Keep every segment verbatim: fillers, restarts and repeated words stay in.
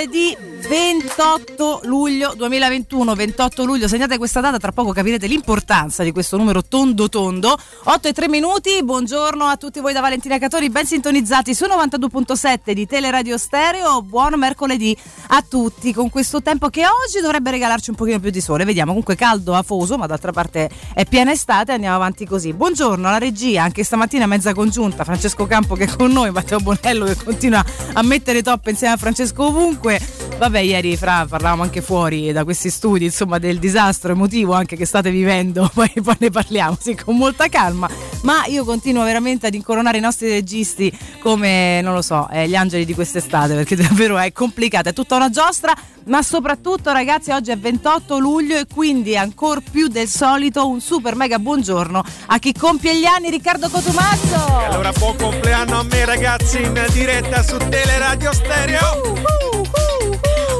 mercoledì ventotto luglio duemilaventuno, ventotto luglio, segnate questa data, tra poco capirete l'importanza di questo numero tondo tondo. Otto e tre minuti, buongiorno a tutti voi da Valentina Catori, ben sintonizzati su novantadue virgola sette di Teleradio Stereo. Buon mercoledì a tutti, con questo tempo che oggi dovrebbe regalarci un pochino più di sole, vediamo. Comunque caldo, afoso, ma d'altra parte è piena estate, andiamo avanti così. Buongiorno alla regia, anche stamattina mezza congiunta, Francesco Campo che è con noi, Matteo Bonello che continua a mettere top insieme a Francesco ovunque. Vabbè, ieri Fra parlavamo anche fuori da questi studi, insomma, del disastro emotivo anche che state vivendo, poi, poi ne parliamo, sì, con molta calma, ma io continuo veramente ad incoronare i nostri registi come, non lo so, eh, gli angeli di quest'estate, perché davvero è complicata, è tutta una giostra, ma soprattutto ragazzi oggi è ventotto luglio e quindi ancora più del solito un super mega buongiorno a chi compie gli anni, Riccardo Cotumazzo. E allora buon compleanno a me ragazzi, in diretta su Teleradio Stereo. Uh, uh, uh, uh.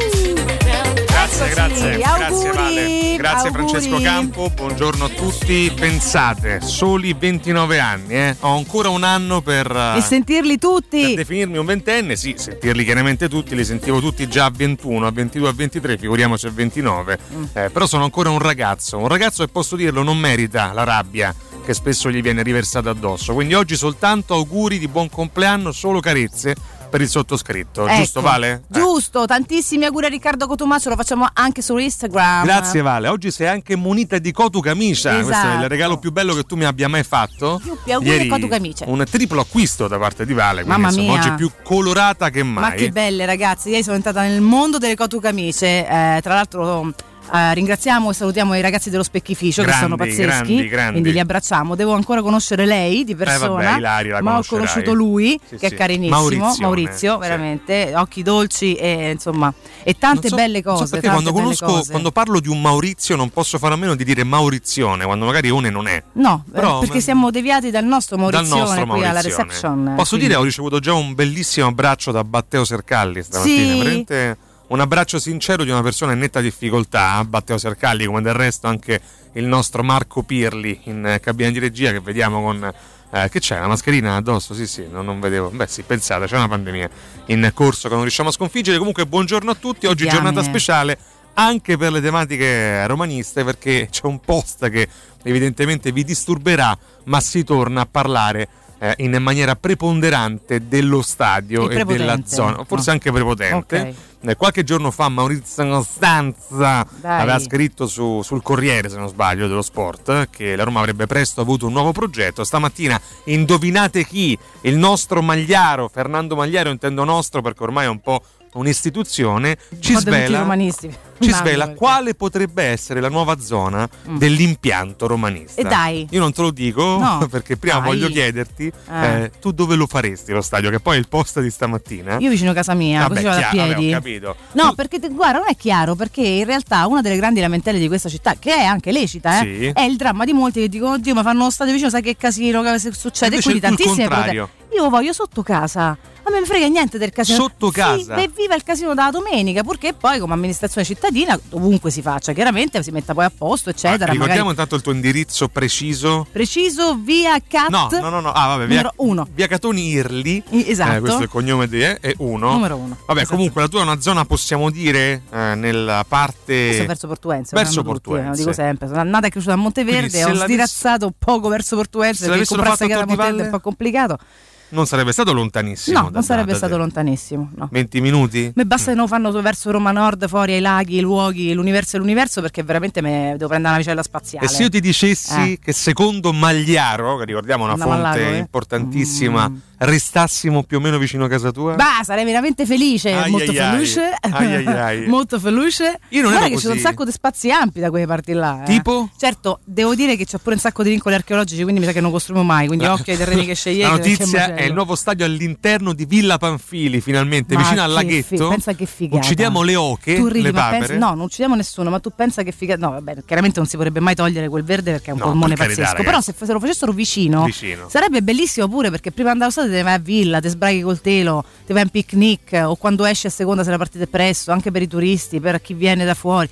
Grazie, grazie, auguri, grazie Vale, grazie auguri. Francesco Campo, buongiorno a tutti. Pensate, soli ventinove anni, eh? Ho ancora un anno per e sentirli tutti, per definirmi un ventenne, sì, sentirli chiaramente tutti, li sentivo tutti già a ventuno, a ventidue, a ventitré, figuriamoci a ventinove, mm. eh, però sono ancora un ragazzo, un ragazzo che posso dirlo non merita la rabbia che spesso gli viene riversata addosso, quindi oggi soltanto auguri di buon compleanno, solo carezze per il sottoscritto, ecco, giusto Vale? Giusto, eh. Tantissimi auguri a Riccardo Cotumaccio, lo facciamo anche su Instagram. Grazie Vale, oggi sei anche munita di Cotu Camicia, esatto. Questo è il regalo più bello che tu mi abbia mai fatto. Più auguri Ieri, a Cotu Camicia. Un triplo acquisto da parte di Vale, quindi Mamma insomma, mia. oggi è più colorata che mai. Ma che belle ragazzi, ieri sono entrata nel mondo delle Cotu Camicie, eh, tra l'altro... Uh, ringraziamo e salutiamo i ragazzi dello Specchificio, grandi, che sono pazzeschi, grandi, grandi. Quindi li abbracciamo. Devo ancora conoscere lei di persona, eh vabbè, Ilaria, la ma ho conosciuto lui, sì, che sì. è carinissimo, Maurizio, Maurizio veramente, sì. Occhi dolci e insomma e tante so, belle cose. Non so perché tante quando conosco, cose. quando parlo di un Maurizio non posso fare a meno di dire Maurizione, quando magari une non è. No, però, perché siamo deviati dal nostro Maurizione, dal nostro qui Maurizione. alla reception. Posso quindi. dire, ho ricevuto già un bellissimo abbraccio da Matteo Sercalli stamattina, sì. veramente un abbraccio sincero di una persona in netta difficoltà, Matteo Sercalli, come del resto anche il nostro Marco Pirli in cabina di regia, che vediamo con eh, che c'è, una mascherina addosso? Sì sì, non, non vedevo, beh sì, pensate, c'è una pandemia in corso che non riusciamo a sconfiggere. Comunque buongiorno a tutti, oggi Diamine. Giornata speciale anche per le tematiche romaniste, perché c'è un post che evidentemente vi disturberà, ma si torna a parlare Eh, in maniera preponderante dello stadio e della zona, forse oh. anche prepotente. Okay. Eh, qualche giorno fa Maurizio Costanza Dai. aveva scritto su, sul Corriere, se non sbaglio, dello Sport, eh, che la Roma avrebbe presto avuto un nuovo progetto. Stamattina indovinate chi? Il nostro Magliaro, Fernando Magliaro, intendo nostro perché ormai è un po' un'istituzione, ci svela, ci svela quale potrebbe essere la nuova zona mm. dell'impianto romanista. E dai. Io non te lo dico, no, perché prima dai. voglio chiederti eh. Eh, tu dove lo faresti lo stadio, che poi è il post di stamattina. Io vicino a casa mia, vabbè, così vado a piedi. Vabbè, ho capito. No, tu... perché guarda, non è chiaro, perché in realtà una delle grandi lamentele di questa città, che è anche lecita, eh, sì. è il dramma di molti che dicono oddio, ma fanno lo stadio vicino, sai che casino, che succede, e quindi tantissime proteste. Io lo voglio sotto casa. A me mi frega niente del casino. Sotto casa? Sì, viva il casino della domenica, purché poi come amministrazione cittadina ovunque si faccia, chiaramente si metta poi a posto, eccetera. Ah, ricordiamo magari... intanto il tuo indirizzo preciso. Preciso via Cat. No, no, no, no. Ah, vabbè, via, numero uno. Via Catoni Irli. Esatto. Eh, questo è il cognome di eh, è uno. Numero uno. Vabbè, esatto. Comunque la tua è una zona, possiamo dire, eh, nella parte. Questo verso Portuense. Verso tutti, Portuense. Lo dico sempre. Sono nata e cresciuta a Monteverde, ho sdirazzato poco verso Portuense, perché comprarsi casa a Monteverde è un po' complicato. Non sarebbe stato lontanissimo. No, non sarebbe da stato te. lontanissimo. No. venti minuti? Mi basta mm. che non fanno verso Roma Nord, fuori ai laghi, i luoghi, l'universo e l'universo, perché veramente me devo prendere una navicella spaziale. E se io ti dicessi eh. che secondo Magliaro, che ricordiamo una Andiamo fonte lago, eh? importantissima, mm. restassimo più o meno vicino a casa tua? Bah, sarei veramente felice, ai molto ai felice. Ai ai ai. Molto felice. Io non Guarda ero che così. c'è un sacco di spazi ampi da quelle parti là. Eh. Tipo? Certo, devo dire che c'è pure un sacco di vincoli archeologici, quindi mi sa che non costruiamo mai, quindi occhio ai terreni che scegliete. La notizia è il nuovo stadio all'interno di Villa Panfili, finalmente, ma vicino al laghetto. Fi- pensa che figata. Uccidiamo le oche, tu ridi, le ma papere. Pensa, no, non uccidiamo nessuno, ma tu pensa che figata. No, vabbè, chiaramente non si potrebbe mai togliere quel verde perché è un no, polmone per pazzesco. carità, però se, se lo facessero vicino, vicino sarebbe bellissimo pure, perché prima di andare allo stadio te vai a Villa, ti sbraghi col telo, ti vai a un picnic, o quando esci a seconda se la partita è presto, anche per i turisti, per chi viene da fuori.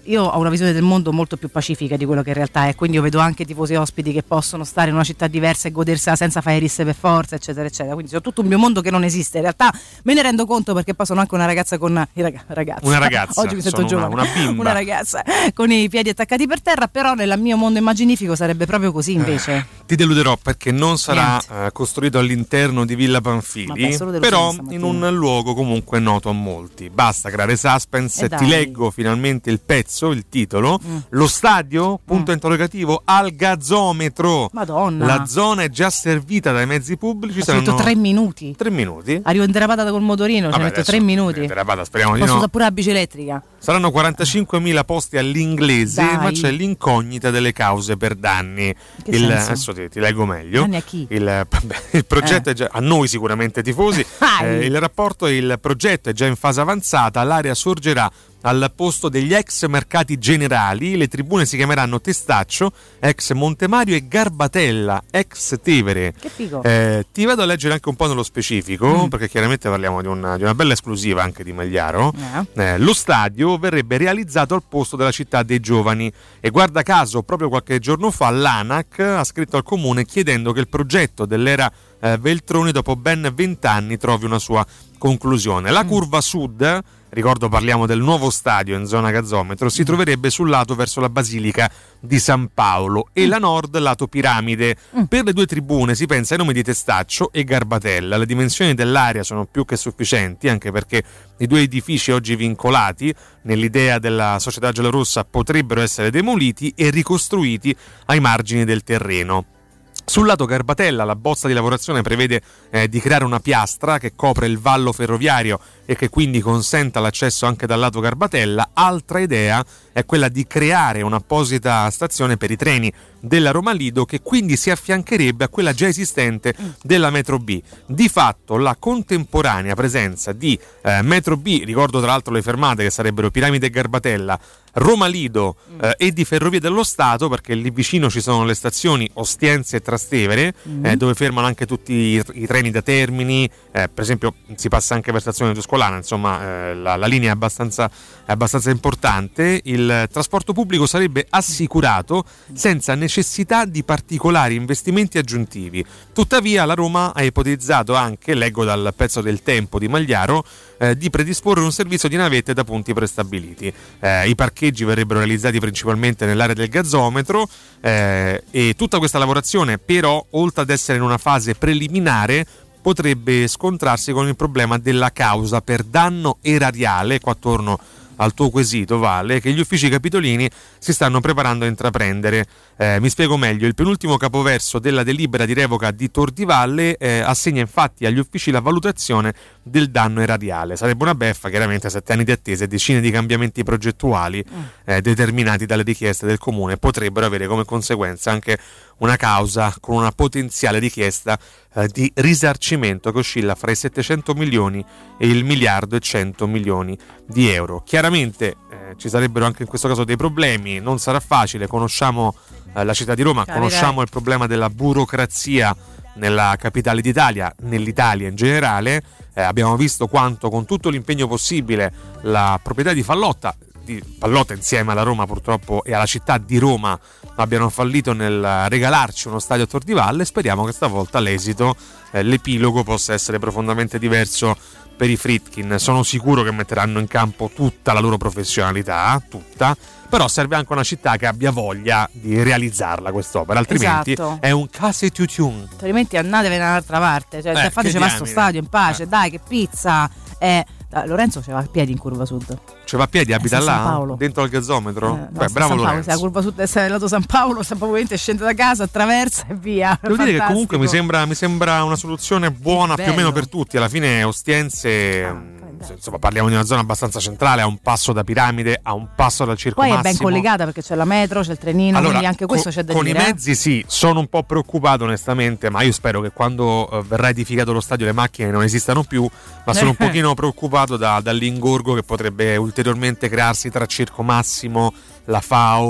io ho una visione del mondo molto più pacifica di quello che in realtà è, quindi io vedo anche tifosi ospiti che possono stare in una città diversa e godersela senza fare risse per forza, eccetera eccetera, quindi c'è tutto un mio mondo che non esiste. In realtà me ne rendo conto perché poi sono anche una ragazza con rag- ragazza. una ragazza oggi mi sento giovane, una, una bimba, una ragazza con i piedi attaccati per terra, però nel mio mondo immaginifico sarebbe proprio così invece. Eh, ti deluderò perché non sarà uh, costruito all'interno di Villa Pamphili, Vabbè, però in un luogo comunque noto a molti. Basta creare suspense, eh ti leggo finalmente il pezzo, il titolo. Mm. Lo stadio, punto mm. interrogativo, al gazzometro. Madonna. La zona è già servita dai mezzi pubblici. Ha detto tre minuti. Tre minuti. Arrivo in derapata col motorino, ci metto tre minuti. In derapata, speriamo di no. Posso usare pure la bici elettrica. Saranno quarantacinquemila posti all'inglese, Dai. ma c'è l'incognita delle cause per danni. Il, adesso ti, ti leggo meglio. Danni a chi? Il, vabbè, il progetto eh. è già a noi sicuramente tifosi. eh, il rapporto e il progetto è già in fase avanzata. L'area sorgerà al posto degli ex mercati generali. Le tribune si chiameranno Testaccio, ex Montemario, e Garbatella, ex Tevere. Che figo. Eh, ti vado a leggere anche un po' nello specifico, mm. perché chiaramente parliamo di una, di una bella esclusiva anche di Magliaro. Eh. Eh, lo stadio verrebbe realizzato al posto della città dei giovani e guarda caso proprio qualche giorno fa l'ANAC ha scritto al comune chiedendo che il progetto dell'era eh, Veltroni dopo ben vent'anni trovi una sua conclusione. La curva sud, ricordo parliamo del nuovo stadio in zona gazzometro, si troverebbe sul lato verso la Basilica di San Paolo e la nord lato Piramide. Per le due tribune si pensa ai nomi di Testaccio e Garbatella. Le dimensioni dell'area sono più che sufficienti, anche perché i due edifici oggi vincolati nell'idea della società giallorossa potrebbero essere demoliti e ricostruiti ai margini del terreno. Sul lato Garbatella la bozza di lavorazione prevede eh, di creare una piastra che copre il vallo ferroviario e che quindi consenta l'accesso anche dal lato Garbatella. Altra idea è quella di creare un'apposita stazione per i treni della Roma Lido, che quindi si affiancherebbe a quella già esistente della Metro B. Di fatto la contemporanea presenza di eh, Metro B, ricordo tra l'altro le fermate che sarebbero Piramide e Garbatella, Roma Lido eh, e di Ferrovie dello Stato, perché lì vicino ci sono le stazioni Ostiense e Trastevere, mm. eh, dove fermano anche tutti i, i treni da Termini, eh, per esempio si passa anche per stazione Tuscolana, insomma eh, la, la linea è abbastanza, è abbastanza importante. Il trasporto pubblico sarebbe assicurato senza necessità di particolari investimenti aggiuntivi. Tuttavia la Roma ha ipotizzato anche, leggo dal pezzo del Tempo di Magliaro, eh, di predisporre un servizio di navette da punti prestabiliti. Eh, I parcheggi verrebbero realizzati principalmente nell'area del gazzometro eh, e tutta questa lavorazione però, oltre ad essere in una fase preliminare, potrebbe scontrarsi con il problema della causa per danno erariale. Qua torno al tuo quesito, Vale, che gli uffici capitolini si stanno preparando a intraprendere. Eh, mi spiego meglio: il penultimo capoverso della delibera di revoca di Tor di Valle eh, assegna infatti agli uffici la valutazione del danno erariale. Sarebbe una beffa, chiaramente, sette anni di attesa e decine di cambiamenti progettuali eh, determinati dalle richieste del comune potrebbero avere come conseguenza anche una causa con una potenziale richiesta eh, di risarcimento che oscilla fra i settecento milioni e il miliardo e cento milioni di euro. Chiaramente eh, ci sarebbero anche in questo caso dei problemi, non sarà facile, conosciamo eh, la città di Roma, Capirai. conosciamo il problema della burocrazia nella capitale d'Italia, nell'Italia in generale. Eh, abbiamo visto quanto, con tutto l'impegno possibile, la proprietà di Fallotta di Pallotta insieme alla Roma purtroppo e alla città di Roma abbiano fallito nel regalarci uno stadio a Tor di Valle. Speriamo che stavolta l'esito, eh, l'epilogo possa essere profondamente diverso per i Friedkin. Sono sicuro che metteranno in campo tutta la loro professionalità, tutta, però serve anche una città che abbia voglia di realizzarla quest'opera, altrimenti esatto. È un case tutun, altrimenti andatevi da un'altra parte, cioè eh, fateci va sto stadio in pace, eh. dai, che pizza è. Lorenzo ce va a piedi in curva sud. Ce va a piedi, abita eh, là? Dentro al gazzometro? Eh, no, Beh, bravo San Lorenzo. Se la curva sud è lato San Paolo, San Paolo scende da casa, attraversa e via. Devo Fantastico. dire che comunque mi sembra, mi sembra una soluzione buona più o meno per tutti. Alla fine Ostiense, ah, insomma, parliamo di una zona abbastanza centrale, a un passo da Piramide, a un passo dal Circo Poi Massimo. È ben collegata perché c'è la metro, c'è il trenino, allora, quindi anche questo co- c'è da con dire. Con i eh? mezzi sì, sono un po' preoccupato onestamente, ma io spero che quando uh, verrà edificato lo stadio le macchine non esistano più, ma sono un pochino preoccupato da, dall'ingorgo che potrebbe ulteriormente crearsi tra Circo Massimo, la F A O,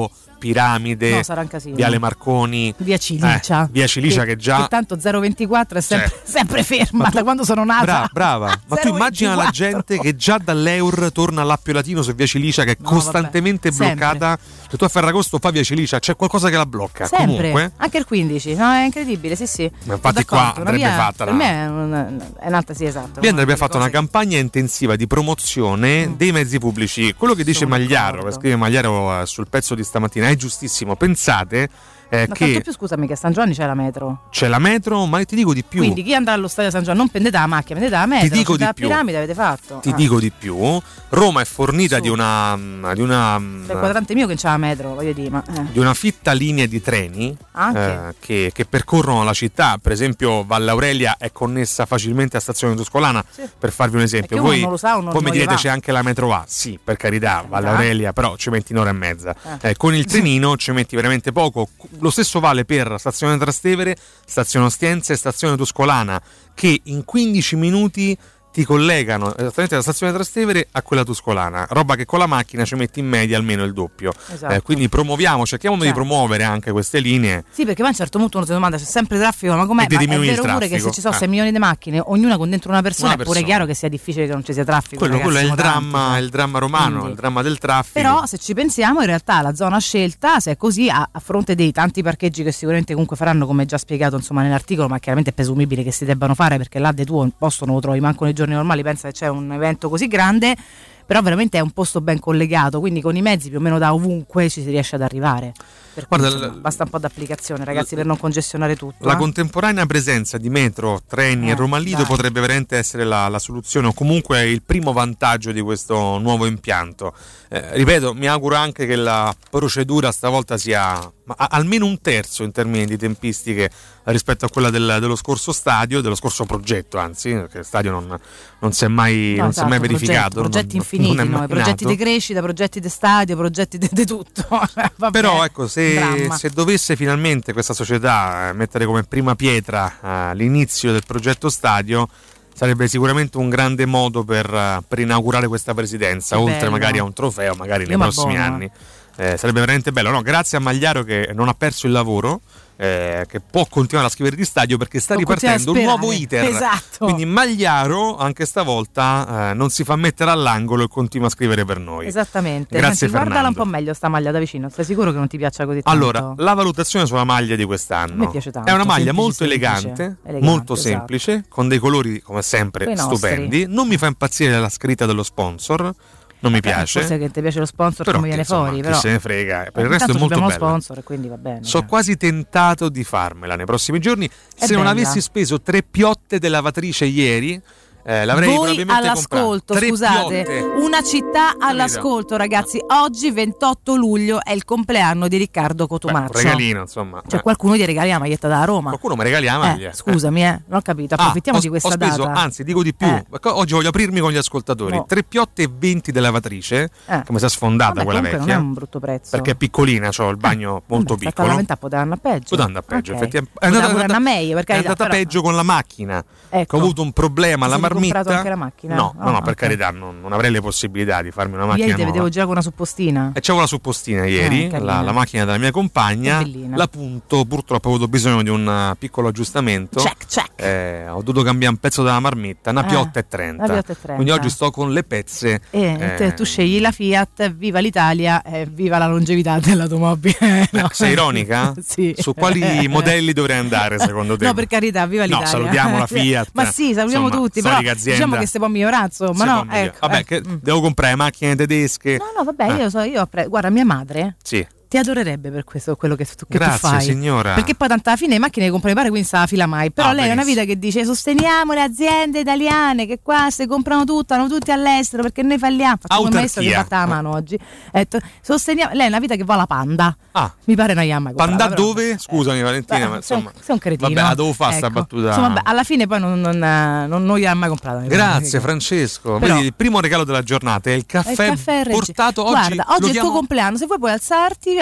Piramide, no, sarà un casino. Viale Marconi, Via Cilicia, eh, Via Cilicia che, che già che tanto zero ventiquattro è sempre, cioè, sempre ferma tu, da quando sono nata. Brava, brava. Ma tu immagina la gente che già dall'Eur torna all'Appio Latino su Via Cilicia che è no, costantemente vabbè, bloccata. Cioè, tu a Ferragosto fa Via Cilicia, c'è qualcosa che la blocca. Sempre, comunque anche il quindici, no, è incredibile, sì sì. Ma infatti qua andrebbe via, fatta per la... me è, un, è un'altra, sì, esatto. Lì andrebbe fatta una campagna intensiva di promozione mm. dei mezzi pubblici. Quello che dice sono Magliaro, d'accordo. che scrive Magliaro sul pezzo di stamattina, è giustissimo. Pensate eh, ma che tanto più, scusami, che a San Giovanni c'è la metro. C'è la metro, ma ti dico di più. Quindi chi andrà allo stadio San Giovanni non prendete la macchina, prendete la metro. Ti dico di la più. Piramide avete fatto. Ti ah. dico di più. Roma è fornita di una di una il quadrante mio che c'è la metro, voglio dire, ma, eh. di una fitta linea di treni eh, che, che percorrono la città. Per esempio Valle Aurelia è connessa facilmente a Stazione Tuscolana, sì. Per farvi un esempio. Voi, non lo sa, non voi mi direte va. C'è anche la metro A, sì, per carità, Valle Aurelia, però ci metti un'ora e mezza. Eh. Eh, con il trenino ci metti veramente poco. Lo stesso vale per Stazione Trastevere, Stazione Ostiense e Stazione Tuscolana, che in quindici minuti ti collegano esattamente dalla stazione Trastevere a quella tuscolana, roba che con la macchina ci metti in media almeno il doppio. Esatto. Eh, quindi promuoviamo, cerchiamo certo. di promuovere anche queste linee. Sì, perché poi a un certo punto uno si domanda: c'è sempre traffico, ma com'è? Ma è vero pure che se ci sono sei milioni di macchine, ognuna con dentro una persona, una persona, è pure chiaro che sia difficile che non ci sia traffico. Quello, ragazzi, quello è il tanti, dramma, eh. il dramma romano, quindi, il dramma del traffico. Però se ci pensiamo, in realtà la zona scelta, se è così, a, a fronte dei tanti parcheggi che sicuramente comunque faranno, come già spiegato insomma nell'articolo, ma chiaramente è presumibile che si debbano fare, perché là de tuo un posto non lo trovi manco nei giorni normali, pensa che c'è un evento così grande, però veramente è un posto ben collegato, quindi con i mezzi più o meno da ovunque ci si riesce ad arrivare. Per cui, Guarda, insomma, basta un po' d'applicazione, ragazzi, per non congestionare tutto. La eh? contemporanea presenza di metro, treni eh, e Roma Lido dai. potrebbe veramente essere la, la soluzione, o comunque il primo vantaggio di questo nuovo impianto. Eh, ripeto, mi auguro anche che la procedura stavolta sia ma, a, almeno un terzo in termini di tempistiche rispetto a quella del, dello scorso stadio, dello scorso progetto, anzi, perché il stadio non, non si è mai, no, non esatto, si è mai verificato. Progetti, progetti non, infiniti, non no? progetti di crescita, progetti di stadio, progetti di tutto. Vabbè, però ecco, se, se dovesse finalmente questa società eh, mettere come prima pietra eh, l'inizio del progetto stadio, sarebbe sicuramente un grande modo per, uh, per inaugurare questa presidenza, che oltre bello. magari a un trofeo, magari Io nei prossimi buono. anni. Eh, sarebbe veramente bello. No, grazie a Magliaro che non ha perso il lavoro, eh, che può continuare a scrivere di stadio perché sta può ripartendo un nuovo iter. Esatto. Quindi Magliaro anche stavolta eh, non si fa mettere all'angolo e continua a scrivere per noi. Esattamente. Grazie. Senti, guardala un po' meglio sta maglia da vicino. Sei sicuro che non ti piaccia così tanto? Allora, la valutazione sulla maglia di quest'anno mi piace tanto. È una maglia semplice, molto semplice, elegante, elegante, molto esatto. semplice, con dei colori come sempre Quei stupendi. nostri. Non mi fa impazzire la scritta dello sponsor. Non mi piace. Forse che ti piace lo sponsor, però come viene insomma, fuori. Chi però se ne frega. Per eh, il resto è molto bello. bello. Sponsor, quindi va bene. Sono quasi tentato di farmela nei prossimi giorni. È se non bella. avessi speso tre piotte della lavatrice ieri, eh, l'avrei Voi probabilmente all'ascolto, comprata. scusate, Tre una città all'ascolto, ragazzi. Oggi ventotto luglio è il compleanno di Riccardo Cotumaccio. Beh, un regalino, insomma. Cioè, eh. qualcuno gli regali la maglietta da Roma. Qualcuno mi regali la maglia. Eh, scusami, eh, non ho capito. Approfittiamo ah, di questa ho speso, data. Anzi, dico di più. Eh. Oggi voglio aprirmi con gli ascoltatori. No. Tre piotte e venti della lavatrice. Eh. Come si è sfondata Vabbè, quella vecchia. vecchia. Non è un brutto prezzo. Perché è piccolina, ho il bagno eh. molto Vabbè, piccolo. La poteva andare peggio. Poteva andare peggio, okay. effettivamente. È andata, andata, meglio, è andata però... peggio con la macchina. Ecco. Ho avuto un problema alla marmitta. Hai comprato anche la macchina? No, no, no, oh, per okay. carità, non, non avrei le possibilità di farmi una macchina ieri te nuova. vedevo già con una suppostina. E c'avevo la suppostina ieri, eh, la, la macchina della mia compagna. La punto, purtroppo ho avuto bisogno di un uh, piccolo aggiustamento. Check, check. Eh, ho dovuto cambiare un pezzo della marmitta, una eh, piotta e trenta. trenta. Quindi oggi sto con le pezze. Eh, eh, te, tu scegli la Fiat, viva l'Italia, eh, viva la longevità dell'automobile. no. Sei ironica? Sì. Su quali modelli dovrei andare secondo te? No, per carità, viva l'Italia. No, salutiamo la Fiat. Ma sì, salutiamo Insomma, tutti, però azienda. diciamo che si può migliorare, insomma, no? Ecco, Vabbè, eh. che devo comprare macchine tedesche. No, no, vabbè, eh. io so, io ho pre- guarda, mia madre. Sì. Ti adorerebbe per questo quello che, tu, che Grazie, tu fai. signora. Perché poi tanto alla fine le macchine le compra mi pare, quindi sta la fila mai. Però ah, lei è una vita che dice sosteniamo le aziende italiane che qua se comprano tutto, vanno tutti all'estero perché noi falliamo. Facciamo un maestro che fatta la mano oggi. Detto, sosteniamo. Lei è una vita che va alla Panda. Ah. Mi pare una Yamma. Panda però, dove? eh, Scusami Valentina, beh, ma insomma. Sei un cretino. Vabbè, la devo fare sta ecco. battuta. Insomma, beh, alla fine poi non, non, non, non gliel'ha mai comprata. Grazie Francesco. Però, vedi, il primo regalo della giornata è il caffè, il caffè portato oggi. Guarda, oggi è il chiamo... tuo compleanno. Se vuoi puoi alzarti,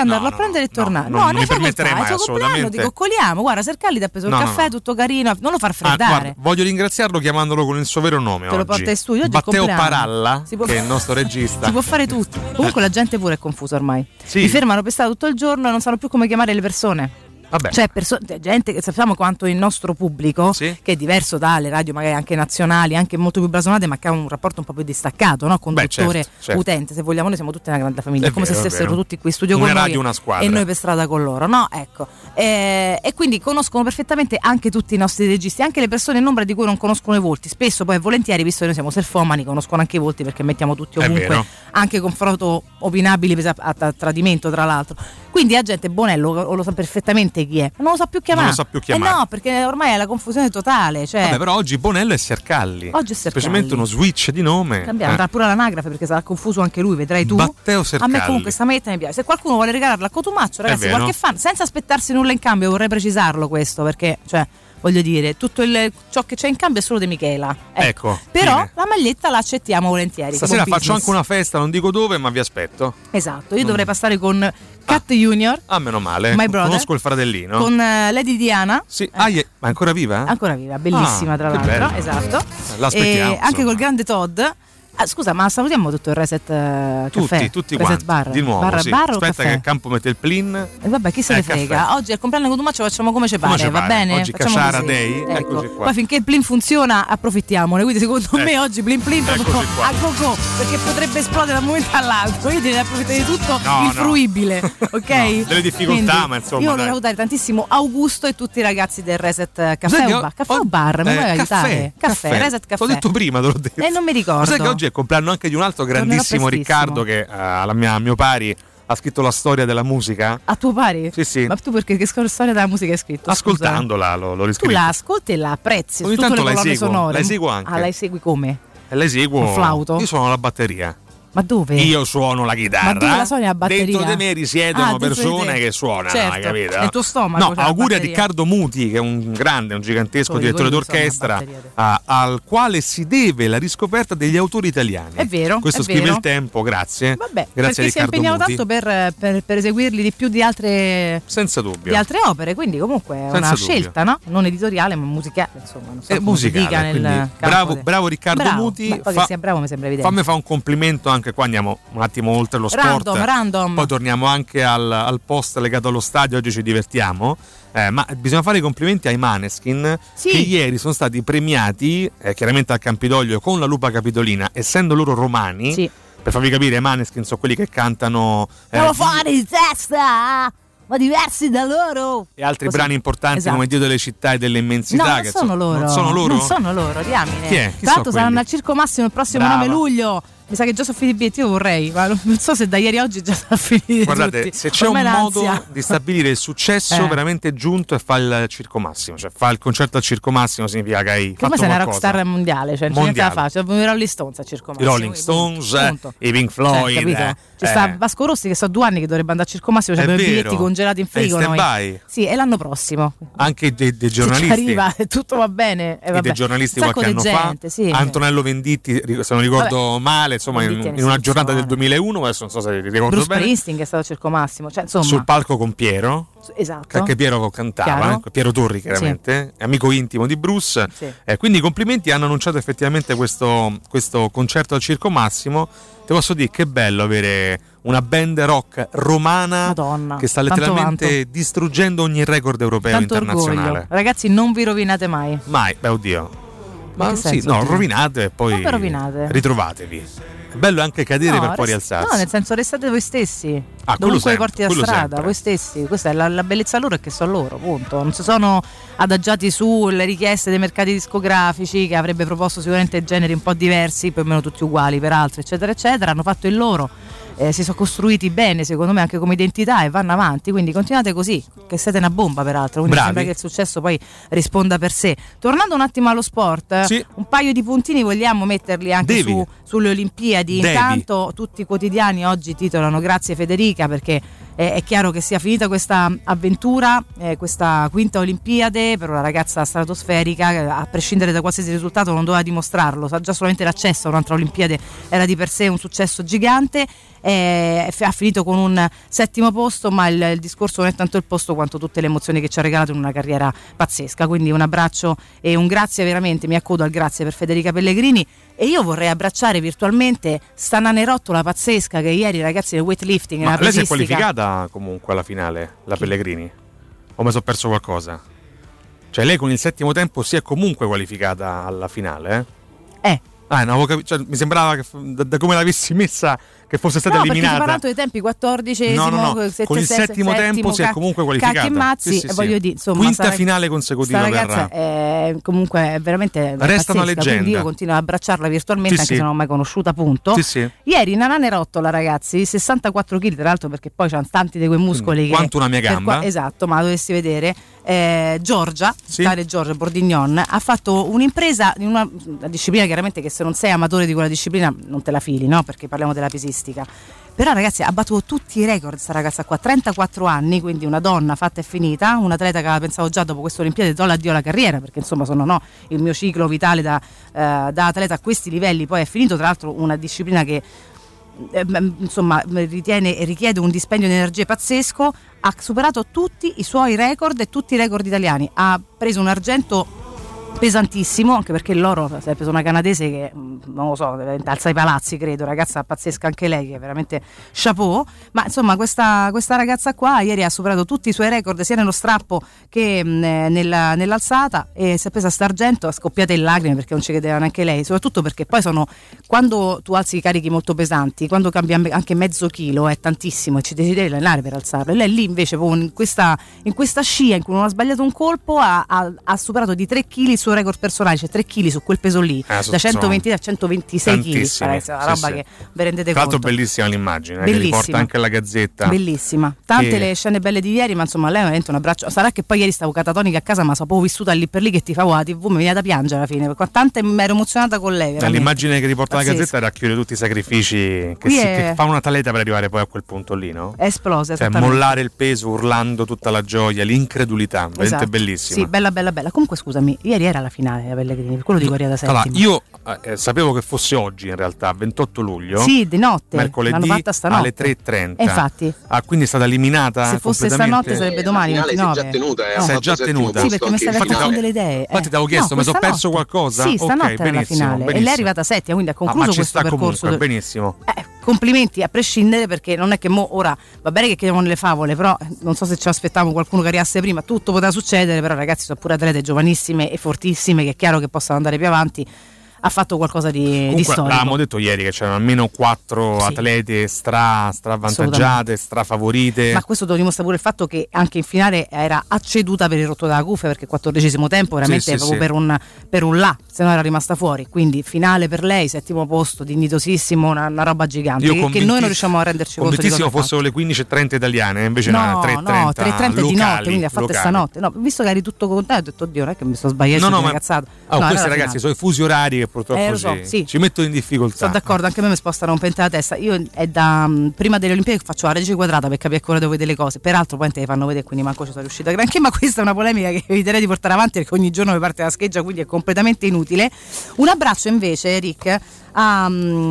andarlo no, a prendere no, e tornare. No, no, non mi permetterei mai, assolutamente. Ti coccoliamo, guarda, Sercalli ti ha preso no, il caffè no. tutto carino, non lo far freddare. Ah, guarda, voglio ringraziarlo chiamandolo con il suo vero nome. Te lo oggi. porta in studio, oggi Matteo è Paralla, può... che è il nostro regista. Si può fare tutto. Comunque la gente pure è confusa ormai. Sì. Mi fermano per stare tutto il giorno e non sanno più come chiamare le persone. Vabbè. Cioè perso- gente che sappiamo quanto il nostro pubblico, sì. che è diverso dalle radio magari anche nazionali, anche molto più blasonate, ma che ha un rapporto un po' più distaccato, no? Conduttore, Beh, certo, certo. utente, se vogliamo, noi siamo tutti una grande famiglia, è come vero, se stessero tutti qui in studio una con radio, noi una squadra. e noi per strada con loro, no? Ecco. E, e quindi conoscono perfettamente anche tutti i nostri registi, anche le persone in ombra di cui non conoscono i volti. Spesso poi volentieri, visto che noi siamo selfomani, conoscono anche i volti perché mettiamo tutti ovunque, anche con foto opinabili a, a, a tradimento tra l'altro. Quindi la gente Bonello lo, lo sa perfettamente chi è, non lo sa più chiamare. Non lo sa più chiamare. Eh no, perché ormai è la confusione totale. Cioè... Vabbè, però oggi Bonello è Sercalli. Oggi è Sercalli. Specialmente uno switch di nome. Cambiamo, eh. pure l'anagrafe perché sarà confuso anche lui, vedrai tu. Matteo Sercalli. A me comunque sta maglietta mi piace. Se qualcuno vuole regalarla a Cotumaccio, ragazzi, qualche fan, senza aspettarsi nulla in cambio, vorrei precisarlo questo, perché cioè voglio dire, tutto il, ciò che c'è in cambio è solo di Michela. Ecco. ecco Però fine. la maglietta la accettiamo volentieri. Stasera faccio anche una festa, non dico dove, ma vi aspetto. Esatto, io mm. dovrei passare con Cat ah. Junior. Ah, meno male. My brother, conosco il fratellino. Con uh, Lady Diana. Sì. Eh. Ah, yeah. Ma è ancora viva? Ancora viva, bellissima ah, tra l'altro. Bello. Esatto. L'aspettiamo. E anche col grande Todd. Ah, scusa, ma salutiamo tutto il Reset uh, tutti, caffè, tutti Reset quanti. Bar. Di nuovo, bar, sì. bar Aspetta caffè? che il campo mette il plin. E eh, vabbè, chi se ne frega. Caffè. Oggi al compleanno di Cotumaccio facciamo come ci pare, come va pare. bene? Oggi Facciamo Cacciara così. Day, ecco. eccoci qua. Poi finché il plin funziona approfittiamone, quindi secondo ecco. me oggi plin plin proprio a go-go, perché potrebbe esplodere da un momento all'altro. Io direi approfittare di tutto no, il no. fruibile, ok? No, delle difficoltà, quindi, ma insomma. Io voglio dai. salutare tantissimo Augusto e tutti i ragazzi del Reset Caffè o Bar. Caffè o Bar, mi eh, vuoi caffè, aiutare? Caffè, caffè, Reset Caffè. L'ho detto prima, te l'ho detto. E non mi ricordo. Sai che oggi è il compleanno anche di un altro grandissimo Riccardo che uh, alla mia, a mio pari ha scritto la storia della musica. A tuo pari? Sì, sì. Ma tu perché che storia della musica hai scritto? Ascoltandola l'ho, l'ho riscritto. Tu la ascolti e la apprezzi. Ogni tutte tanto le la colonne eseguo, sonore. la eseguo anche. Ah, la esegui come? E la eseguo. Un flauto? Io suono la batteria. Ma dove? Io suono la chitarra. Ma dove la suoni la batteria? Dentro di me risiedono ah, persone che suonano, certo. hai capito? Nel tuo stomaco. No, auguri a Riccardo Muti, che è un grande, un gigantesco Poi, direttore d'orchestra, a, al quale si deve la riscoperta degli autori italiani. È vero. Questo è scrive vero. Il Tempo, grazie. Vabbè, grazie perché a si è Riccardo impegnato Muti. tanto per, per, per eseguirli di più di altre senza dubbio di altre opere, quindi comunque è senza una dubbio. scelta, no? Non editoriale, ma musicale, insomma, non so è come musicale, si dica nel campo bravo, de... bravo Riccardo bravo. Muti. Ma poi fa, che sia bravo mi sembra evidente. Fammi fa un complimento anche qua, andiamo un attimo oltre lo sport. Random, random. Poi torniamo anche al, al post legato allo stadio, oggi ci divertiamo. Eh, ma bisogna fare i complimenti ai Maneskin, sì. che ieri sono stati premiati eh, chiaramente al Campidoglio con la Lupa Capitolina, essendo loro romani. Sì. Per farvi capire, i Maneskin sono quelli che cantano eh, Siamo fuori di testa, ma diversi da loro. E altri Così. brani importanti Esatto. come Dio delle città e delle immensità. No, non che sono loro. Non sono loro? Non sono loro, diamine. Chi è? Chi Tra l'altro sono saranno quelli? al Circo Massimo il prossimo Brava. nove luglio. Mi sa che già sono finiti i biglietti, io vorrei, ma non so se da ieri a oggi già sono finiti. Guardate, tutti. se c'è Ormai un l'ansia. modo di stabilire il successo Eh. veramente giunto, è fare il Circo Massimo. Cioè fa il concerto al Circo Massimo significa che hai Che fatto ormai sei una qualcosa. rockstar mondiale, cioè non c'è niente da fare. Cioè, i Rolling Stones al Circo I Massimo. Rolling Stones, punto. i Pink Floyd. Cioè, capito? Ci eh. sta Vasco Rossi che so due anni che dovrebbe andare al Circo Massimo, cioè È abbiamo i vero. biglietti congelati in È in frigo noi. stand-by. Sì, e l'anno prossimo. Anche dei, dei Se giornalisti. ci arriva e tutto va bene. E e vabbè. dei giornalisti Un sacco qualche di anno gente, fa. sì. Antonello Venditti, se non ricordo Vabbè. male, insomma, in, Venditti in nel una senso, giornata del eh. duemilauno, adesso non so se ricordo Bruce bene. Springsteen che è stato al Circo Massimo, cioè insomma. Sul palco con Piero. Esatto. Che anche Piero cantava, Chiaro. eh, Piero Torri chiaramente, è amico intimo di Bruce. Sì. Eh, quindi i complimenti, hanno annunciato effettivamente questo, questo concerto al Circo Massimo. Ti posso dire che è bello avere una band rock romana Madonna, che sta tanto letteralmente vanto. distruggendo ogni record europeo Tanto internazionale. orgoglio. Ragazzi, non vi rovinate mai. Mai, beh oddio. Ma che sì, senso, no, oddio? rovinate e poi Come rovinate? ritrovatevi. È bello anche cadere No, per poi rest- rialzarsi. No, nel senso restate voi stessi. Ah, quello Dovunque vi sempre, porti la quello strada, sempre. voi stessi. Questa è la, la bellezza loro, è che sono loro, punto. Non si sono adagiati sulle richieste dei mercati discografici, che avrebbe proposto sicuramente generi un po' diversi, più o meno tutti uguali peraltro, eccetera, eccetera. Hanno fatto il loro. Eh, si sono costruiti bene secondo me anche come identità e vanno avanti, quindi continuate così, che siete una bomba peraltro, quindi Bravi. sembra che il successo poi risponda per sé. Tornando un attimo allo sport, Sì. un paio di puntini vogliamo metterli anche Devi. su, sulle Olimpiadi. Devi. Intanto tutti i quotidiani oggi titolano grazie Federica, perché è, è chiaro che sia finita questa avventura, eh, questa quinta Olimpiade per una ragazza stratosferica, a prescindere da qualsiasi risultato non doveva dimostrarlo, sa già solamente l'accesso a un'altra Olimpiade era di per sé un successo gigante. è, è, ha finito con un settimo posto, ma il, il discorso non è tanto il posto quanto tutte le emozioni che ci ha regalato in una carriera pazzesca. Quindi un abbraccio e un grazie, veramente mi accodo al grazie per Federica Pellegrini. E io vorrei abbracciare virtualmente sta Nanerottola pazzesca che ieri, ragazzi, del weightlifting, ma lei si è pesistica... qualificata comunque alla finale, la Pellegrini? O mi sono perso qualcosa? Cioè lei con il settimo tempo si è comunque qualificata alla finale? Eh? Eh. Ah, no, cap- cioè, mi sembrava che da, da come l'avessi messa che fosse stata no, eliminata. No, perché parlato dei tempi quattordicesimo, no, no, no. sette, con il sette, settimo settimo tempo si è comunque qualificata. Cacchi e mazzi, sì, sì, e voglio sì. dire, insomma, quinta sta, finale consecutiva sta ragazza verrà. è comunque è veramente resta una pazzesca, leggenda. quindi io continuo ad abbracciarla virtualmente, sì, anche sì. se non l'ho mai conosciuta, punto. Sì, sì. Ieri Nana Nerottola, ragazzi, sessantaquattro chili, tra l'altro, perché poi c'ha tanti di quei muscoli che quanto una mia gamba. Qua, esatto, ma la dovessi vedere. Eh, Giorgia, sì. tale Giorgia Bordignon, ha fatto un'impresa in una, una disciplina, chiaramente, che se non sei amatore di quella disciplina non te la fili, no? Perché parliamo della pesistica. Però, ragazzi, ha battuto tutti i record sta ragazza qua, trentaquattro anni, quindi una donna fatta e finita, un atleta che pensavo già dopo queste Olimpiadi do l'addio alla carriera, perché insomma sono no, il mio ciclo vitale da, eh, da atleta a questi livelli poi è finito, tra l'altro una disciplina che eh, insomma ritiene e richiede un dispendio di energie pazzesco, ha superato tutti i suoi record e tutti i record italiani, ha preso un argento pesantissimo, anche perché l'oro si è preso una canadese che non lo so, alza i palazzi, credo, ragazza pazzesca anche lei, che è veramente chapeau. Ma insomma questa, questa ragazza qua ieri ha superato tutti i suoi record sia nello strappo che mh, nella, nell'alzata, e si è presa st'argento, ha scoppiato in lacrime perché non ci credeva neanche lei, soprattutto perché poi sono, quando tu alzi i carichi molto pesanti, quando cambia anche mezzo chilo è tantissimo e ci devi allenare per alzarlo, e lei lì invece in questa, in questa scia in cui non ha sbagliato un colpo ha, ha, ha superato di tre chili il suo record personale, cioè tre chili su quel peso lì, eh, da centoventi a centoventisei chili, una sì, roba sì. che vi rendete Tra conto. l'altro bellissima l'immagine, bellissima. Che riporta anche la Gazzetta. Bellissima, tante che... le scene belle di ieri, ma insomma lei veramente un abbraccio. Sarà che poi ieri stavo catatonica a casa, ma sapevo vissuta lì per lì che ti favo la tivù, mi veniva da piangere alla fine, perché tante mi ero emozionata con lei veramente. L'immagine che riporta pazzesco. La Gazzetta racchiude tutti i sacrifici che, si, è... che fa un atleta per arrivare poi a quel punto lì, no? È esplosa, cioè mollare il peso urlando tutta la gioia, l'incredulità, veramente esatto. Bellissima. Sì, bella bella bella. Comunque scusami, ieri era la finale la Pellegrini, per quello di Corriere da Settima. Allora, io eh, sapevo che fosse oggi in realtà, ventotto luglio. Sì, di notte. Mercoledì fatta stanotte. alle tre e trenta. E infatti. Ah, quindi è stata eliminata. Se fosse stanotte sarebbe domani ventinove. Si è già tenuta, eh, no. Si è già tenuta. Sì, perché mi stavi raccontando delle idee. Infatti ti avevo chiesto, no, mi sono perso qualcosa? Sì, stanotte okay, era la finale. benissimo. E lei è arrivata settima, quindi ha concluso ah, ma questo ci sta percorso. Comunque, benissimo. Eh, complimenti a prescindere, perché non è che mo ora va bene che chiediamo nelle favole, però non so se ci aspettavamo qualcuno che arrivasse prima, tutto poteva succedere, però ragazzi sono pure atlete giovanissime e fortissime che è chiaro che possano andare più avanti. Ha fatto qualcosa di, Comunque, di storico. L'avevamo detto ieri che c'erano almeno quattro sì. atlete stra, stravantaggiate, strafavorite. Ma questo lo dimostra pure il fatto che anche in finale era acceduta per il rotto della cuffia, perché quattordicesimo tempo veramente sì, sì, proprio sì. Per, un, per un là, se no era rimasta fuori. Quindi finale per lei, settimo posto, dignitosissimo, una, una roba gigante che, che noi non riusciamo a renderci conto di cosa fossero le quindici e trenta italiane, invece no, no, tre e trenta no, tre e trenta di notte, quindi ha fatto locali. stanotte. No, visto che eri tutto contento, ho detto oddio, non è che mi sto sbagliando, no, no, ragazzato. Oh, no, questi ragazzi sono i fusi orari che purtroppo eh, lo so, sì, sì. ci mettono in difficoltà. Sono d'accordo, anche a me mi spostano un pente la testa. Io è da um, prima delle Olimpiadi che faccio la radice quadrata per capire ancora dove vedere le cose. Peraltro poi te le fanno vedere, quindi manco ci sono riuscita granché, ma questa è una polemica che eviterei di portare avanti perché ogni giorno mi parte la scheggia, quindi è completamente inutile. Un abbraccio invece, Rick, a,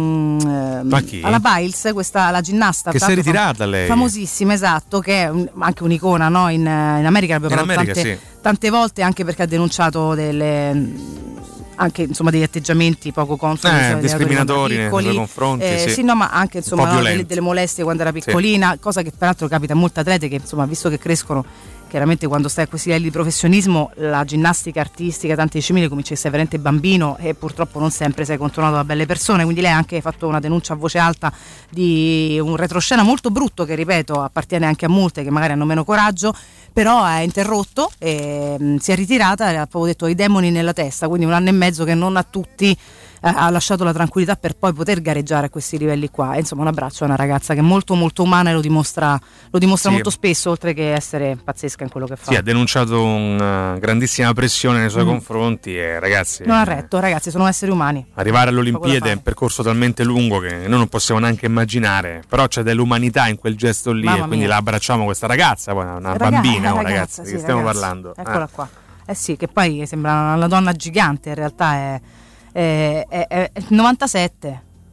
um, alla Biles, questa la ginnasta che si è ritirata lei, famosissima, esatto, che è un, anche un'icona, no? in, in America l'abbiamo in parlato America, tante, sì. tante volte, anche perché ha denunciato delle anche insomma degli atteggiamenti poco consoni, eh, discriminatori nei suoi confronti, eh, sì. sì, no, ma anche insomma no, delle, delle molestie quando era piccolina, sì. Cosa che peraltro capita a molte atlete che insomma visto che crescono, chiaramente quando stai a questi livelli di professionismo la ginnastica artistica, tante discipline cominci a essere veramente bambino e purtroppo non sempre sei controllato da belle persone, quindi lei ha anche fatto una denuncia a voce alta di un retroscena molto brutto che ripeto appartiene anche a molte che magari hanno meno coraggio, però è interrotto e mh, si è ritirata e ha proprio detto i demoni nella testa, quindi un anno e mezzo che non a tutti ha lasciato la tranquillità per poi poter gareggiare a questi livelli qua. E insomma un abbraccio a una ragazza che è molto molto umana e lo dimostra, lo dimostra sì. molto spesso, oltre che essere pazzesca in quello che fa. Sì, ha denunciato una grandissima pressione nei suoi mm. confronti e ragazzi non ha retto, ragazzi sono esseri umani. Arrivare alle Olimpiadi è un percorso talmente lungo che noi non possiamo neanche immaginare, però c'è dell'umanità in quel gesto lì. Mamma e quindi mia. La abbracciamo questa ragazza, una Raga- bambina, ragazza, ragazzi, sì, che stiamo ragazzi. parlando. Eccola eh. qua. Eh sì, che poi sembra una donna gigante, in realtà è È, è, è novantasette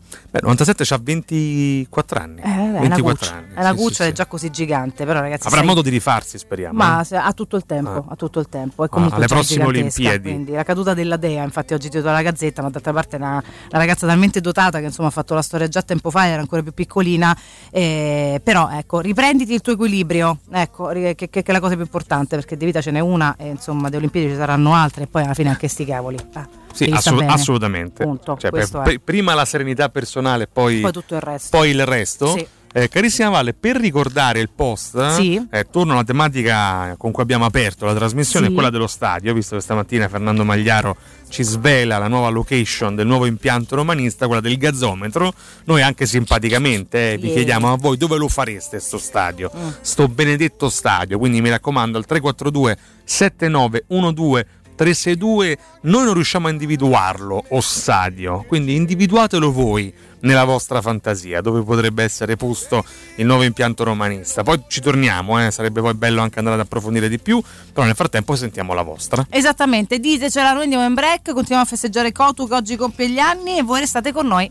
Beh, novantasette c'ha ventiquattro anni. Eh, vabbè, ventiquattro è una anni. È una sì, cuccia, sì, è sì. già così gigante, però ragazzi Avrà sei... modo di rifarsi, speriamo. Ma eh? se- ha tutto il tempo, Ah. ha tutto il tempo. E comunque alle già prossime gigantesca, Olimpiadi. quindi la caduta della dea, infatti oggi titola la Gazzetta, ma d'altra parte è una, una ragazza talmente dotata che insomma ha fatto la storia già tempo fa, era ancora più piccolina, eh, però ecco, riprenditi il tuo equilibrio, ecco, ri- che, che, che è la cosa più importante, perché di vita ce n'è una e insomma di Olimpiadi ci saranno altre e poi alla fine anche sti cavoli. Ah, Sì, devi sta assolut- bene. assolutamente. Punto, Cioè, questo per- è. prima la serenità personale, poi, Poi tutto il resto. poi il resto. Sì. Eh, carissima Valle, per ricordare il post, Sì. eh, torno alla tematica con cui abbiamo aperto la trasmissione, Sì. quella dello stadio, visto che stamattina Fernando Magliaro ci svela la nuova location del nuovo impianto romanista, quella del gazzometro. Noi anche simpaticamente eh, vi Yeah. chiediamo a voi dove lo fareste sto stadio, Mm. sto benedetto stadio, quindi mi raccomando al tre quattro due sette nove uno due tre sei due. Noi non riusciamo a individuarlo o stadio, quindi individuatelo voi nella vostra fantasia dove potrebbe essere posto il nuovo impianto romanista. Poi ci torniamo, eh, sarebbe poi bello anche andare ad approfondire di più, però nel frattempo sentiamo la vostra. Esattamente, ditecela, noi andiamo in break, continuiamo a festeggiare Cotu che oggi compie gli anni e voi restate con noi.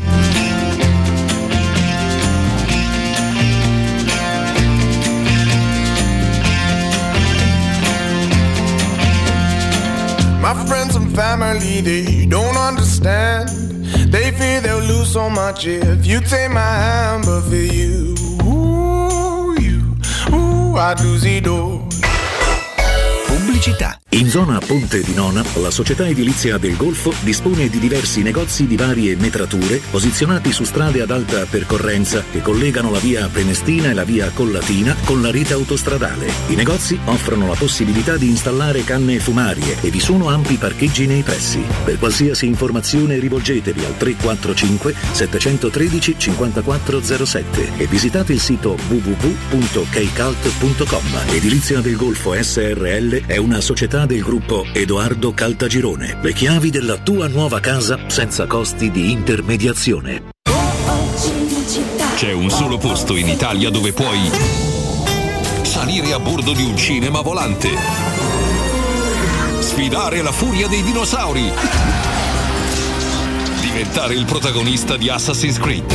My friends and family, they don't understand. They fear they'll lose so much if you take my hand. But for you, ooh, you, ooh, I'd lose it all. Pubblicità. In zona Ponte di Nona, la società edilizia del Golfo dispone di diversi negozi di varie metrature posizionati su strade ad alta percorrenza che collegano la via Prenestina e la via Collatina con la rete autostradale. I negozi offrono la possibilità di installare canne fumarie e vi sono ampi parcheggi nei pressi. Per qualsiasi informazione rivolgetevi al tre quattro cinque sette uno tre cinque zero sette e visitate il sito w w w punto keicalt punto com. Edilizia del Golfo S R L è una società del gruppo Edoardo Caltagirone. Le chiavi della tua nuova casa senza costi di intermediazione. C'è un solo posto in Italia dove puoi salire a bordo di un cinema volante, sfidare la furia dei dinosauri, diventare il protagonista di Assassin's Creed,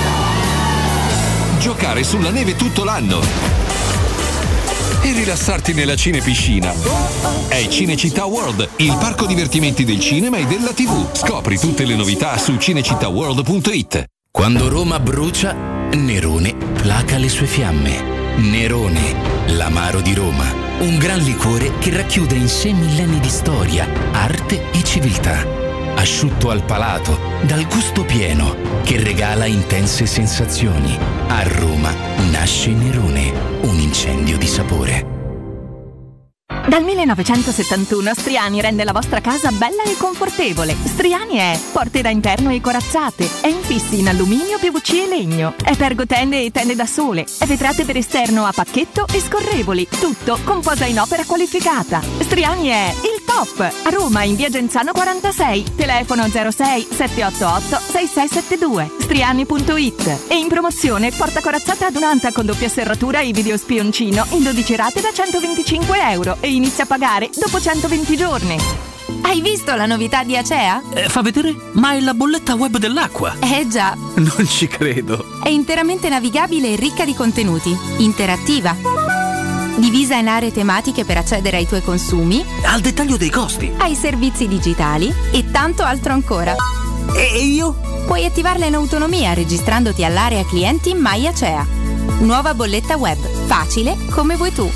giocare sulla neve tutto l'anno e rilassarti nella cinepiscina. È Cinecittà World, il parco divertimenti del cinema e della tivù. Scopri tutte le novità su cinecittàworld punto it. Quando Roma brucia, Nerone placa le sue fiamme. Nerone, l'amaro di Roma. Un gran liquore che racchiude in sé millenni di storia, arte e civiltà. Asciutto al palato, dal gusto pieno, che regala intense sensazioni. A Roma nasce Nerone, un incendio di sapore. Dal millenovecentosettantuno Striani rende la vostra casa bella e confortevole. Striani è porte da interno e corazzate, è infissi in alluminio, P V C e legno, è pergotende e tende da sole, è vetrate per esterno a pacchetto e scorrevoli, tutto con posa in opera qualificata. Striani è il top! A Roma in via Genzano quarantasei, telefono zero sei sette otto otto sei sei sette due, striani punto it. E in promozione porta corazzata adunata con doppia serratura e video spioncino in dodici rate da centoventicinque euro e inizia a pagare dopo centoventi giorni. Hai visto la novità di Acea? Eh, fa vedere? Ma è la bolletta web dell'acqua. Eh già, Non ci credo. è interamente navigabile e ricca di contenuti, interattiva, divisa in aree tematiche per accedere ai tuoi consumi, Al dettaglio dei costi. ai servizi digitali e tanto altro ancora. E io? Puoi attivarla in autonomia registrandoti all'area clienti My Acea. Nuova bolletta web, facile come vuoi tu.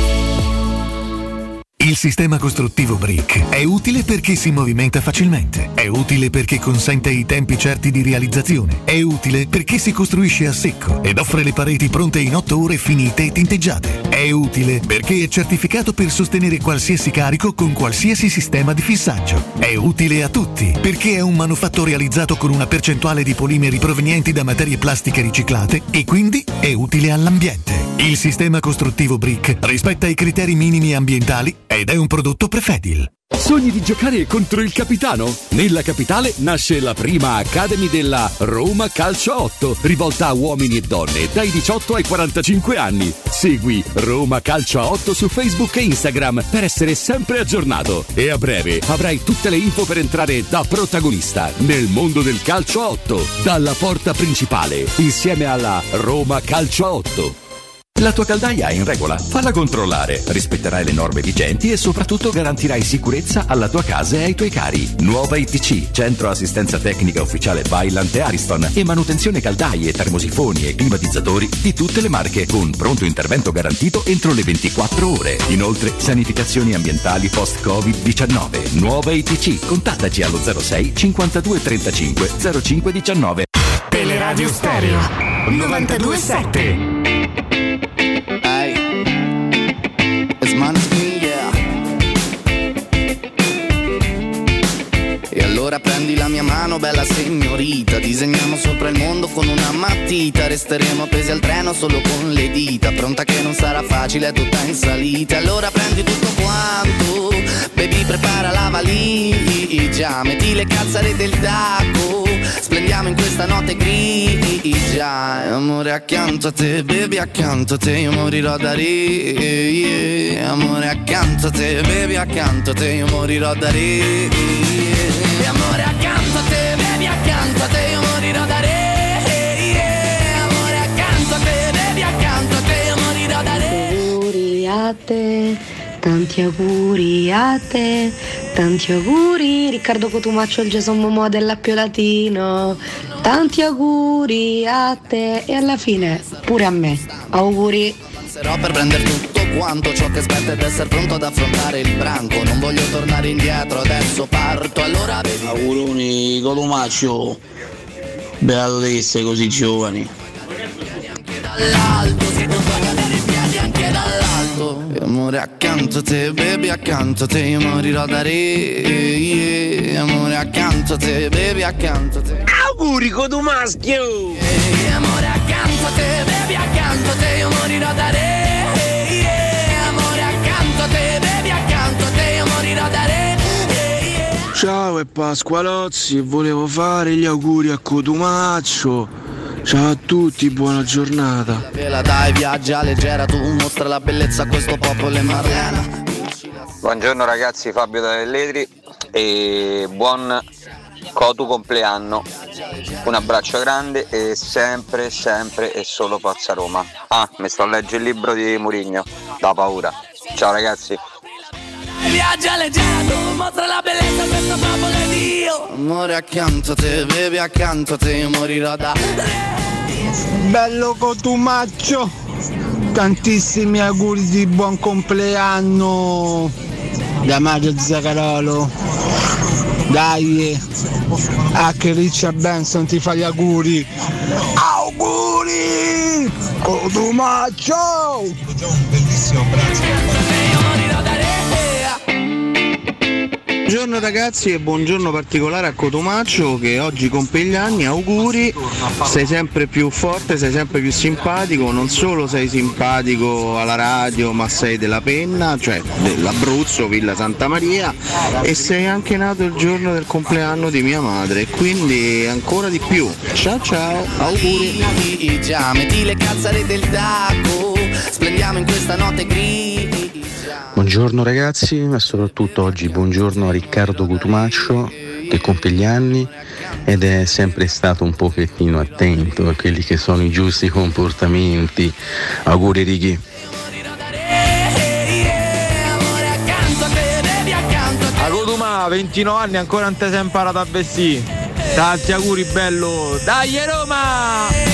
Il sistema costruttivo Brick è utile perché si movimenta facilmente, è utile perché consente i tempi certi di realizzazione, è utile perché si costruisce a secco ed offre le pareti pronte in otto ore finite e tinteggiate, è utile perché è certificato per sostenere qualsiasi carico con qualsiasi sistema di fissaggio, è utile a tutti perché è un manufatto realizzato con una percentuale di polimeri provenienti da materie plastiche riciclate e quindi è utile all'ambiente. Il sistema costruttivo Brick rispetta i criteri minimi ambientali ed è un prodotto Prefedil. Sogni di giocare contro il capitano? Nella capitale nasce la prima Academy della Roma Calcio otto, rivolta a uomini e donne dai diciotto ai quarantacinque anni. Segui Roma Calcio otto su Facebook e Instagram per essere sempre aggiornato. E a breve avrai tutte le info per entrare da protagonista nel mondo del calcio otto, dalla porta principale, insieme alla Roma Calcio otto. La tua caldaia è in regola? Falla controllare. Rispetterai le norme vigenti e soprattutto garantirai sicurezza alla tua casa e ai tuoi cari. Nuova I T C, centro assistenza tecnica ufficiale Vaillant e Ariston e manutenzione caldaie, termosifoni e climatizzatori di tutte le marche con pronto intervento garantito entro le ventiquattro ore. Inoltre sanificazioni ambientali post covid diciannove. Nuova I T C, contattaci allo zero sei cinquantadue trentacinque zero cinque diciannove. Teleradio Stereo novantadue sette. Hey, it's Maneskin, yeah. E allora prendi la mia mano, bella signorita. Disegniamo sopra il mondo con una matita. Resteremo appesi al treno solo con le dita. Pronta che non sarà facile, è tutta in salita. Allora prendi tutto quanto, baby, prepara la valigia. Metti le calzare del tacco, splendiamo in questa notte grigia. Amore accanto a te, baby accanto a te, io morirò da ridere, yeah. Amore accanto a te, baby accanto a te, io morirò da ridere, yeah. Amore accanto a te, baby accanto a te, io morirò da ridere, yeah. Amore accanto a te, baby accanto a te, io morirò da ridere. Auguri a te, tanti auguri a te, tanti auguri Riccardo Cotumaccio, il Jason Momoa dell'Appio Latino. Tanti auguri a te e alla fine pure a me. Auguri. Sarò per prendere tutto quanto ciò che aspetta ed essere pronto ad affrontare il branco. Non voglio tornare indietro, adesso parto. Allora vedi. Auguroni Cotumaccio, beato di essere così giovani. Anche dall'alto, se non puoi cadere in piedi anche dall'alto. E amore accanto a te, baby accanto a te, io morirò da re, yeah. Amore accanto a te, baby accanto a te. Auguri Cotumaschio! Yeah. Amore accanto a te, baby accanto a te, io morirò da re, yeah. Amore accanto a te, baby accanto a te, io morirò da re, yeah. Ciao, è Pasqualozzi e volevo fare gli auguri a Cotumaccio. Ciao a tutti, buona giornata. Vela dai, viaggia leggera, tu mostra la bellezza a questo popolo e Marlena. Buongiorno ragazzi, Fabio da Velletri e buon Cotu compleanno. Un abbraccio grande e sempre, sempre e solo Forza Roma. Ah, mi sto a leggere il libro di Mourinho, da paura. Ciao ragazzi. Viaggia leggera, tu mostra la bellezza a questo popolo ed io. Amore accanto a te, baby accanto a te, io morirò da bello Cotumaccio, tantissimi auguri di buon compleanno da Mario Zaccarolo. Dai, a che Richard Benson ti fa gli auguri. Auguri Cotumaccio. Bellissimo braccio. Buongiorno ragazzi e buongiorno particolare a Cotumaccio che oggi compie gli anni, auguri, sei sempre più forte, sei sempre più simpatico, non solo sei simpatico alla radio ma sei della Penna, cioè dell'Abruzzo, Villa Santa Maria, e sei anche nato il giorno del compleanno di mia madre, quindi ancora di più. Ciao ciao, auguri. Metti le calzare del tacco, splendiamo in questa notte grigia. Buongiorno ragazzi, ma soprattutto oggi buongiorno a Riccardo Cotumaccio che compie gli anni ed è sempre stato un pochettino attento a quelli che sono i giusti comportamenti. Auguri Righi. A Cotumà, ventinove anni ancora non ti sei imparato a vestire. Tanti auguri bello. Dai Roma!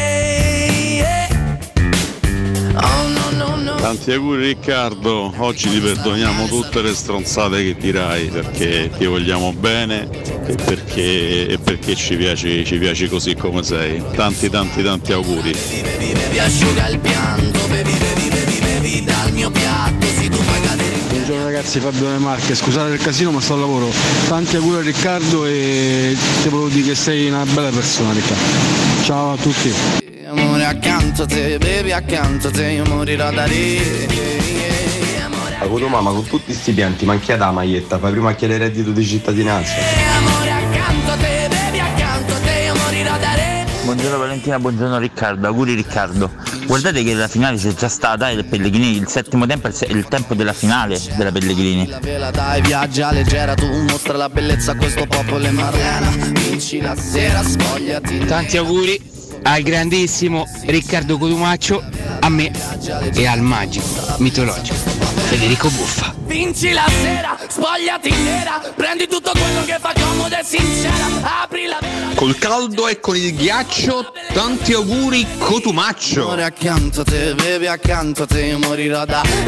Tanti auguri Riccardo, oggi ti perdoniamo tutte le stronzate che dirai perché ti vogliamo bene e perché, e perché ci piaci, ci piaci così come sei. Tanti tanti tanti auguri. Bevi, bevi, asciuga il pianto, bevi, bevi, bevi, bevi dal mio piatto, se tu puoi cadere. Buongiorno ragazzi, Fabio Le Marche, scusate il casino ma sto al lavoro. Tanti auguri a Riccardo e ti volevo dire che sei una bella persona Riccardo. Ciao a tutti. Amore accanto a te, baby accanto a te, io morirò da lì. Auguri Cotomà, ma con tutti sti pianti manchi la maglietta, fai prima a chiedere il reddito di cittadinanza. Amore accanto a te, bevi accanto a te, io morirò da re. Buongiorno Valentina, buongiorno Riccardo, auguri Riccardo. Guardate che la finale c'è già stata, il Pellegrini, il settimo tempo è il tempo della finale della Pellegrini. La vela dai, viaggia leggera, tu mostra la bellezza a questo popolo e Marlena. Vinci la sera, spogliati. Tanti auguri al grandissimo Riccardo Cotumaccio, a me e al magico, mitologico Federico Buffa. Vinci la sera, spogliati nera, prendi tutto quello che fa comodo e sincera, apri la vela. Col caldo e con il ghiaccio, tanti auguri Cotumaccio. Amore accanto a te, bevi accanto a te, io morirò da re,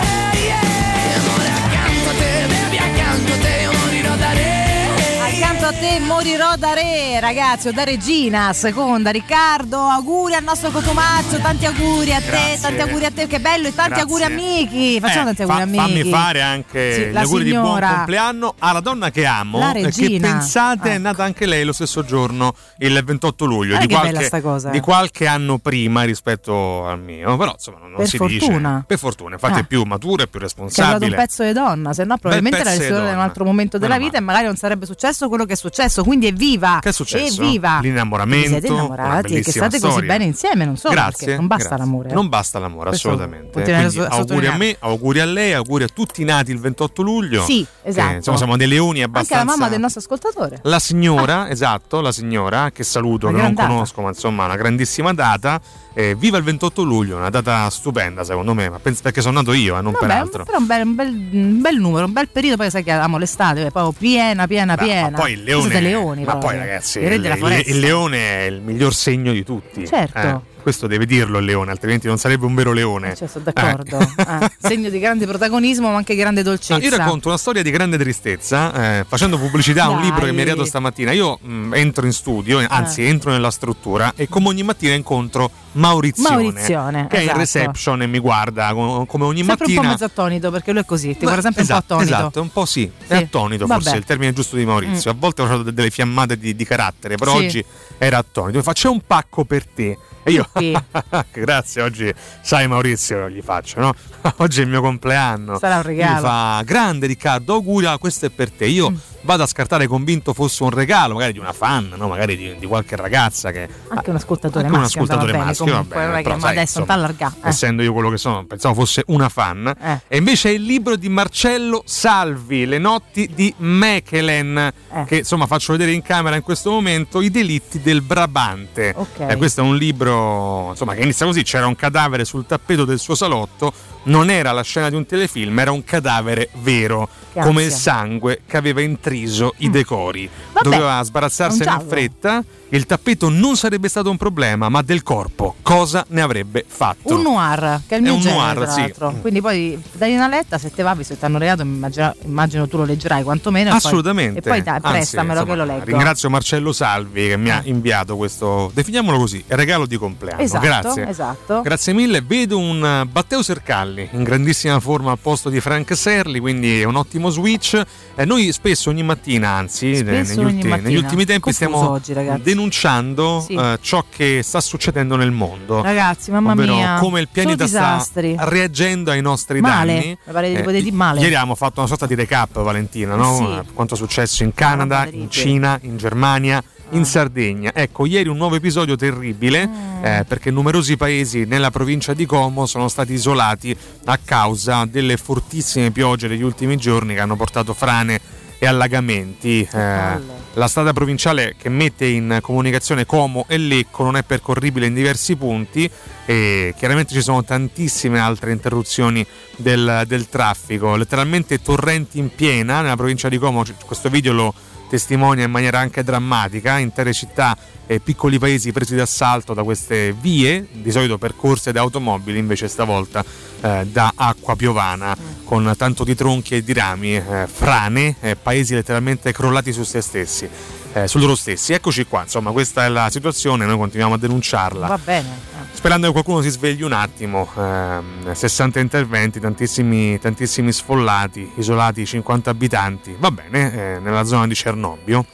yeah. Amore accanto a te, bevi accanto a te, io morirò da re. Accanto a te morirò da re, ragazzi, o da regina, seconda. Riccardo, auguri al nostro Cotumaccio, tanti auguri a te, Grazie. tanti auguri a te, che bello, e tanti Grazie. auguri a Miki. Facciamo Eh, tanti auguri fa- a Miki. Fammi fare anche Sì, gli la auguri signora. di buon compleanno alla donna che amo, La e che regina. pensate è nata anche lei lo stesso giorno, il ventotto luglio, Guarda di che bella qualche, sta cosa, eh. di qualche anno prima rispetto al mio, però insomma non Per si fortuna. dice. Per fortuna, infatti Ah. è più matura e più Che ha dato un responsabile. pezzo di donna, se no probabilmente Bel era pezzo di risposta in un donna. altro momento della Meno vita e magari non sarebbe successo quello che è successo, quindi evviva. Che è successo? Evviva. L'innamoramento, Vi siete una innamorati e che bellissima state così storia. bene insieme, non solo, Grazie, perché non basta grazie. l'amore. Non basta l'amore, Questo assolutamente. continuare Quindi a so- auguri a me, sottolineare. auguri a lei, auguri a tutti i nati il ventotto luglio. Sì, che, esatto. insomma, siamo dei leoni Anche abbastanza. la mamma del nostro ascoltatore. La signora, esatto, la signora, che saluto, Una che non gran data. conosco, ma insomma una grandissima data. Eh, viva il ventotto luglio, una data stupenda secondo me, ma penso perché sono nato io e non per Vabbè, altro. però un bel, un, bel, un bel numero, un bel periodo, poi sai che amo l'estate, poi piena, piena, Beh, piena. ma poi il Voi siete leone, leoni, ma proprio. poi ragazzi, I re il, della il- foresta. il leone è il miglior segno di tutti. Certo. Eh, questo deve dirlo il leone, altrimenti non sarebbe un vero leone. Cioè, sono d'accordo. Ah, segno di grande protagonismo, ma anche grande dolcezza. No, io racconto una storia di grande tristezza, eh, facendo pubblicità a un Dai. libro che mi è arrivato stamattina. Io mh, entro in studio, anzi Ah. entro nella struttura e come ogni mattina incontro Maurizione, Maurizione, che è in esatto. reception e mi guarda co- come ogni sempre un po' mattina. mezzo attonito, perché lui è così, ti Beh, guarda sempre esatto, un po' attonito. Esatto, un po' sì, è Sì. attonito Vabbè. forse è il termine giusto di Maurizio. Mm. A volte ho avuto delle fiammate di, di carattere, però Sì. oggi era attonito. Mi fa, c'è un pacco per te. E io, Sì. grazie, oggi sai Maurizio, gli faccio, no? Oggi è il mio compleanno. Sarà un regalo. Mi fa, grande Riccardo, auguri, ah, questo è per te. Io Mm. vado a scartare convinto fosse un regalo, magari di una fan, no? Magari di, di qualche ragazza che... Anche un ascoltatore Anche un maschio, ascoltatore andava maschio, bene, va comunque, bene, non è che però, ma sai, adesso non insomma, t'allargà. Eh. essendo io quello che sono, pensavo fosse una fan. Eh. E invece è il libro di Marcello Salvi, Le notti di Mechelen, Eh. che insomma faccio vedere in camera in questo momento, I delitti del Brabante. Ok. Eh, questo è un libro insomma che inizia così: c'era un cadavere sul tappeto del suo salotto, non era la scena di un telefilm, era un cadavere vero, Che come il ansia. sangue che aveva intriso i decori. Vabbè, Doveva è un sbarazzarsene in giallo. fretta. Il tappeto non sarebbe stato un problema, ma del corpo cosa ne avrebbe fatto? Un noir, che è il È mio un genere, noir, tra sì. l'altro. Quindi poi dai una letta, se te va, visto che ti hanno regalato, immagino, immagino tu lo leggerai quantomeno. e poi- Assolutamente. E poi, dai, Anzi, prestamelo insomma, che lo leggo. Ringrazio Marcello Salvi che mi ha inviato questo, definiamolo così, regalo di compleanno. Esatto, Grazie. esatto. Grazie mille. Vedo un uh, Matteo Sercalli in grandissima forma al posto di Frank Serli, quindi è un ottimo switch. Eh, noi spesso ogni mattina, anzi, Spesso negli, ogni ultimi, mattina. negli ultimi tempi Confuso stiamo oggi, ragazzi. denunciando Sì. eh, ciò che sta succedendo nel mondo. Ragazzi, mamma ovvero mia, come il pianeta solo sta disastri. reagendo ai nostri Male, danni. mi pare di Eh, poter dire male. Ieri abbiamo fatto una sorta di recap, Valentina, no? Sì. Eh, quanto è successo in Canada, roba in terribile. Cina, in Germania, in Sardegna. Ecco, ieri un nuovo episodio terribile Mm. eh, perché numerosi paesi nella provincia di Como sono stati isolati a causa delle fortissime piogge degli ultimi giorni che hanno portato frane e allagamenti. Eh, la strada provinciale che mette in comunicazione Como e Lecco non è percorribile in diversi punti e chiaramente ci sono tantissime altre interruzioni del, del traffico, letteralmente torrenti in piena nella provincia di Como. Questo video lo testimonia in maniera anche drammatica, intere città e piccoli paesi presi d'assalto da queste vie, di solito percorse da automobili, invece stavolta eh, da acqua piovana, con tanto di tronchi e di rami, eh, frane, eh, paesi letteralmente crollati su se stessi, eh, su loro stessi. Eccoci qua, insomma, questa è la situazione, noi continuiamo a denunciarla. Va bene. Sperando che qualcuno si svegli un attimo, ehm, sessanta interventi, tantissimi, tantissimi sfollati, isolati cinquanta abitanti, va bene, eh, nella zona di Cernobbio.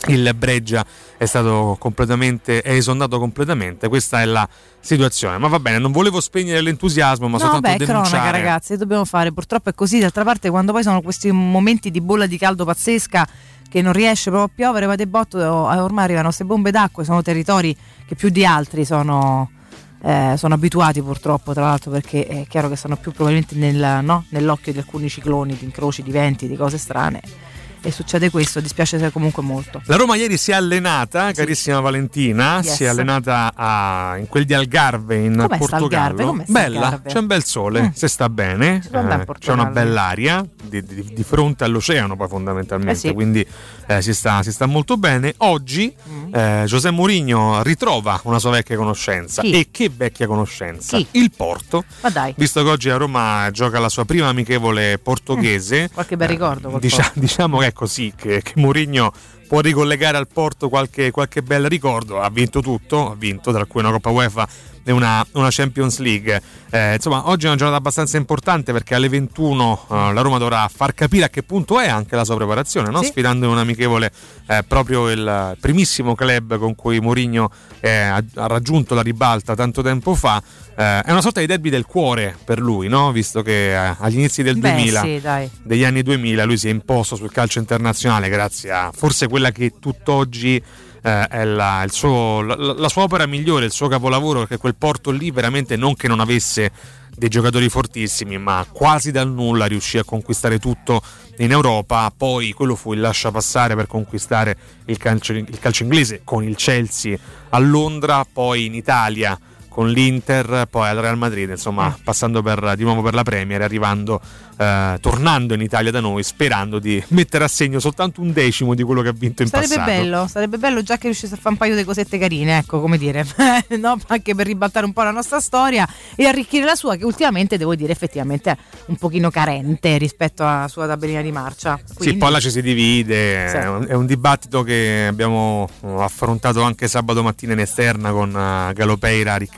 il Breggia è stato completamente è esondato completamente. Questa è la situazione, ma va bene, non volevo spegnere l'entusiasmo, ma no, soltanto beh, denunciare. cronaca, ragazzi, dobbiamo fare, purtroppo è così. D'altra parte, quando poi sono questi momenti di bolla di caldo pazzesca che non riesce proprio a piovere, va de botto, ormai arrivano queste bombe d'acqua, sono territori che più di altri sono Eh, sono abituati purtroppo, tra l'altro, perché è chiaro che stanno più probabilmente nel, no, nell'occhio di alcuni cicloni, di incroci, di venti, di cose strane, e succede questo, dispiace comunque molto. La Roma ieri si è allenata, sì. carissima Valentina, Yes. si è allenata a, in quel di Algarve in Com'è Portogallo. sta Algarve? Com'è sta Bella, Algarve? c'è un bel sole, Mm. se sta bene, Ci sono andare in eh, c'è Portogallo. una bell'aria di, di, di fronte all'oceano poi fondamentalmente, Eh sì. quindi eh, si, sta, si sta molto bene. Oggi Mm. eh, José Mourinho ritrova una sua vecchia conoscenza. Chi? E che vecchia conoscenza? Chi? Il Porto. Ma dai, Visto che oggi a Roma gioca la sua prima amichevole portoghese, qualche bel ricordo col Dicia- Porto. diciamo che è così che, che Mourinho può ricollegare al Porto qualche, qualche bel ricordo. Ha vinto tutto, ha vinto, tra cui una Coppa UEFA e una, una Champions League. Eh, insomma, oggi è una giornata abbastanza importante, perché alle ventuno eh, la Roma dovrà far capire a che punto è anche la sua preparazione, no? Sì. Sfidando in un amichevole eh, proprio il primissimo club con cui Mourinho eh, ha, ha raggiunto la ribalta tanto tempo fa. Eh, è una sorta di derby del cuore per lui, no? Visto che eh, agli inizi del Beh, duemila, sì, dai. degli anni duemila, lui si è imposto sul calcio internazionale grazie a forse quella che tutt'oggi eh, è la, il suo, la, la sua opera migliore, il suo capolavoro, perché quel Porto lì veramente, non che non avesse dei giocatori fortissimi, ma quasi dal nulla riuscì a conquistare tutto in Europa. Poi quello fu il lasciapassare per conquistare il calcio, il calcio inglese con il Chelsea a Londra, poi in Italia con l'Inter, poi al Real Madrid, insomma, passando per, di nuovo per la Premier, arrivando, eh, tornando in Italia da noi, sperando di mettere a segno soltanto un decimo di quello che ha vinto in Sarebbe passato. bello, sarebbe bello già che riuscisse a fare un paio di cosette carine, ecco, come dire, no? Anche per ribaltare un po' la nostra storia e arricchire la sua, che ultimamente, devo dire, effettivamente è un pochino carente rispetto alla sua tabellina di marcia. Quindi, sì, poi là ci si divide, Sì. è, un, è un dibattito che abbiamo affrontato anche sabato mattina in esterna con uh, Galopeira, Riccardo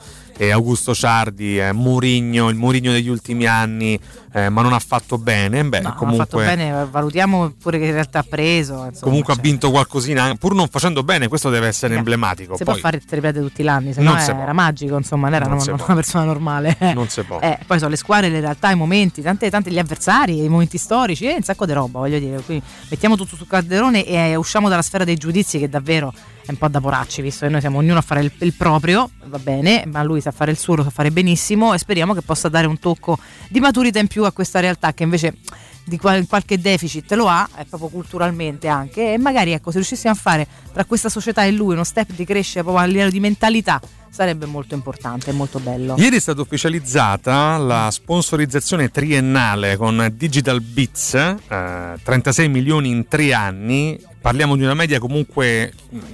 e Augusto Ciardi. eh, Mourinho, il Mourinho degli ultimi anni, eh, ma non ha fatto bene. Beh, no, comunque, ha fatto bene, valutiamo pure che in realtà ha preso. Insomma, comunque cioè, ha vinto qualcosina, pur non facendo bene. Questo deve essere eh, emblematico. Si Poi, può fare il triplete tutti gli anni, se Non no si era può. magico, insomma, non era Non una, si una può. persona normale. Non si può. Eh, poi sono le squadre, le realtà, i momenti, tante, tante gli avversari, i momenti storici, e un sacco di roba, voglio dire. Quindi mettiamo tutto sul calderone e eh, usciamo dalla sfera dei giudizi, che davvero è un po' da poracci, visto che noi siamo ognuno a fare il, il proprio, va bene, ma lui sa fare il suo, lo sa fare benissimo, e speriamo che possa dare un tocco di maturità in più a questa realtà, che invece di qual- qualche deficit lo ha, è proprio culturalmente anche, e magari, ecco, se riuscissimo a fare tra questa società e lui uno step di crescere proprio a livello di mentalità, sarebbe molto importante e molto bello. Ieri è stata ufficializzata la sponsorizzazione triennale con Digital Bits, eh, trentasei milioni in tre anni. Parliamo di una media comunque,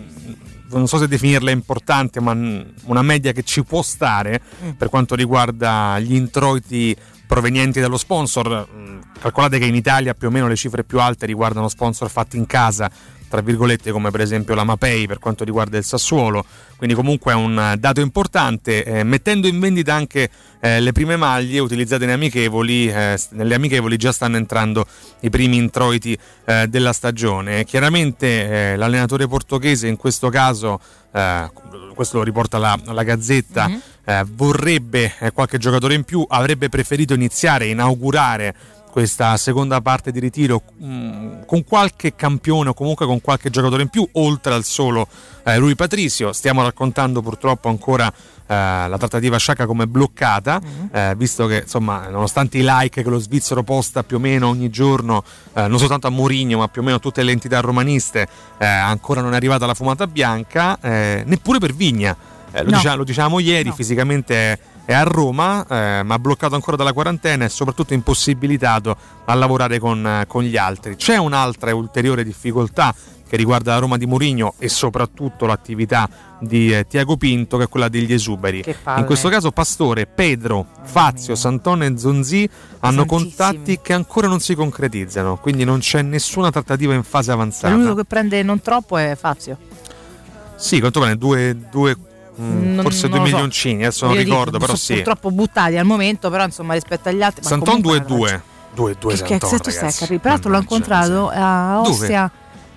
non so se definirla importante, ma una media che ci può stare per quanto riguarda gli introiti provenienti dallo sponsor. Calcolate che in Italia più o meno le cifre più alte riguardano sponsor fatti in casa, tra virgolette, come per esempio la Mapei per quanto riguarda il Sassuolo, quindi comunque è un dato importante, eh, mettendo in vendita anche eh, le prime maglie utilizzate nei amichevoli. Eh, nelle amichevoli già stanno entrando i primi introiti eh, della stagione. Chiaramente eh, l'allenatore portoghese in questo caso, eh, questo lo riporta la, la Gazzetta, mm-hmm. eh, vorrebbe eh, qualche giocatore in più, avrebbe preferito iniziare, inaugurare questa seconda parte di ritiro mh, con qualche campione o comunque con qualche giocatore in più, oltre al solo eh, Rui Patricio. Stiamo raccontando purtroppo ancora eh, la trattativa Sciacca come bloccata, mm-hmm. eh, visto che, insomma, nonostante i like che lo svizzero posta più o meno ogni giorno, eh, non soltanto a Mourinho ma più o meno a tutte le entità romaniste, eh, ancora non è arrivata la fumata bianca, eh, neppure per Vigna. Eh, lo, No. diciamo, lo diciamo ieri, No. fisicamente è, è a Roma, eh, ma bloccato ancora dalla quarantena e soprattutto impossibilitato a lavorare con, eh, con gli altri. C'è un'altra e ulteriore difficoltà che riguarda la Roma di Mourinho e soprattutto l'attività di eh, Tiago Pinto, che è quella degli esuberi. Che palle. In questo caso Pastore, Pedro, Fazio, Santone e Zonzi hanno contatti che ancora non si concretizzano, quindi non c'è nessuna trattativa in fase avanzata. L'unico che prende non troppo è Fazio. Sì, quanto prende? Due, due mm, Non- forse non due lo so. milioncini, adesso non Io dico, ricordo, però sono sì. purtroppo buttati al momento, però insomma rispetto agli altri. ma Santon comunque, due e due. due e due Che Santon, cazzo tu stai a ragazzi. capire? Peraltro l'ho incontrato a Dove? Ostia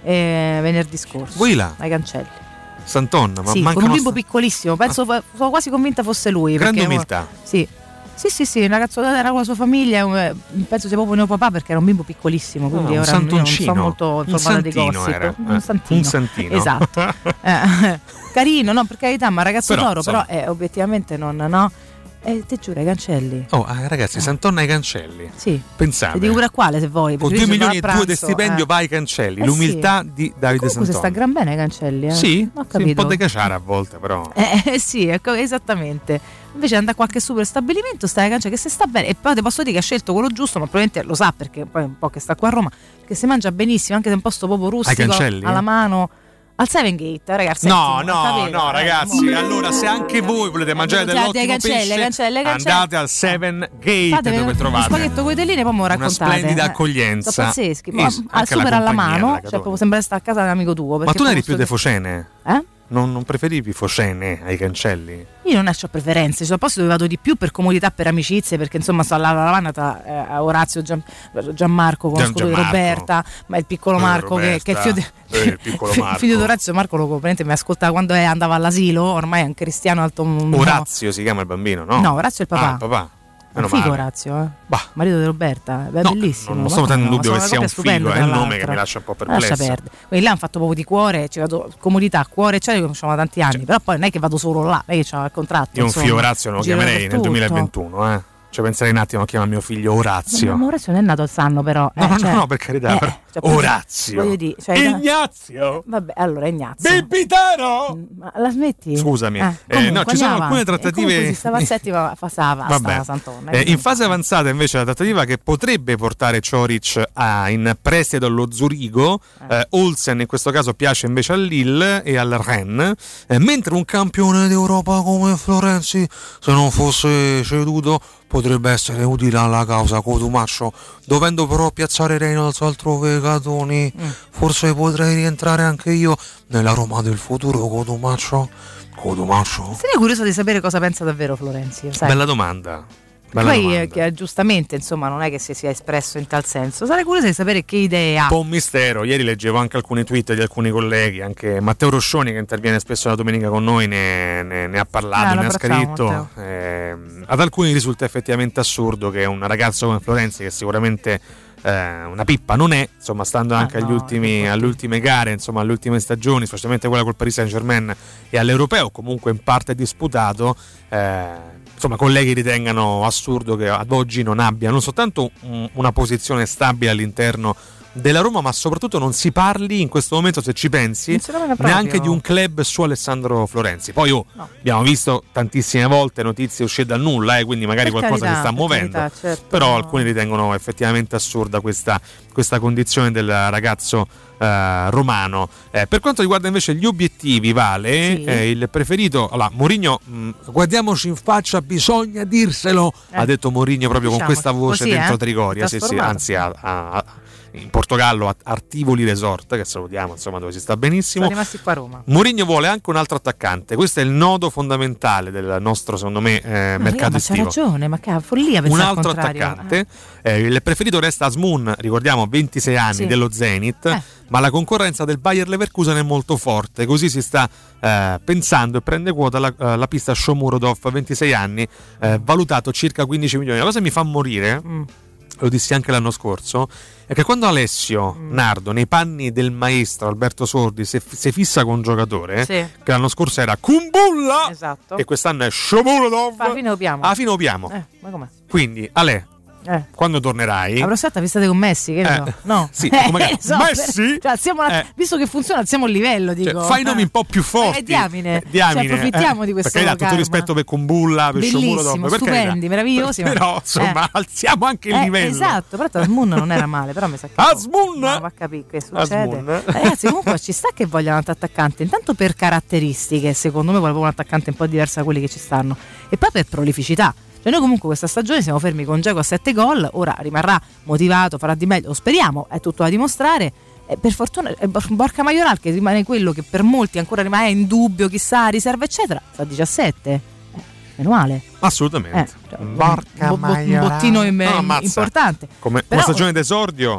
eh, venerdì scorso. Voi là? Ai Cancelli. Sant'Onna, ma sì, mancano con un bimbo sta... piccolissimo, penso, ah. sono quasi convinta fosse lui. Grande perché, umiltà. Sì. Sì, sì, sì, un ragazzo era con la sua famiglia, penso sia proprio neopapà perché era un bimbo piccolissimo, quindi oh, ora non so un molto informata di gossip. Era. Un santino. Un santino. Esatto. eh, carino, no, per carità, ma ragazzo però, d'oro, però eh, obiettivamente non, no. Eh, te giuro, ai Cancelli. Oh, eh, ragazzi, Sant'Onna ai Cancelli. Sì. Pensate. Ti dico pure a quale se vuoi. Con due milioni e due di stipendio eh. vai ai Cancelli. Eh, L'umiltà sì. di Davide Comunque Sant'Onna. si sta gran bene ai Cancelli, eh? Sì, ho sì, un po' di caciara a volte, però. Eh sì, ecco, esattamente. Invece andare a qualche super stabilimento, stai a Cancelli che se sta bene. E poi ti posso dire che ha scelto quello giusto, ma probabilmente lo sa perché poi un po' che sta qua a Roma, che si mangia benissimo, anche se è un posto proprio rustico, ai Cancelli, alla eh? mano. Al Seven Gate, ragazzi. No, settimo, no, capito? no, ragazzi. Eh, allora, se anche voi volete mangiare eh, dell'ottimo cancelli, pesce, cancelli, cancelli. andate al Seven Gate. Fatevi dove un trovate spaghetto con i telline, poi me lo raccontate. Una splendida eh. accoglienza. Sono pazzeschi. Ma, Is, al super alla mano, cioè proprio sembra stare a casa di un amico tuo. Ma tu ne eri più de Focene? Eh? Non, non preferivi Focene ai Cancelli? Io non ho preferenze, ci sono posti dove vado di più per comodità, per amicizie, perché insomma sto alla lavanda tra eh, Orazio, Gian, Gianmarco, conosco Gian, Gianmarco. Roberta, ma il piccolo Marco eh, che, che è figlio, de, eh, il piccolo Marco. figlio di Orazio. Marco lo mi ascoltava quando è, andava all'asilo, ormai è un cristiano alto. Orazio no. Si chiama il bambino, no? No, Orazio è il papà. Ah, il papà. È figo Orazio, eh? Bah. Marito di Roberta, è no, bellissimo. Non sto mettendo in dubbio che sia un figo, è il nome che mi lascia un po' perplesso. Lascia perdere. Quindi là hanno fatto proprio di cuore, ci vado comodità, cuore, eccetera, che conosciamo da tanti anni, cioè, però poi non è che vado solo là, non è che c'ho il contratto. Io un figlio Orazio non lo chiamerei nel duemilaventuno, eh. Cioè penserei un attimo a chiamare mio figlio Orazio. Ma Orazio non è nato al sanno però. No, eh, no, cioè, no, no, per carità. Eh, cioè, Orazio. Voglio dire, cioè, Ignazio. Vabbè, allora Ignazio. Bibitaro. Ma la smetti? Scusami. Eh, eh, no, ci sono alcune trattative. E si stava a settima passava Vabbè. Sant'Onna. Eh, in fase avanzata invece la trattativa che potrebbe portare Cioric a, in prestito allo Zurigo, eh. Eh, Olsen in questo caso piace invece al Lille e al Rennes, eh, mentre un campione d'Europa come Florenzi, se non fosse ceduto, potrebbe essere utile alla causa Cotumaccio, dovendo però piazzare Reynolds altrove Catoni, mm. forse potrei rientrare anche io nella Roma del futuro. Cotumaccio, Cotumaccio. Sarei curioso di sapere cosa pensa davvero Florenzi, sai? Bella domanda. Bella Poi domanda. Che, giustamente insomma non è che si sia espresso in tal senso, sarei curioso di sapere che idee ha. Un po' un mistero. Ieri leggevo anche alcuni tweet di alcuni colleghi, anche Matteo Roscioni che interviene spesso la domenica con noi ne, ne, ne ha parlato, ah, ne ha scritto. Eh, ad alcuni risulta effettivamente assurdo che un ragazzo come Florenzi, che sicuramente eh, una pippa non è, insomma stando anche ah, agli no, ultimi, alle ultime gare, insomma alle ultime stagioni, specialmente quella col Paris Saint-Germain e all'Europeo comunque in parte disputato, eh, insomma colleghi ritengano assurdo che ad oggi non abbia non soltanto un, una posizione stabile all'interno della Roma, ma soprattutto non si parli in questo momento, se ci pensi, neanche di un club su Alessandro Florenzi. Poi oh, no. abbiamo visto tantissime volte notizie uscite dal nulla, eh, quindi magari per qualcosa carità, si sta muovendo, carità, certo, però no. alcuni ritengono effettivamente assurda questa, questa condizione del ragazzo eh, romano. Eh, per quanto riguarda invece gli obiettivi, Vale, sì. eh, il preferito, allora Mourinho, mh, guardiamoci in faccia, bisogna dirselo, eh. ha detto Mourinho proprio diciamo, con questa voce così, dentro eh? Trigoria, sì, sì, anzi a, a, a in Portogallo a Artivoli Resort, che salutiamo, insomma, dove si sta benissimo. Sono rimasti qua a Roma. Mourinho vuole anche un altro attaccante. Questo è il nodo fondamentale del nostro, secondo me, eh, mercato ma estivo. C'ha ragione, ma che follia un altro attaccante. Eh, il preferito resta Asmun, ricordiamo, ventisei anni, sì. dello Zenit, eh. ma la concorrenza del Bayer Leverkusen è molto forte. Così si sta eh, pensando e prende quota la, uh, la pista Shomurodov, ventisei anni, eh, valutato circa quindici milioni. La cosa che mi fa morire, mm. lo dissi anche l'anno scorso, è che quando Alessio mm. Nardo, nei panni del maestro Alberto Sordi, si, si fissa con un giocatore, sì. che l'anno scorso era Kumbulla, esatto. e quest'anno è Shomurodov, alla fine opiamo. alla fine opiamo. Eh, ma com'è? Quindi, Ale, Eh. quando tornerai la prossima vistate con Messi, che eh. no? no. Sì, come so, Messi? Per, cioè, siamo una, eh. visto che funziona, alziamo il livello, dico. Cioè, fai nomi un po' più forti. Eh, diamine. Eh, diamine. Cioè, approfittiamo eh. di questo perché hai dato tutto rispetto per Kumbulla, per bellissimo, stupendi, meravigliosi. Però insomma, eh. alziamo anche il eh, livello. Esatto, però Asmun non era male, però mi sa che Asmun! No, va a capire che succede. Ragazzi, comunque ci sta che vogliano un attaccante, intanto per caratteristiche, secondo me vuole un attaccante un po' diverso da quelli che ci stanno, e poi per prolificità. Cioè noi comunque questa stagione siamo fermi con Dzeko a sette gol, ora rimarrà motivato, farà di meglio, lo speriamo, è tutto da dimostrare. E per fortuna Borca Majoral, che rimane quello che per molti ancora rimane in dubbio, chissà, riserva eccetera, sta a diciassette, eh, meno male. Assolutamente. Eh, cioè, Borca un, bo- un bottino in, no, importante. Come Però, una stagione d'esordio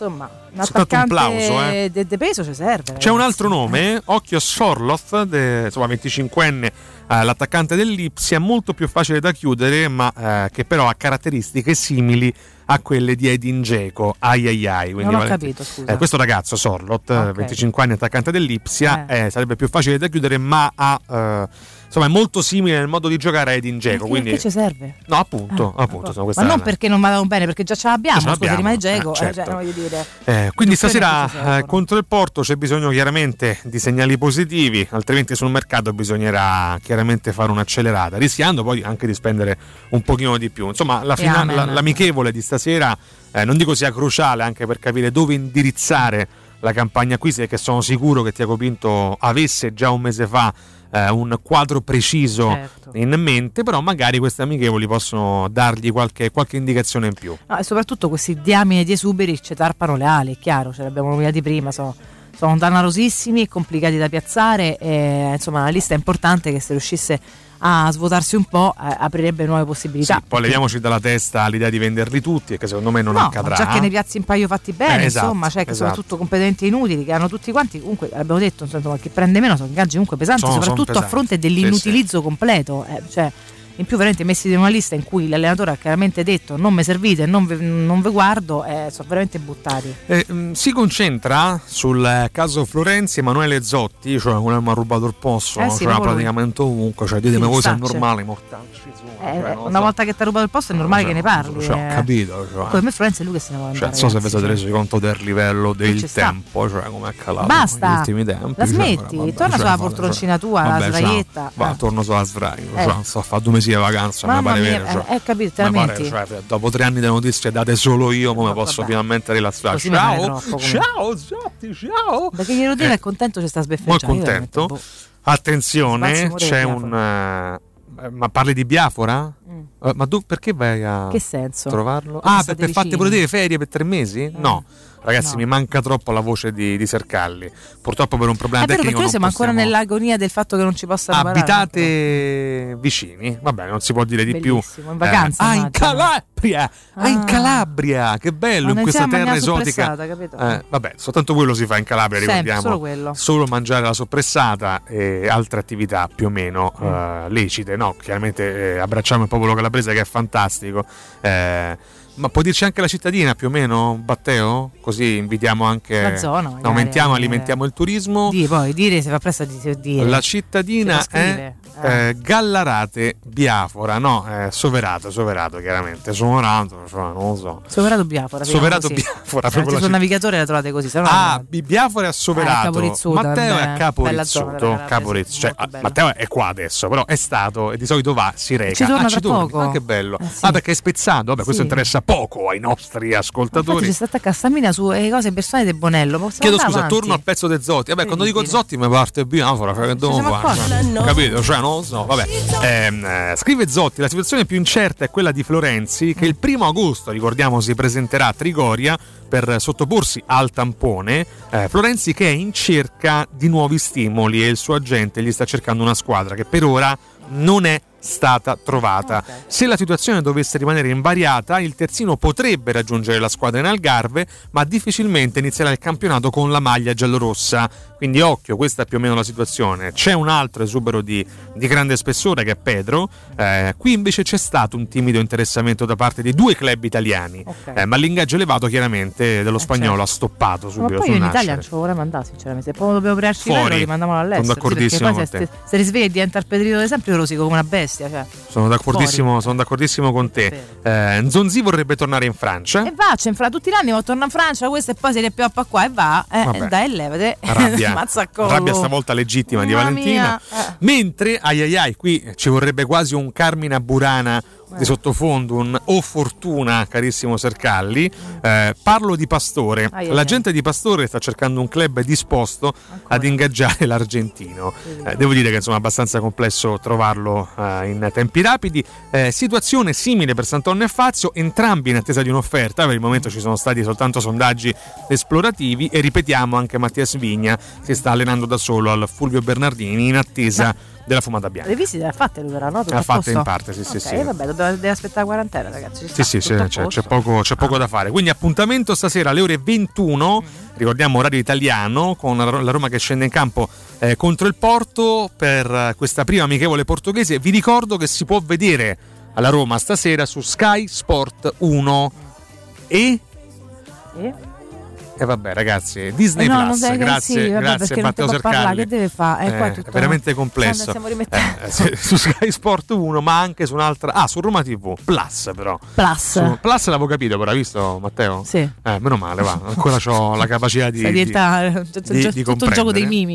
insomma un Soltanto un attaccante plauso, eh. de, de peso ci serve. C'è ragazzi. un altro nome, occhio a Sorloth, de, insomma venticinquenne, eh, l'attaccante dell'Ipsia, molto più facile da chiudere, ma eh, che però ha caratteristiche simili a quelle di Edin Dzeko. Ai ai ai. Quindi, non ho Valentino, capito, scusa. eh, questo ragazzo Sorloth, Okay. venticinque anni, attaccante dell'Ipsia, Eh. eh, sarebbe più facile da chiudere, ma ha eh, insomma è molto simile nel modo di giocare a Edin Dzeko. Che, quindi che ci serve? no, appunto, Ah, appunto sono ma questa non perché non vadano bene, perché già ce l'abbiamo, Ce l'abbiamo, scusa, rimane Dzeko, eh, certo. eh, cioè, voglio dire. Eh, quindi Giocatori stasera che ci servono. eh, contro il Porto c'è bisogno chiaramente di segnali positivi, altrimenti sul mercato bisognerà chiaramente fare un'accelerata, rischiando poi anche di spendere un pochino di più. Insomma, la E fina- amen. la- l'amichevole di stasera eh, non dico sia cruciale anche per capire dove indirizzare la campagna acquisti, che sono sicuro che Tiago Pinto avesse già un mese fa eh, un quadro preciso Certo. in mente, però magari queste amichevoli possono dargli qualche, qualche indicazione in più. No, e soprattutto questi diamine di esuberi ci tarpano le ali, è chiaro, ce li abbiamo nominati prima, sono, sono danarosissimi e complicati da piazzare, e, insomma la lista è importante, che se riuscisse a svuotarsi un po' eh, aprirebbe nuove possibilità. Sì, poi leviamoci dalla testa l'idea di venderli tutti, che secondo me non No, accadrà. ma già che ne piazzi un paio fatti bene, Eh, esatto, insomma, cioè che esatto. sono tutto competenti e inutili, che hanno tutti quanti, comunque abbiamo detto, insomma, chi prende meno sono ingaggi comunque pesanti, Sono- soprattutto sono a fronte pesanti. dell'inutilizzo completo, eh, cioè in più veramente messi in una lista in cui l'allenatore ha chiaramente detto non mi servite, non ve, non ve guardo, eh, sono veramente buttati. Eh, mh, si concentra sul eh, caso Florenzi. Emanuele Zotti, cioè quello mi ha rubato il posto, Eh sì, cioè proprio lui. praticamente ovunque, cioè ditemi Sì, voi se è sta, normale, mortacci su. Eh, Cioè, non una so. volta che ti ha rubato il posto è normale Cioè, che ne parli. cioè, ho eh. capito, cioè. Come me Florenzi è lui che se ne vuole Cioè, andare. non so se vi ragazzi, siete cioè. resi conto del livello Non ci del sta. tempo, cioè come è calato Basta, negli ultimi tempi. la cioè, smetti, vabbè, torna cioè, sulla vabbè, poltroncina cioè, tua, la vabbè, sdraietta. ciao. Va, eh. torno sulla sdraio, Eh. cioè, sto a fare due mesi di vacanza, mi Mamma pare mia, vero. Cioè, eh, eh, capito, te la mi pare, metti? cioè, dopo tre anni di notizie date solo io, come posso vabbè. finalmente rilassare. Così mi pare Ciao, troppo, comunque. ciao, Zotti, ciao. Perché glielo dire Eh. è contento, ci sta Molto sbeffeggiando. io contento. veramente, Attenzione, Spazio c'è Biafora. un. eh, ma parli di Biafora? Eh, ma tu perché vai a boh. Che senso? trovarlo? Come Ah, state per, per fatte vicini? pure delle ferie per tre mesi? No. Ragazzi, No. mi manca troppo la voce di, di Sercalli. Purtroppo per un problema È vero, perché tecnico. noi siamo non ancora possiamo- nell'agonia del fatto che non ci possa preparare. Abitate vicini, vabbè, non si può dire di più. Bellissimo, in vacanza, Eh, ah, in immagino. Calabria! Ah, in Ah. Calabria! Che bello, Ma in non questa siamo terra mangiare la esotica. soppressata, capito? Eh, vabbè, soltanto quello si fa in Calabria, Sempre, ricordiamo. solo quello. Solo mangiare la soppressata e altre attività più o meno Mm. eh, lecite, no? Chiaramente eh, abbracciamo il popolo calabrese, che è fantastico. Eh, ma puoi dirci anche la cittadina più o meno, Batteo? Così invitiamo anche. La zona, magari, aumentiamo, eh. alimentiamo il turismo. Di, poi dire, se fa presto a di- dire. La cittadina Si può è scrivere, eh, Gallarate Biafora, no, eh, Soverato, Soverato chiaramente, Soverato, cioè, non lo so. Soverato Biafora. si chiama Soverato così. Biafora, Eh, proprio sul la città. navigatore la trovate così. Se no Ah, no. Bi- Biafora è a Ah, Soverato, Capo Rizzuto, Matteo è a beh, Capo bella zona della Rizzuto, Calabria, Capo sì, Rizzuto. Cioè, molto bella. Matteo è qua adesso, però è stato e di solito va, si reca. Ci torna ah, tra ci torni. poco. Ah, che bello. Eh, sì. Ah, perché è spezzato, vabbè, questo Sì. interessa poco ai nostri Infatti ascoltatori. c'è stata castamina su eh, cose personali del Bonello. ma possiamo Chiedo andare scusa, avanti? torno al pezzo dei Zotti. Vabbè, quando dico Zotti mi parte Biafora, cioè che devo siamo fare? accorti. Cioè, capito? Cioè, non lo so, vabbè. Ehm, eh, scrive Zotti, la situazione più incerta è quella di Florenzi, che il primo agosto, ricordiamo, si presenterà a Trigoria per sottoporsi al tampone. Eh, Florenzi che è in cerca di nuovi stimoli e il suo agente gli sta cercando una squadra che per ora non è stata trovata. Se la situazione dovesse rimanere invariata, il terzino potrebbe raggiungere la squadra in Algarve, ma difficilmente inizierà il campionato con la maglia giallorossa. Quindi occhio, questa è più o meno la situazione. C'è un altro esubero di, di grande spessore che è Pedro. Eh, qui invece c'è stato un timido interessamento da parte di due club italiani, Ok. eh, ma l'ingaggio elevato chiaramente dello spagnolo certo. ha stoppato Ma subito poi sul io in nascere. Italia non ce lo vorrei mandare, sinceramente. Se poi dobbiamo operarci Fuori. lo rimandiamolo all'estero. Sono sì, perché d'accordissimo poi se, con se, se risveglia e diventa il pedrino ad esempio, io rosico come una bestia. Cioè. Sono d'accordissimo, sono d'accordissimo con te. Eh, Nzonzi vorrebbe tornare in Francia. E va, c'è tutti gli anni, ma torna in Francia, questo e poi si riappioppa qua e va. Eh, Vabbè. dai, levate. Rabbia, Mazza a collo. rabbia stavolta legittima di Mamma Valentino. mia, eh. Mentre, ai ai ai, qui ci vorrebbe quasi un Carmina Burana di sottofondo, un o fortuna, carissimo Sercalli. Eh, parlo di Pastore. Ai ai La ai. gente di Pastore sta cercando un club disposto ad ingaggiare l'argentino. Eh, devo dire che insomma è abbastanza complesso trovarlo eh, in tempi rapidi. Eh, situazione simile per Sant'Onno e Fazio, entrambi in attesa di un'offerta. Per il momento ci sono stati soltanto sondaggi esplorativi e ripetiamo anche Mattias Vigna si sta allenando da solo al Fulvio Bernardini in attesa della fumata bianca. Le visite le ha fatte lui, no? Le ha fatte in parte, sì, sì, okay, sì. Vabbè, dobbiamo, deve aspettare la quarantena, ragazzi. Sì, sì, c'è, c'è, c'è poco, c'è poco ah. da fare. Quindi appuntamento stasera alle ore ventuno, mm-hmm. ricordiamo orario italiano, con la Roma che scende in campo eh, contro il Porto per questa prima amichevole portoghese. Vi ricordo che si può vedere alla Roma stasera su Sky Sport uno e... e? E eh vabbè ragazzi, Disney eh no, Plus, grazie, sì, vabbè, grazie Matteo Sercalli, che deve fare? Eh, è tutto veramente complesso. Eh, se, su Sky Sport uno, ma anche su un'altra, ah, su Roma tivù Plus però. Plus. Su, Plus l'avevo capito, però hai visto Matteo? Sì. Eh, meno male, va, ancora ho la capacità di diventa di, di, di tutto un gioco dei mimi,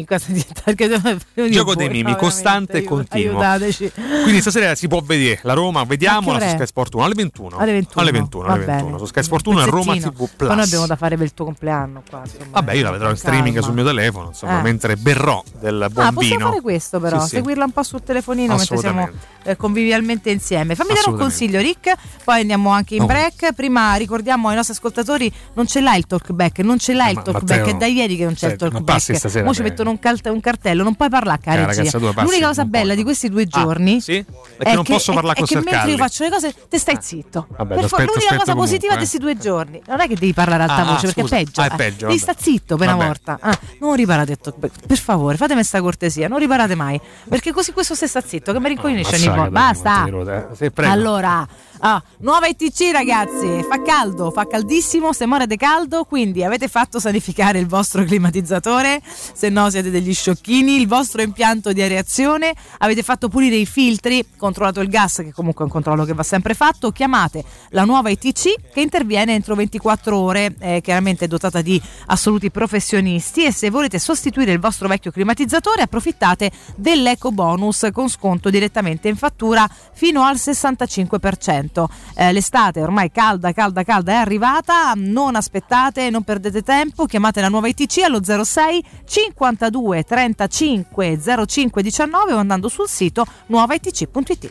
gioco dei mimi, costante e continuo. Aiutateci. Quindi stasera si può vedere la Roma, vediamola su Sky Sport uno alle ventuno. Alle ventuno. Alle ventuno, alle ventuno. Su Sky Sport uno e Roma tivù Plus. Poi noi abbiamo da fare per il tuo compleanno. Qua, insomma, vabbè, io la vedrò in streaming calma. sul mio telefono, insomma, eh. mentre berrò del buon ah, vino. possiamo fare questo però, sì, sì. seguirla un po' sul telefonino mentre siamo eh, convivialmente insieme. Fammi dare un consiglio, Rick, poi andiamo anche in oh. break. Prima ricordiamo ai nostri ascoltatori, non ce l'hai il talkback, non ce l'hai eh, il talkback, Matteo, è da ieri che non c'è cioè, il talkback. Mo ci mettono un, cal- un cartello, non puoi parlare a eh, regia. L'unica cosa bella di questi due giorni ah, sì? è che non che, posso parlare è, con è che mentre io faccio le cose te stai zitto. Vabbè, per aspetto, l'unica cosa comunque, positiva eh. di questi due giorni non è che devi parlare ad alta ah, voce ah, perché scusa. è peggio, ah, è peggio eh. devi sta zitto per vabbè. una volta. Ah, non riparate a talkback, per favore, fatemi questa cortesia, non riparate mai perché così questo se sta zitto che mi rincoglionisce ogni volta. Basta. Sì, allora, ah, nuova I T C ragazzi, fa caldo, fa caldissimo, se muore di caldo, quindi avete fatto sanificare il vostro climatizzatore, se no siete degli sciocchini, il vostro impianto di areazione, avete fatto pulire i filtri, controllato il gas, che comunque è un controllo che va sempre fatto, chiamate la nuova I T C che interviene entro ventiquattro ore, eh, chiaramente dotata di assoluti professionisti, e se volete sostituire il vostro vecchio climatizzatore approfittate dell'eco bonus con sconto direttamente in fattura fino al sessantacinque per cento. Eh, l'estate ormai calda calda calda è arrivata, non aspettate, non perdete tempo, chiamate la nuova I T C allo zero sei cinquantadue trentacinque zero cinque diciannove o andando sul sito nuova I T C punto it.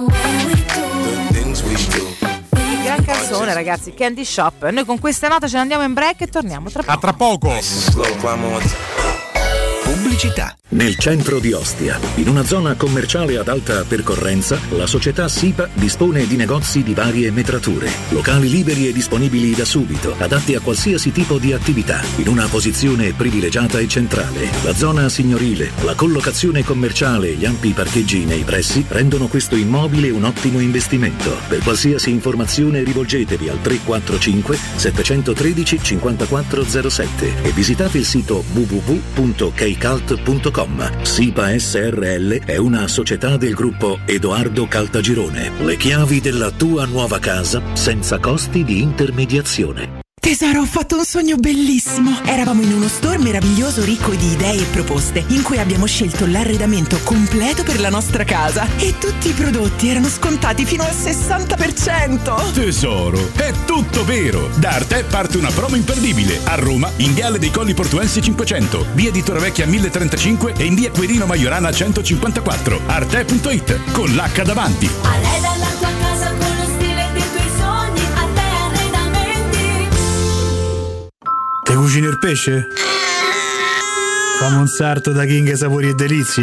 Gran canzone ragazzi, Candy Shop. Noi con queste note ce ne andiamo in break e torniamo tra poco. A tra poco. Pubblicità. Nel centro di Ostia, in una zona commerciale ad alta percorrenza, la società SIPA dispone di negozi di varie metrature, locali liberi e disponibili da subito, adatti a qualsiasi tipo di attività, in una posizione privilegiata e centrale. La zona signorile, la collocazione commerciale e gli ampi parcheggi nei pressi rendono questo immobile un ottimo investimento. Per qualsiasi informazione rivolgetevi al tre quattro cinque sette uno tre cinque zero sette e visitate il sito w w w punto kcalt punto com. SIPA S R L è una società del gruppo Edoardo Caltagirone. Le chiavi della tua nuova casa senza costi di intermediazione. Tesoro, ho fatto un sogno bellissimo. Eravamo in uno store meraviglioso ricco di idee e proposte, in cui abbiamo scelto l'arredamento completo per la nostra casa e tutti i prodotti erano scontati fino al sessanta per cento. Tesoro, è tutto vero. Da Arte parte una promo imperdibile. A Roma, in Viale dei Colli Portuensi cinquecento, via di Torrevecchia mille trentacinque e in via Quirino Maiorana centocinquantaquattro. Arte punto it con l'H davanti. Arreda la tua casa con lo stile dei tuoi sogni. Arte Arredamenti. Te cucini il pesce? Fammi un sarto da King Sapori e Delizie.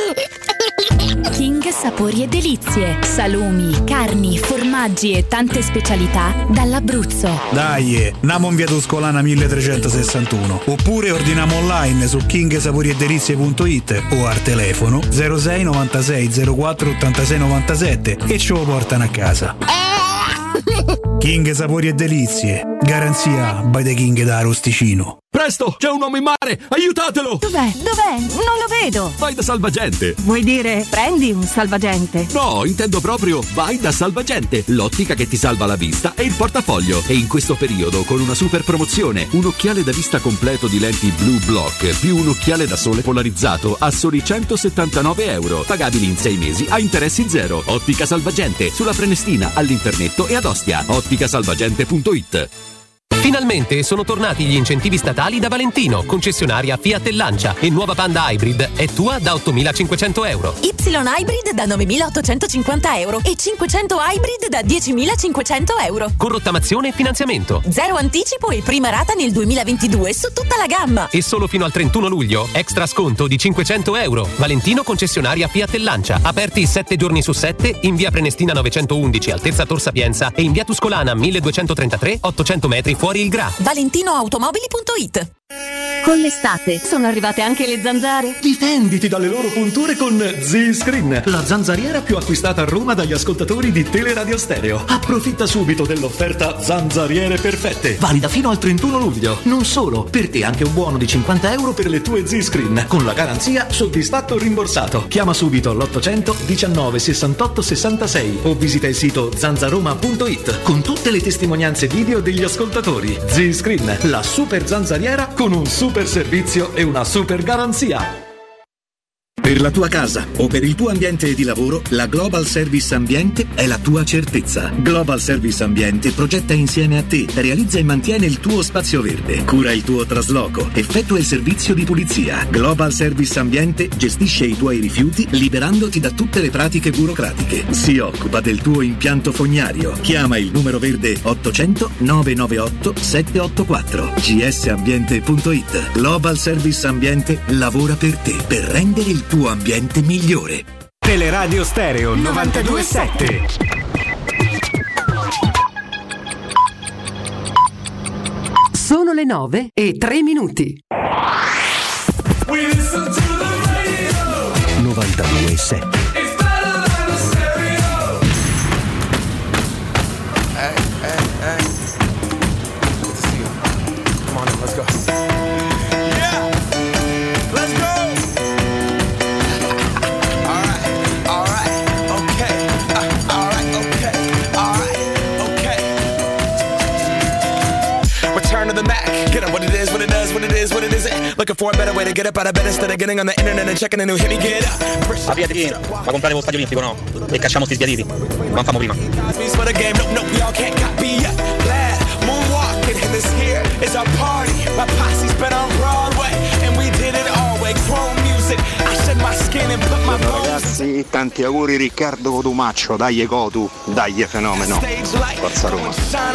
King Sapori e Delizie. Salumi, carni, formaggi e tante specialità dall'Abruzzo. Dai, namo in via Tuscolana milletrecentosessantuno. Oppure ordiniamo online su king sapori e delizie punto it o al telefono zero sei novantasei zero quattro ottantasei novantasette e ce lo portano a casa. King Sapori e Delizie. Garanzia by the King da Arosticino. Presto, c'è un uomo in mare, aiutatelo! Dov'è? Dov'è? Non lo vedo! Vai da Salvagente! Vuoi dire prendi un salvagente? No, intendo proprio vai da Salvagente, l'ottica che ti salva la vista e il portafoglio. E in questo periodo con una super promozione, un occhiale da vista completo di lenti Blue Block più un occhiale da sole polarizzato a soli centosettantanove euro, pagabili in sei mesi a interessi zero. Ottica Salvagente, sulla Prenestina, all'Internetto e ad Ostia. ottica salvagente punto it. Finalmente sono tornati gli incentivi statali da Valentino, concessionaria Fiat e Lancia, e nuova Panda Hybrid è tua da ottomilacinquecento euro. Y Hybrid da novemilaottocentocinquanta euro e cinquecento Hybrid da diecimilacinquecento euro. Con rottamazione e finanziamento. Zero anticipo e prima rata nel duemilaventidue su tutta la gamma. E solo fino al trentuno luglio, extra sconto di cinquecento euro. Valentino concessionaria Fiat e Lancia. Aperti sette giorni su sette in via Prenestina novecentoundici, altezza Tor Sapienza, e in via Tuscolana milleduecentotrentatré, ottocento metri fuori il Gra. valentinoautomobili punto it. Con l'estate sono arrivate anche le zanzare. Difenditi dalle loro punture con Z-Screen, la zanzariera più acquistata a Roma dagli ascoltatori di Teleradio Stereo. Approfitta subito dell'offerta Zanzariere Perfette, valida fino al trentuno luglio. Non solo, per te anche un buono di cinquanta euro per le tue Z-Screen, con la garanzia soddisfatto o rimborsato. Chiama subito l'ottocento diciannove sessantotto sessantasei o visita il sito zanzaroma punto it con tutte le testimonianze video degli ascoltatori. Z-Screen, la super zanzariera con un super servizio e una super garanzia. Per la tua casa o per il tuo ambiente di lavoro, la Global Service Ambiente è la tua certezza. Global Service Ambiente progetta insieme a te, realizza e mantiene il tuo spazio verde, cura il tuo trasloco, effettua il servizio di pulizia. Global Service Ambiente gestisce i tuoi rifiuti liberandoti da tutte le pratiche burocratiche. Si occupa del tuo impianto fognario. Chiama il numero verde ottocento novecentonovantaotto settecentoottantaquattro. g s ambiente punto it. Global Service Ambiente lavora per te, per rendere il tuo ambiente migliore. Teleradio Stereo novantadue sette. Sono le nove e tre minuti. novantadue sette. Looking for a better way to get up out of bed instead of getting on the internet and checking a new hit me get up. Ma Pietri, ma comprare lo stadio olimpico, no? E cacciamo sti sbiaditi. Ma famo prima. Ragazzi, tanti auguri Riccardo Cotumaccio, dai Cotu, dai fenomeno. Forza Roma.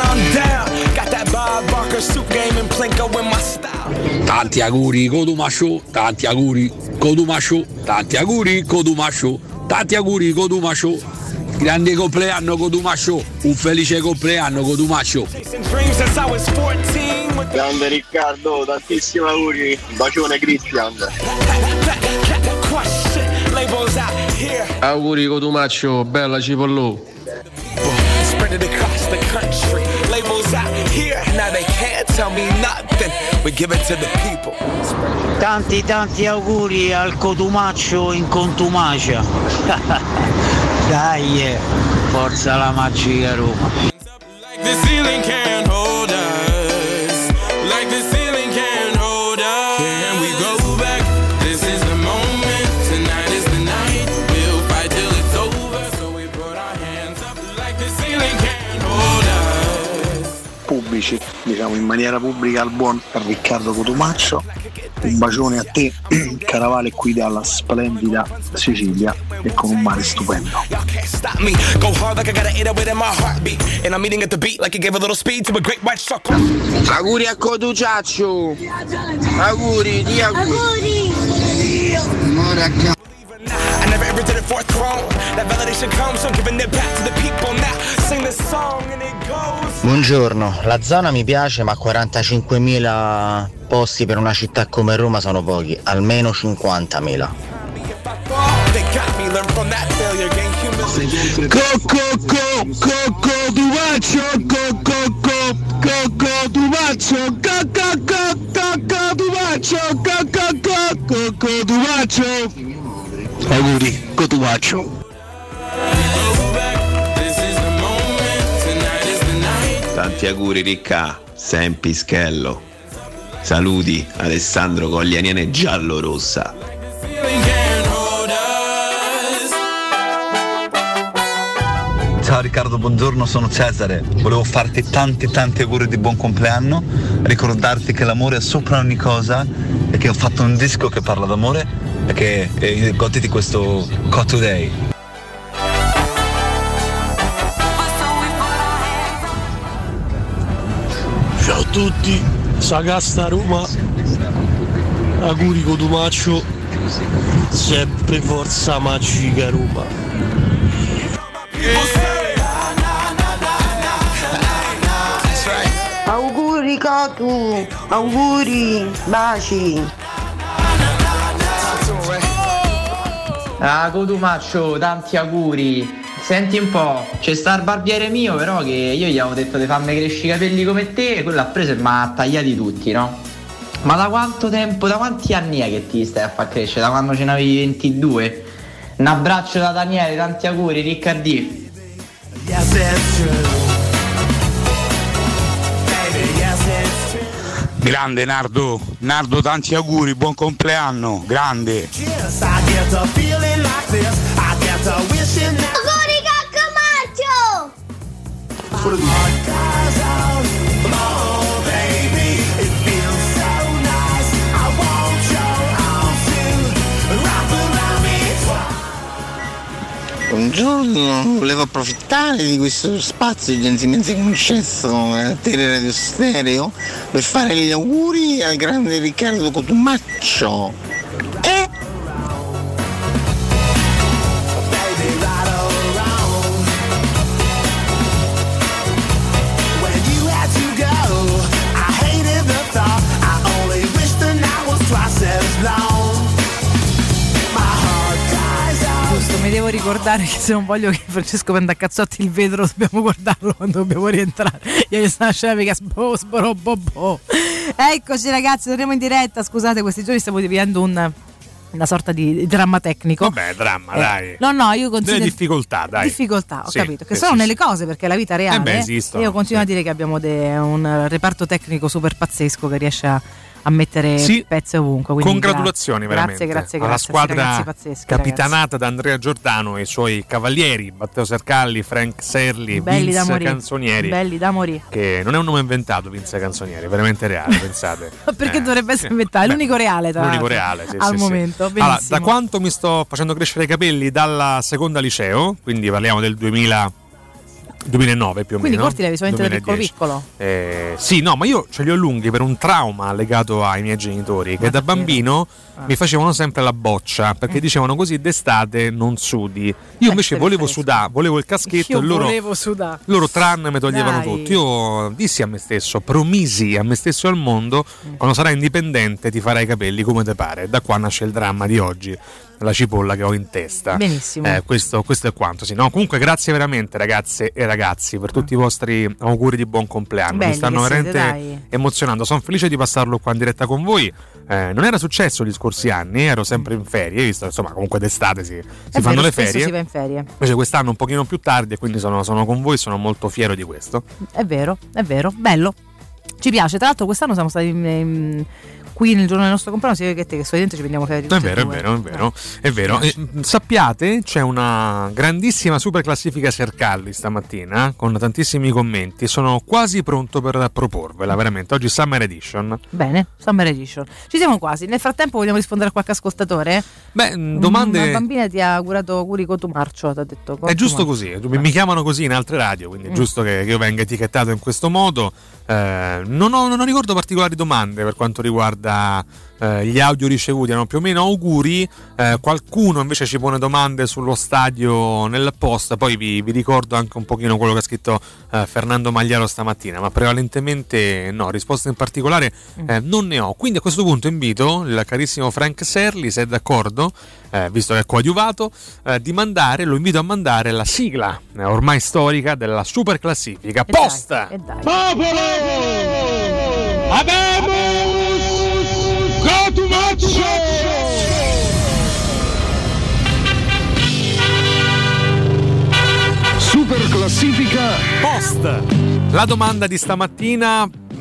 Tanti auguri Cotumaccio, tanti auguri Cotumaccio, tanti auguri Cotumaccio, tanti auguri Cotumaccio. Grande compleanno Cotumaccio, un felice compleanno Cotumaccio. Grande Riccardo, tantissimi auguri, bacione Cristian. Auguri Cotumaccio, bella cipollò. Tanti tanti auguri al Cotumaccio in contumacia. Dai, forza la magia Roma. Pubblici, diciamo in maniera pubblica al buon Riccardo Cotumaccio, un bacione a te, Caravale qui dalla splendida Sicilia e con un mare stupendo. Auguri a Cotumaccio, auguri, di auguri. Auguri. I never ever did it for a throne. That validation comes from giving it back to the people. Now sing this song and it goes. Buongiorno, la zona mi piace ma quarantacinquemila posti per una città come Roma sono pochi, almeno cinquantamila. Coco Cotumaccio, Coco Cotumaccio, Cotumaccio, Cotumaccio. Auguri Cotumaccio. Tanti auguri Ricca, Sempischello. Saluti Alessandro Coglianiene giallo-rossa. Ciao Riccardo, buongiorno, sono Cesare. Volevo farti tanti tanti auguri di buon compleanno, ricordarti che l'amore è sopra ogni cosa e che ho fatto un disco che parla d'amore e che e goditi questo Co Today. Ciao a tutti, Sagasta Roma, auguri Cotumaccio, sempre forza magica Roma. Auguri Cotu, auguri, baci. Ah, Cotumaccio, tanti auguri. Senti un po', c'è sta il barbiere mio però che io gli avevo detto di farmi crescere i capelli come te, quello ha preso e mi ha tagliati tutti, no? Ma da quanto tempo, da quanti anni è che ti stai a far crescere? Da quando ce n'avevi ventidue? Un abbraccio da Daniele, tanti auguri, Riccardi. Grande Nardo, Nardo tanti auguri, buon compleanno, grande. Auguri Caccomaccio! Buongiorno, volevo approfittare di questo spazio gentilmente concesso a Teleradio Stereo per fare gli auguri al grande Riccardo Cotumaccio. Eh? Mi devo ricordare che se non voglio che Francesco prenda a cazzotti il vetro dobbiamo guardarlo quando dobbiamo rientrare. Ieri sta scena sbo, sbo, bo, bo. Eccoci ragazzi, torniamo in diretta. Scusate, questi giorni stiamo vivendo un, una sorta di dramma tecnico. Vabbè, dramma, eh, dai. No, no, io considero delle difficoltà, dai. Difficoltà, ho sì, capito, che sì, sono sì, nelle sì. cose perché la vita reale. Eh beh, esistono, io continuo sì. a dire che abbiamo de, un reparto tecnico super pazzesco che riesce a a mettere sì, pezzi ovunque. Congratulazioni gra- veramente grazie, grazie, alla grazie, squadra pazzeschi, capitanata ragazzi. da Andrea Giordano e i suoi cavalieri Matteo Sercalli, Frank Serli, belli Vince da Canzonieri, belli da morire, che non è un nome inventato. Vince Canzonieri, veramente reale, pensate. Perché eh, dovrebbe essere sì. inventato? È Beh, l'unico reale tra l'unico reale sì, al sì, momento sì. Allora, da benissimo. quanto mi sto facendo crescere i capelli? Dalla seconda liceo, quindi parliamo del duemila duemilanove più o quindi meno. Quindi corti l'avevi solamente da piccolo piccolo? Eh, sì, no, ma io ce li ho lunghi per un trauma legato ai miei genitori, che da bambino ah. mi facevano sempre la boccia, perché mm. dicevano così d'estate non sudi. Io eh, invece volevo sudare, volevo il caschetto io e loro, volevo sudare. loro tran mi toglievano Dai. tutto. Io dissi a me stesso, promisi a me stesso e al mondo, mm. quando sarai indipendente ti farai i capelli come te pare. Da qua nasce il dramma di oggi. La cipolla che ho in testa. Benissimo. Eh, questo, questo è quanto. Sì, no? Comunque, grazie veramente, ragazze e ragazzi, per tutti i vostri auguri di buon compleanno. Belli mi stanno veramente siete, emozionando. Sono felice di passarlo qua in diretta con voi. Eh, non era successo gli scorsi anni, ero sempre in ferie, visto insomma, comunque d'estate si, si è fanno vero, le ferie. Si va in ferie. Invece quest'anno un pochino più tardi, e quindi sono, sono con voi, sono molto fiero di questo. È vero, è vero, bello. Ci piace. Tra l'altro, quest'anno siamo stati in, in, qui nel giorno del nostro compleanno. Si vede che te che solitamente ci prendiamo ferie. È vero, è vero, è vero, è vero. E, sappiate, c'è una grandissima super classifica Sercalli stamattina con tantissimi commenti. Sono quasi pronto per proporvela, veramente. Oggi Summer Edition. Bene, Summer Edition. Ci siamo quasi. Nel frattempo vogliamo rispondere a qualche ascoltatore? Beh, domande. Una bambina ti ha augurato auguri Cotumarcio, ti ha detto. È giusto così. Mi, mi chiamano così in altre radio, quindi è mm. giusto che, che io venga etichettato in questo modo. Eh, non, ho, non ricordo particolari domande per quanto riguarda eh, gli audio ricevuti, erano più o meno auguri. Eh, qualcuno invece ci pone domande sullo stadio nel post. Poi vi, vi ricordo anche un pochino quello che ha scritto eh, Fernando Magliaro stamattina, ma prevalentemente no, risposte in particolare eh, non ne ho. Quindi a questo punto invito il carissimo Frank Serli, se è d'accordo, eh, visto che è coadiuvato, eh, di mandare, lo invito a mandare la sigla eh, ormai storica della super classifica. E Post! Dai, e dai. Popolo! Abemus Cotumaccio! Super classifica Post. La domanda di stamattina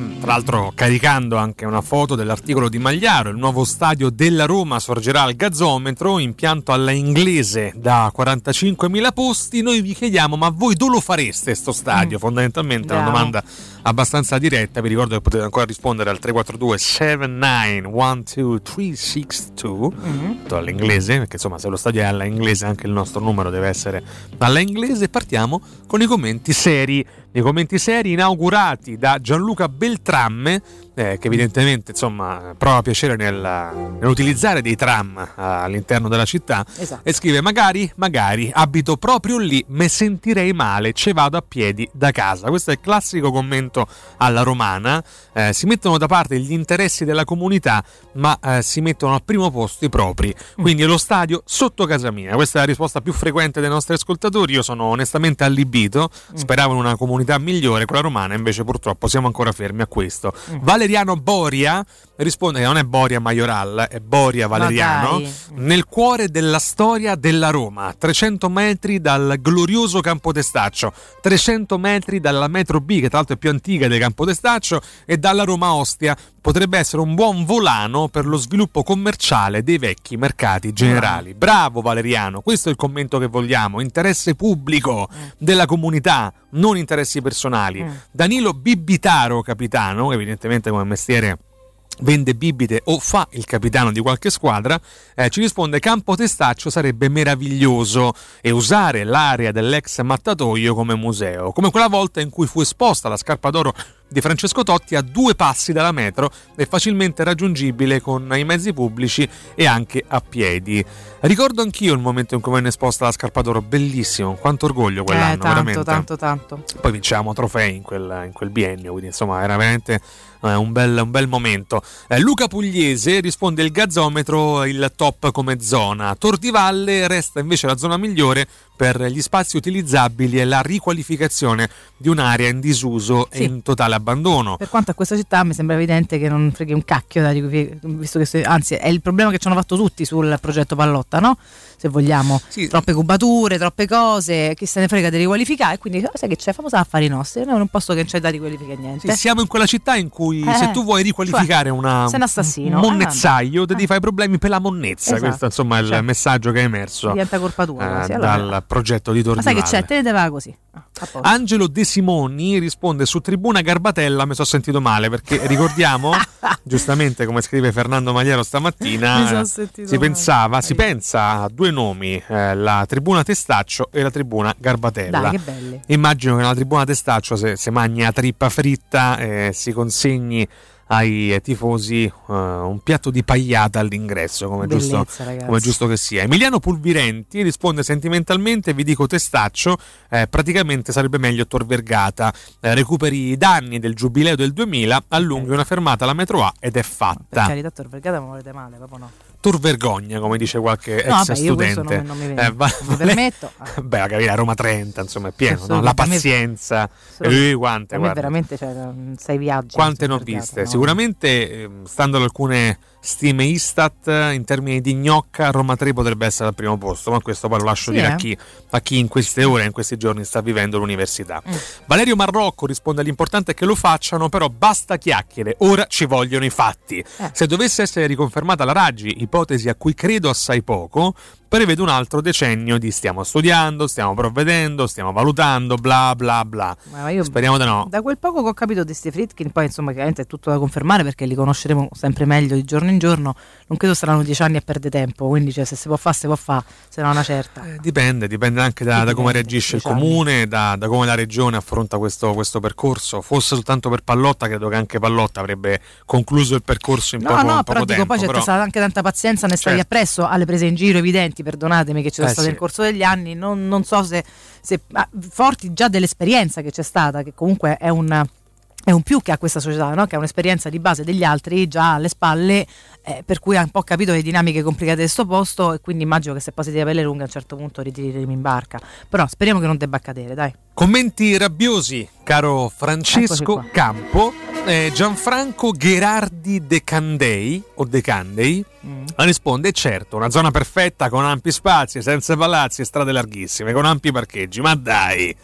tra l'altro caricando anche una foto dell'articolo di Magliaro. Il nuovo stadio della Roma sorgerà al gazzometro, impianto alla inglese da quarantacinquemila posti. Noi vi chiediamo, ma voi dove lo fareste sto stadio? Mm. Fondamentalmente è una domanda abbastanza diretta. Vi ricordo che potete ancora rispondere al tre quattro due sette nove uno due tre sei due mm-hmm. all'inglese, perché insomma se lo stadio è alla inglese anche il nostro numero deve essere alla inglese. Partiamo con i commenti seri. I commenti seri inaugurati da Gianluca Beltramme, eh, che evidentemente insomma prova piacere nel, nell'utilizzare dei tram uh, all'interno della città. Esatto. E scrive: magari, magari abito proprio lì, me sentirei male, ce vado a piedi da casa. Questo è il classico commento alla romana. Eh, si mettono da parte gli interessi della comunità, ma eh, si mettono al primo posto i propri. Quindi mm. lo stadio sotto casa mia. Questa è la risposta più frequente dei nostri ascoltatori. Io sono onestamente allibito, mm. speravo in una comunità migliore, quella romana, invece purtroppo siamo ancora fermi a questo. Mm. Valeriano Boria risponde che non è Boria Majoral, è Boria Valeriano, nel cuore della storia della Roma, trecento metri dal glorioso Campodestaccio, trecento metri dalla metro B, che tra l'altro è più antica del Campodestaccio, e dalla Roma Ostia. Potrebbe essere un buon volano per lo sviluppo commerciale dei vecchi mercati generali. Bravo Valeriano, questo è il commento che vogliamo: interesse pubblico della comunità, non interessi personali. Danilo Bibitaro, capitano, che evidentemente come mestiere vende bibite o fa il capitano di qualche squadra, eh, ci risponde: Campodestaccio sarebbe meraviglioso, e usare l'area dell'ex mattatoio come museo, come quella volta in cui fu esposta la scarpa d'oro di Francesco Totti a due passi dalla metro e facilmente raggiungibile con i mezzi pubblici e anche a piedi. Ricordo anch'io il momento in cui venne esposta la scarpa d'oro, bellissimo, quanto orgoglio quell'anno, eh, tanto, veramente. tanto tanto Poi vincevamo trofei in quel, in quel biennio, quindi insomma era veramente eh, un, bel, un bel momento. eh, Luca Pugliese risponde: il gazzometro il top come zona, Tor di Valle resta invece la zona migliore per gli spazi utilizzabili e la riqualificazione di un'area in disuso sì. e in totale abbandono. Per quanto a questa città mi sembra evidente che non freghi un cacchio, da, visto che se, anzi è il problema che ci hanno fatto tutti sul progetto Pallotta, no? Se vogliamo, sì. troppe cubature, troppe cose, chi se ne frega di riqualificare, quindi sai che c'è, famosa affari nostri, noi non posso che non c'è da riqualificare niente. Sì, siamo in quella città in cui eh, se tu vuoi riqualificare cioè, una, sei un assassino, un monnezzaio, eh, ti fai problemi per la monnezza. Esatto. Questo insomma è il cioè, messaggio che è emerso diventa colpa tua, eh, quasi. Allora, dal progetto di Tor di Valle. Ma sai Valle. che c'è, te ne deve così. Ah, Angelo De Simoni risponde: su Tribuna Garbatella mi sono sentito male, perché ricordiamo giustamente, come scrive Fernando Magliaro stamattina, si male. pensava si pensa a due nomi, eh, la Tribuna Testaccio e la Tribuna Garbatella. Dai, che belli. Immagino che nella Tribuna Testaccio se, se mangi la trippa fritta eh, si consegni ai tifosi uh, un piatto di pagliata all'ingresso, come, Bellezza, giusto, come giusto che sia. Emiliano Pulvirenti risponde sentimentalmente: vi dico Testaccio, eh, praticamente sarebbe meglio Tor Vergata, eh, recuperi i danni del giubileo del duemila, allunghi okay. una fermata alla metro A ed è fatta. Per carità, Tor Vergata non volete male, proprio no. Tor Vergogna, come dice qualche no, ex vabbè, studente. Non, non mi, eh, va, mi permetto. Ah. Beh, magari a Roma trenta, insomma, è pieno, no? La pazienza. E eh, quante, guarda. veramente cioè, sei viaggi. Quante non viste? No? Sicuramente, eh, stando ad alcune stime Istat, in termini di gnocca, Roma tre potrebbe essere al primo posto, ma questo poi lo lascio sì, dire eh? a, chi, a chi in queste ore, in questi giorni sta vivendo l'università. Mm. Valerio Marrocco risponde: l'importante è che lo facciano, però basta chiacchiere, ora ci vogliono i fatti. Eh. Se dovesse essere riconfermata la Raggi, ipotesi a cui credo assai poco, prevede un altro decennio di stiamo studiando, stiamo provvedendo, stiamo valutando, bla bla bla. Ma io, speriamo di no. Da quel poco che ho capito di Steve Fritkin, poi insomma chiaramente è tutto da confermare perché li conosceremo sempre meglio di giorno in giorno, non credo saranno dieci anni a perdere tempo, quindi cioè, se si può fare si può fare, se no una certa. Eh, dipende, dipende anche da, da come reagisce il comune, da, da come la regione affronta questo, questo percorso. Fosse soltanto per Pallotta, credo che anche Pallotta avrebbe concluso il percorso in no, poco, no, in però poco dico, tempo. Poi c'è però... stata anche tanta pazienza, ne stavi certo. appresso alle prese in giro evidenti, perdonatemi, che ci sono eh, state sì. nel corso degli anni, non, non so se, se ah, forti già dell'esperienza che c'è stata, che comunque è un è un più che ha questa società, no? Che ha un'esperienza di base degli altri già alle spalle, eh, per cui ha un po' capito le dinamiche complicate di sto posto, e quindi immagino che se poi si tira pelle lunghe a un certo punto ritireremo in barca, però speriamo che non debba accadere, dai. Commenti rabbiosi, caro Francesco Campo. eh, Gianfranco Gherardi De Candei o De Candei mm. risponde: certo, una zona perfetta con ampi spazi, senza palazzi e strade larghissime, con ampi parcheggi, ma dai,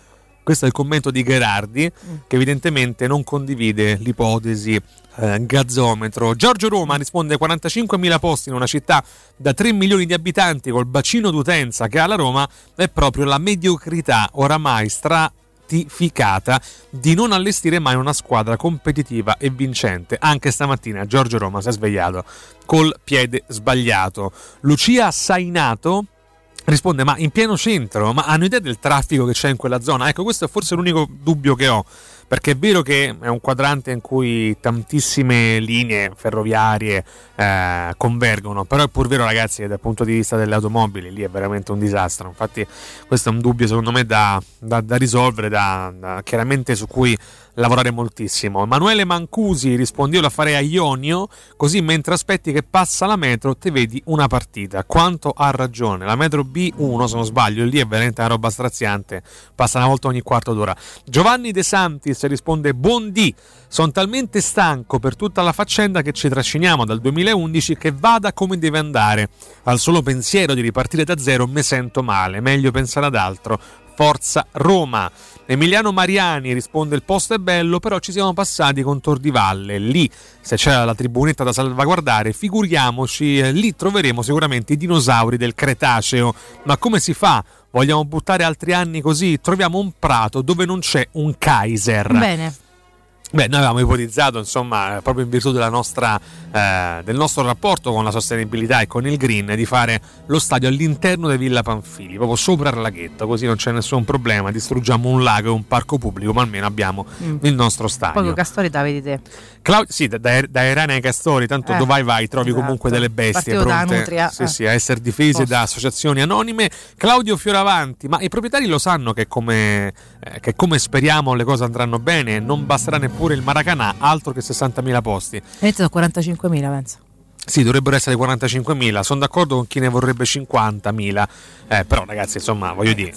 Questo è il commento di Gherardi, che evidentemente non condivide l'ipotesi eh, gazzometro. Giorgio Roma risponde quarantacinquemila posti in una città da tre milioni di abitanti col bacino d'utenza che ha la Roma è proprio la mediocrità oramai stratificata di non allestire mai una squadra competitiva e vincente. Anche stamattina Giorgio Roma si è svegliato col piede sbagliato. Lucia Sainato risponde: ma in pieno centro, ma hanno idea del traffico che c'è in quella zona? Ecco, questo è forse l'unico dubbio che ho, perché è vero che è un quadrante in cui tantissime linee ferroviarie eh, convergono, però è pur vero, ragazzi, che dal punto di vista delle automobili lì è veramente un disastro. Infatti questo è un dubbio secondo me da, da, da risolvere, da, da, chiaramente su cui lavorare moltissimo. Emanuele Mancusi risponde: io la farei a Ionio, così mentre aspetti che passa la metro te vedi una partita. Quanto ha ragione, la metro B uno se non sbaglio, lì è veramente una roba straziante, passa una volta ogni quarto d'ora. Giovanni De Santis risponde: buondì, sono talmente stanco per tutta la faccenda che ci trasciniamo dal duemilaundici che vada come deve andare. Al solo pensiero di ripartire da zero mi sento male, meglio pensare ad altro. Forza Roma. Emiliano Mariani risponde: il posto è bello, però ci siamo passati con Tor di Valle, lì se c'era la tribunetta da salvaguardare, figuriamoci, eh, lì troveremo sicuramente i dinosauri del Cretaceo. Ma come si fa? Vogliamo buttare altri anni così? Troviamo un prato dove non c'è un Kaiser. Bene. Beh, noi avevamo ipotizzato, insomma, proprio in virtù della nostra, eh, del nostro rapporto con la sostenibilità e con il green, di fare lo stadio all'interno di Villa Pamphili, proprio sopra il laghetto, così non c'è nessun problema, distruggiamo un lago e un parco pubblico, ma almeno abbiamo mm. il nostro stadio. Poi con Castori da vedi te. Claudio, sì, da, da Erane ai Castori, tanto eh, dove vai trovi esatto. comunque delle bestie Partito pronte Nutria, sì, eh. sì, a essere difese Posso. da associazioni anonime. Claudio Fioravanti: ma i proprietari lo sanno che come, eh, che come speriamo le cose andranno bene, non basterà neppure il Maracanã, altro che sessantamila posti. Hai detto quarantacinquemila, penso. Sì, dovrebbero essere quarantacinquemila. Sono d'accordo con chi ne vorrebbe cinquantamila. Eh, però, ragazzi, insomma, voglio dire.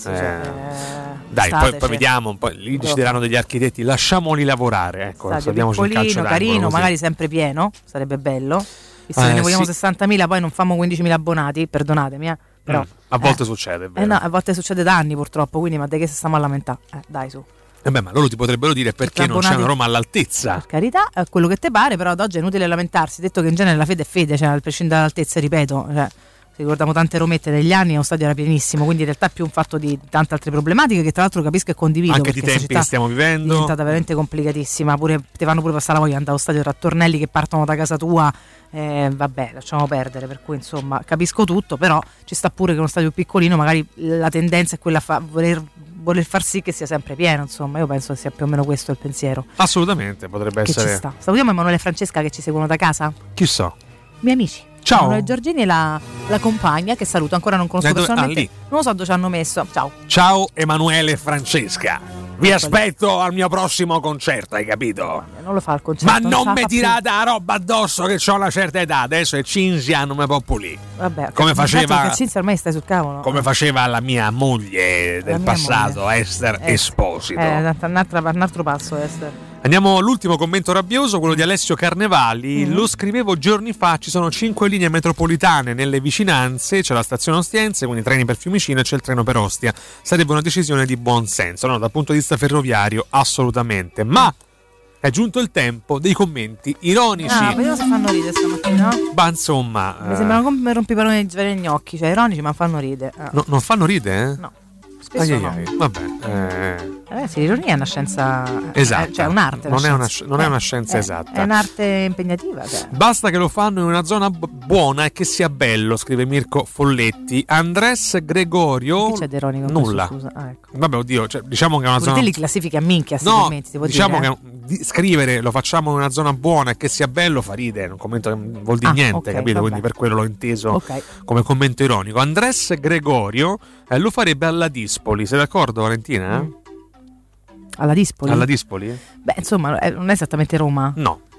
Eh, dai, poi, poi vediamo. Poi lì ci diranno degli architetti, lasciamoli lavorare. Ecco, sappiamoci il calcio carino, così. Magari sempre pieno, sarebbe bello. Visto eh, che ne vogliamo sì. sessantamila, poi non famo quindicimila abbonati, perdonatemi, eh. Però, mm, a volte eh. succede, è eh vero. no, a volte succede da anni purtroppo, quindi ma dai che se stiamo a lamentare? Eh, dai, su. Eh beh, ma loro ti potrebbero dire perché non c'è una Roma all'altezza. Per carità, è quello che te pare, però ad oggi è inutile lamentarsi, detto che in genere la fede è fede, cioè al prescindere dall'altezza, ripeto, cioè, se ricordiamo tante romette negli anni, lo stadio era pienissimo, quindi in realtà è più un fatto di tante altre problematiche che tra l'altro capisco e condivido. Anche di tempi che stiamo vivendo. È diventata veramente complicatissima, pure ti fanno pure passare la voglia di andare allo stadio tra tornelli che partono da casa tua, eh, vabbè, lasciamo perdere, per cui insomma capisco tutto, però ci sta pure che uno stadio piccolino magari la tendenza è quella a fa- voler voler far sì che sia sempre pieno, insomma, io penso che sia più o meno questo il pensiero. Assolutamente, potrebbe che essere. Ci sta. Salutiamo Emanuele e Francesca che ci seguono da casa. Chi so? Miei amici. Ciao. Emanuele Giorgini e la, la compagna che saluto, ancora non conosco dove, personalmente. ah, non lo so dove ci hanno messo. Ciao. Ciao Emanuele e Francesca. Vi aspetto al mio prossimo concerto, hai capito? Non lo fa il concerto. Ma non, non mi più. tirate la roba addosso che ho una certa età, adesso è Cinzia, non mi può pulire. Vabbè, come faceva che Cinzia ormai stai sul cavolo. Come faceva la mia moglie del mia passato, moglie. Esther eh, Esposito. Eh, un altro, un altro passo, Esther. Andiamo all'ultimo commento rabbioso, quello di Alessio Carnevali. Mm-hmm. Lo scrivevo giorni fa, ci sono cinque linee metropolitane nelle vicinanze, c'è la stazione Ostiense, quindi treni per Fiumicino e c'è il treno per Ostia. Sarebbe una decisione di buon senso, no? Dal punto di vista ferroviario assolutamente, ma è giunto il tempo dei commenti ironici. Ah, vediamo se fanno ridere stamattina. Ma insomma, mi eh... sembrano come rompipalloni di svere gnocchi, cioè ironici ma fanno ridere. Ah. No, non fanno ridere? Eh? No. Spesso ai no. ai. Vabbè, eh... Ragazzi, l'ironia è una scienza, esatto. eh, cioè un'arte. Non, una è, una, scienza. non eh, è una scienza eh, esatta. È un'arte impegnativa. Cioè. Basta che lo fanno in una zona b- buona e che sia bello, scrive Mirko Folletti. Andres Gregorio. Che c'è d'ironico? Nulla. Scusa. Ah, ecco. Vabbè, oddio, cioè, diciamo che è una Pure zona. te li classifichi a minchia, sti no, commenti, devo diciamo dire, che di scrivere lo facciamo in una zona buona e che sia bello fa ridere, non commento non vuol dire ah, niente, okay, capito? vabbè. Quindi per quello l'ho inteso okay. come commento ironico. Andres Gregorio eh, lo farebbe alla Dispoli, sei d'accordo Valentina? Mm. Alla Dispoli? Alla Dispoli? Beh, insomma, non è esattamente Roma. No.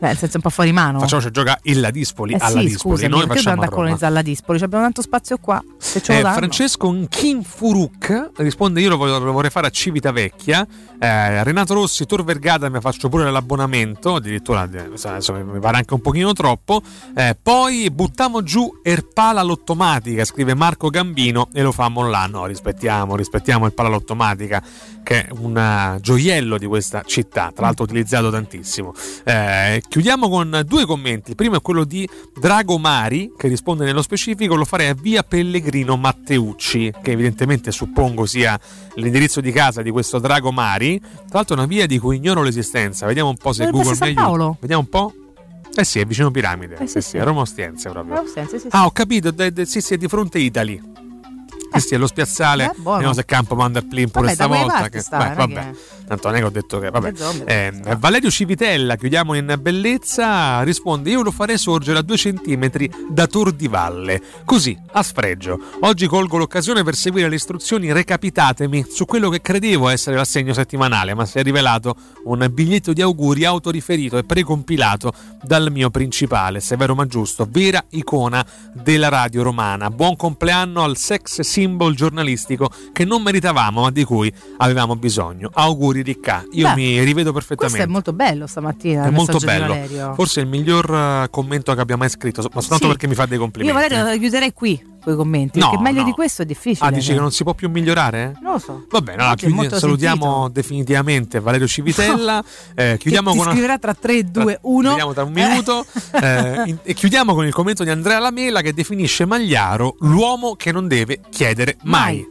Beh, nel senso un po' fuori mano. Facciamoci gioca il Ladispoli Eh alla sì, Dispoli. scusami, Noi perché facciamo dobbiamo andare a colonizzare la Dispoli? Ci abbiamo tanto spazio qua. Se ce lo Eh, danno. Francesco Nkinfuruk risponde: io lo, voglio, lo vorrei fare a Civitavecchia. eh, Renato Rossi, Tor Vergata, mi faccio pure l'abbonamento, addirittura adesso mi pare anche un pochino troppo. Eh, poi buttiamo giù Erpala Lottomatica, scrive Marco Gambino, e lo famo là. No, rispettiamo, rispettiamo Erpala Lottomatica, che è un gioiello di questa città, tra l'altro utilizzato tantissimo. Eh, chiudiamo con due commenti. Il primo è quello di Drago Mari, che risponde nello specifico: lo farei a via Pellegrino Matteucci, che evidentemente suppongo sia l'indirizzo di casa di questo Drago Mari. Tra l'altro è una via di cui ignoro l'esistenza. Vediamo un po' se Dovrebbe Google mi essere San aiuta. Paolo. Vediamo un po'. Eh sì, è vicino Piramide. Eh sì, Eh sì, sì. a Roma Ostiense proprio. Roma Ostiense, sì, sì. Ah, ho capito. De, de, sì, sì, è di fronte Italy. Questo è lo spiazzale. Eh, buono. Vediamo se Campo Manderplin pure Vabbè, da quelle stavolta. parti Che, sta, beh, non è vabbè. che- Tanto non è che ho detto che vabbè. Che zombie, Eh, Valerio Civitella, chiudiamo in bellezza, risponde: io lo farei sorgere a due centimetri da Tor di Valle, così a sfregio. Oggi colgo l'occasione per seguire le istruzioni recapitatemi su quello che credevo essere l'assegno settimanale, ma si è rivelato un biglietto di auguri autoriferito e precompilato dal mio principale, Severo Maggiusto, vera icona della radio romana. Buon compleanno al sex symbol giornalistico che non meritavamo ma di cui avevamo bisogno. Auguri Ricca, io Beh, mi rivedo perfettamente. Questo è molto bello stamattina. È il molto messaggio di bello, Valerio. forse è il miglior uh, commento che abbia mai scritto, ma soltanto Sì. perché mi fa dei Io complimenti. Valerio lo chiuderei qui con i commenti, No, perché meglio no. di questo è difficile. Ah, dici che non si può più migliorare? Non lo so. Va bene, allora Oggi è chiudi- molto salutiamo sentito. definitivamente Valerio Civitella. eh, chiudiamo Che ti con una... scriverà tra tre, due, uno. Vediamo tra un minuto. eh, in- e chiudiamo con il commento di Andrea Lamela, che definisce Magliaro l'uomo che non deve chiedere mai.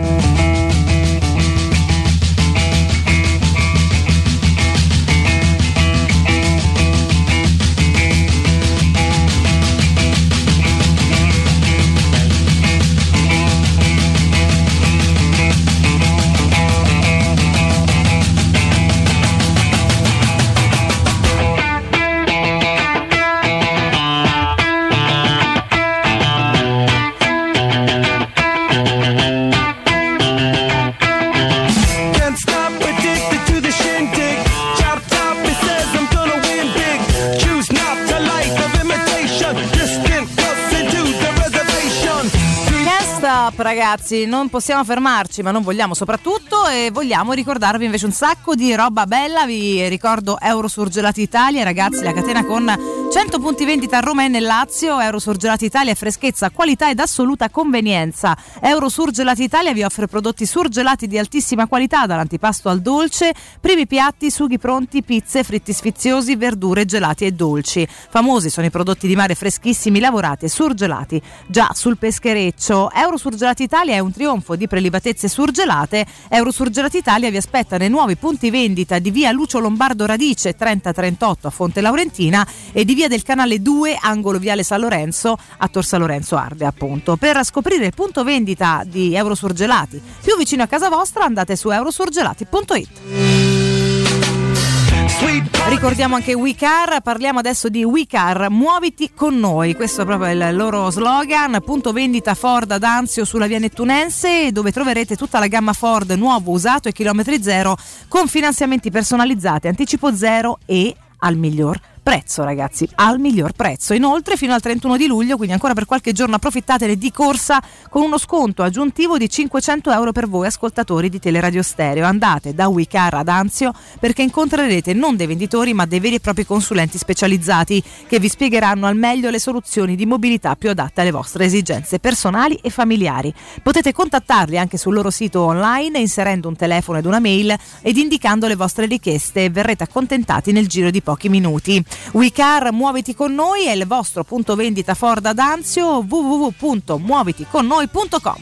Can't stop, addicted to the shindig. Chop top, it says I'm gonna win big. Choose not the life of imitation. Distant us into the reservation. Can't stop, ragazzi, non possiamo fermarci, ma non vogliamo soprattutto, e vogliamo ricordarvi invece un sacco di roba bella. Vi ricordo Eurosurgelati Italia, ragazzi, la catena con cento punti vendita a Roma e nel Lazio. Eurosurgelati Italia, freschezza, qualità ed assoluta convenienza. Eurosurgelati Italia vi offre prodotti surgelati di altissima qualità, dall'antipasto al dolce, primi piatti, sughi pronti, pizze, fritti sfiziosi, verdure, gelati e dolci. Famosi sono i prodotti di mare freschissimi, lavorati e surgelati già sul peschereccio. Eurosurgelati Italia è un trionfo di prelibatezze surgelate. Eurosurgelati Italia vi aspetta nei nuovi punti vendita di via Lucio Lombardo Radice trenta trentotto a Fonte Laurentina e di via del Canale due, angolo viale San Lorenzo a Tor San Lorenzo Arde, appunto. Per scoprire il punto vendita di Eurosurgelati più vicino a casa vostra andate su eurosurgelati punto it. Ricordiamo anche WeCar, parliamo adesso di WeCar, muoviti con noi, questo è proprio il loro slogan. Punto vendita Ford ad Anzio sulla via Nettunense, dove troverete tutta la gamma Ford nuovo, usato e chilometri zero con finanziamenti personalizzati, anticipo zero e al miglior prezzo, ragazzi, al miglior prezzo. Inoltre fino al trentuno di luglio, quindi ancora per qualche giorno, approfittatene di corsa con uno sconto aggiuntivo di cinquecento euro per voi ascoltatori di Teleradio Stereo. Andate da WeCar ad Anzio, perché incontrerete non dei venditori ma dei veri e propri consulenti specializzati che vi spiegheranno al meglio le soluzioni di mobilità più adatte alle vostre esigenze personali e familiari. Potete contattarli anche sul loro sito online inserendo un telefono ed una mail ed indicando le vostre richieste, e verrete accontentati nel giro di pochi minuti. WeCar, muoviti con noi, è il vostro punto vendita Ford ad Anzio, w w w punto muoviti con noi punto com.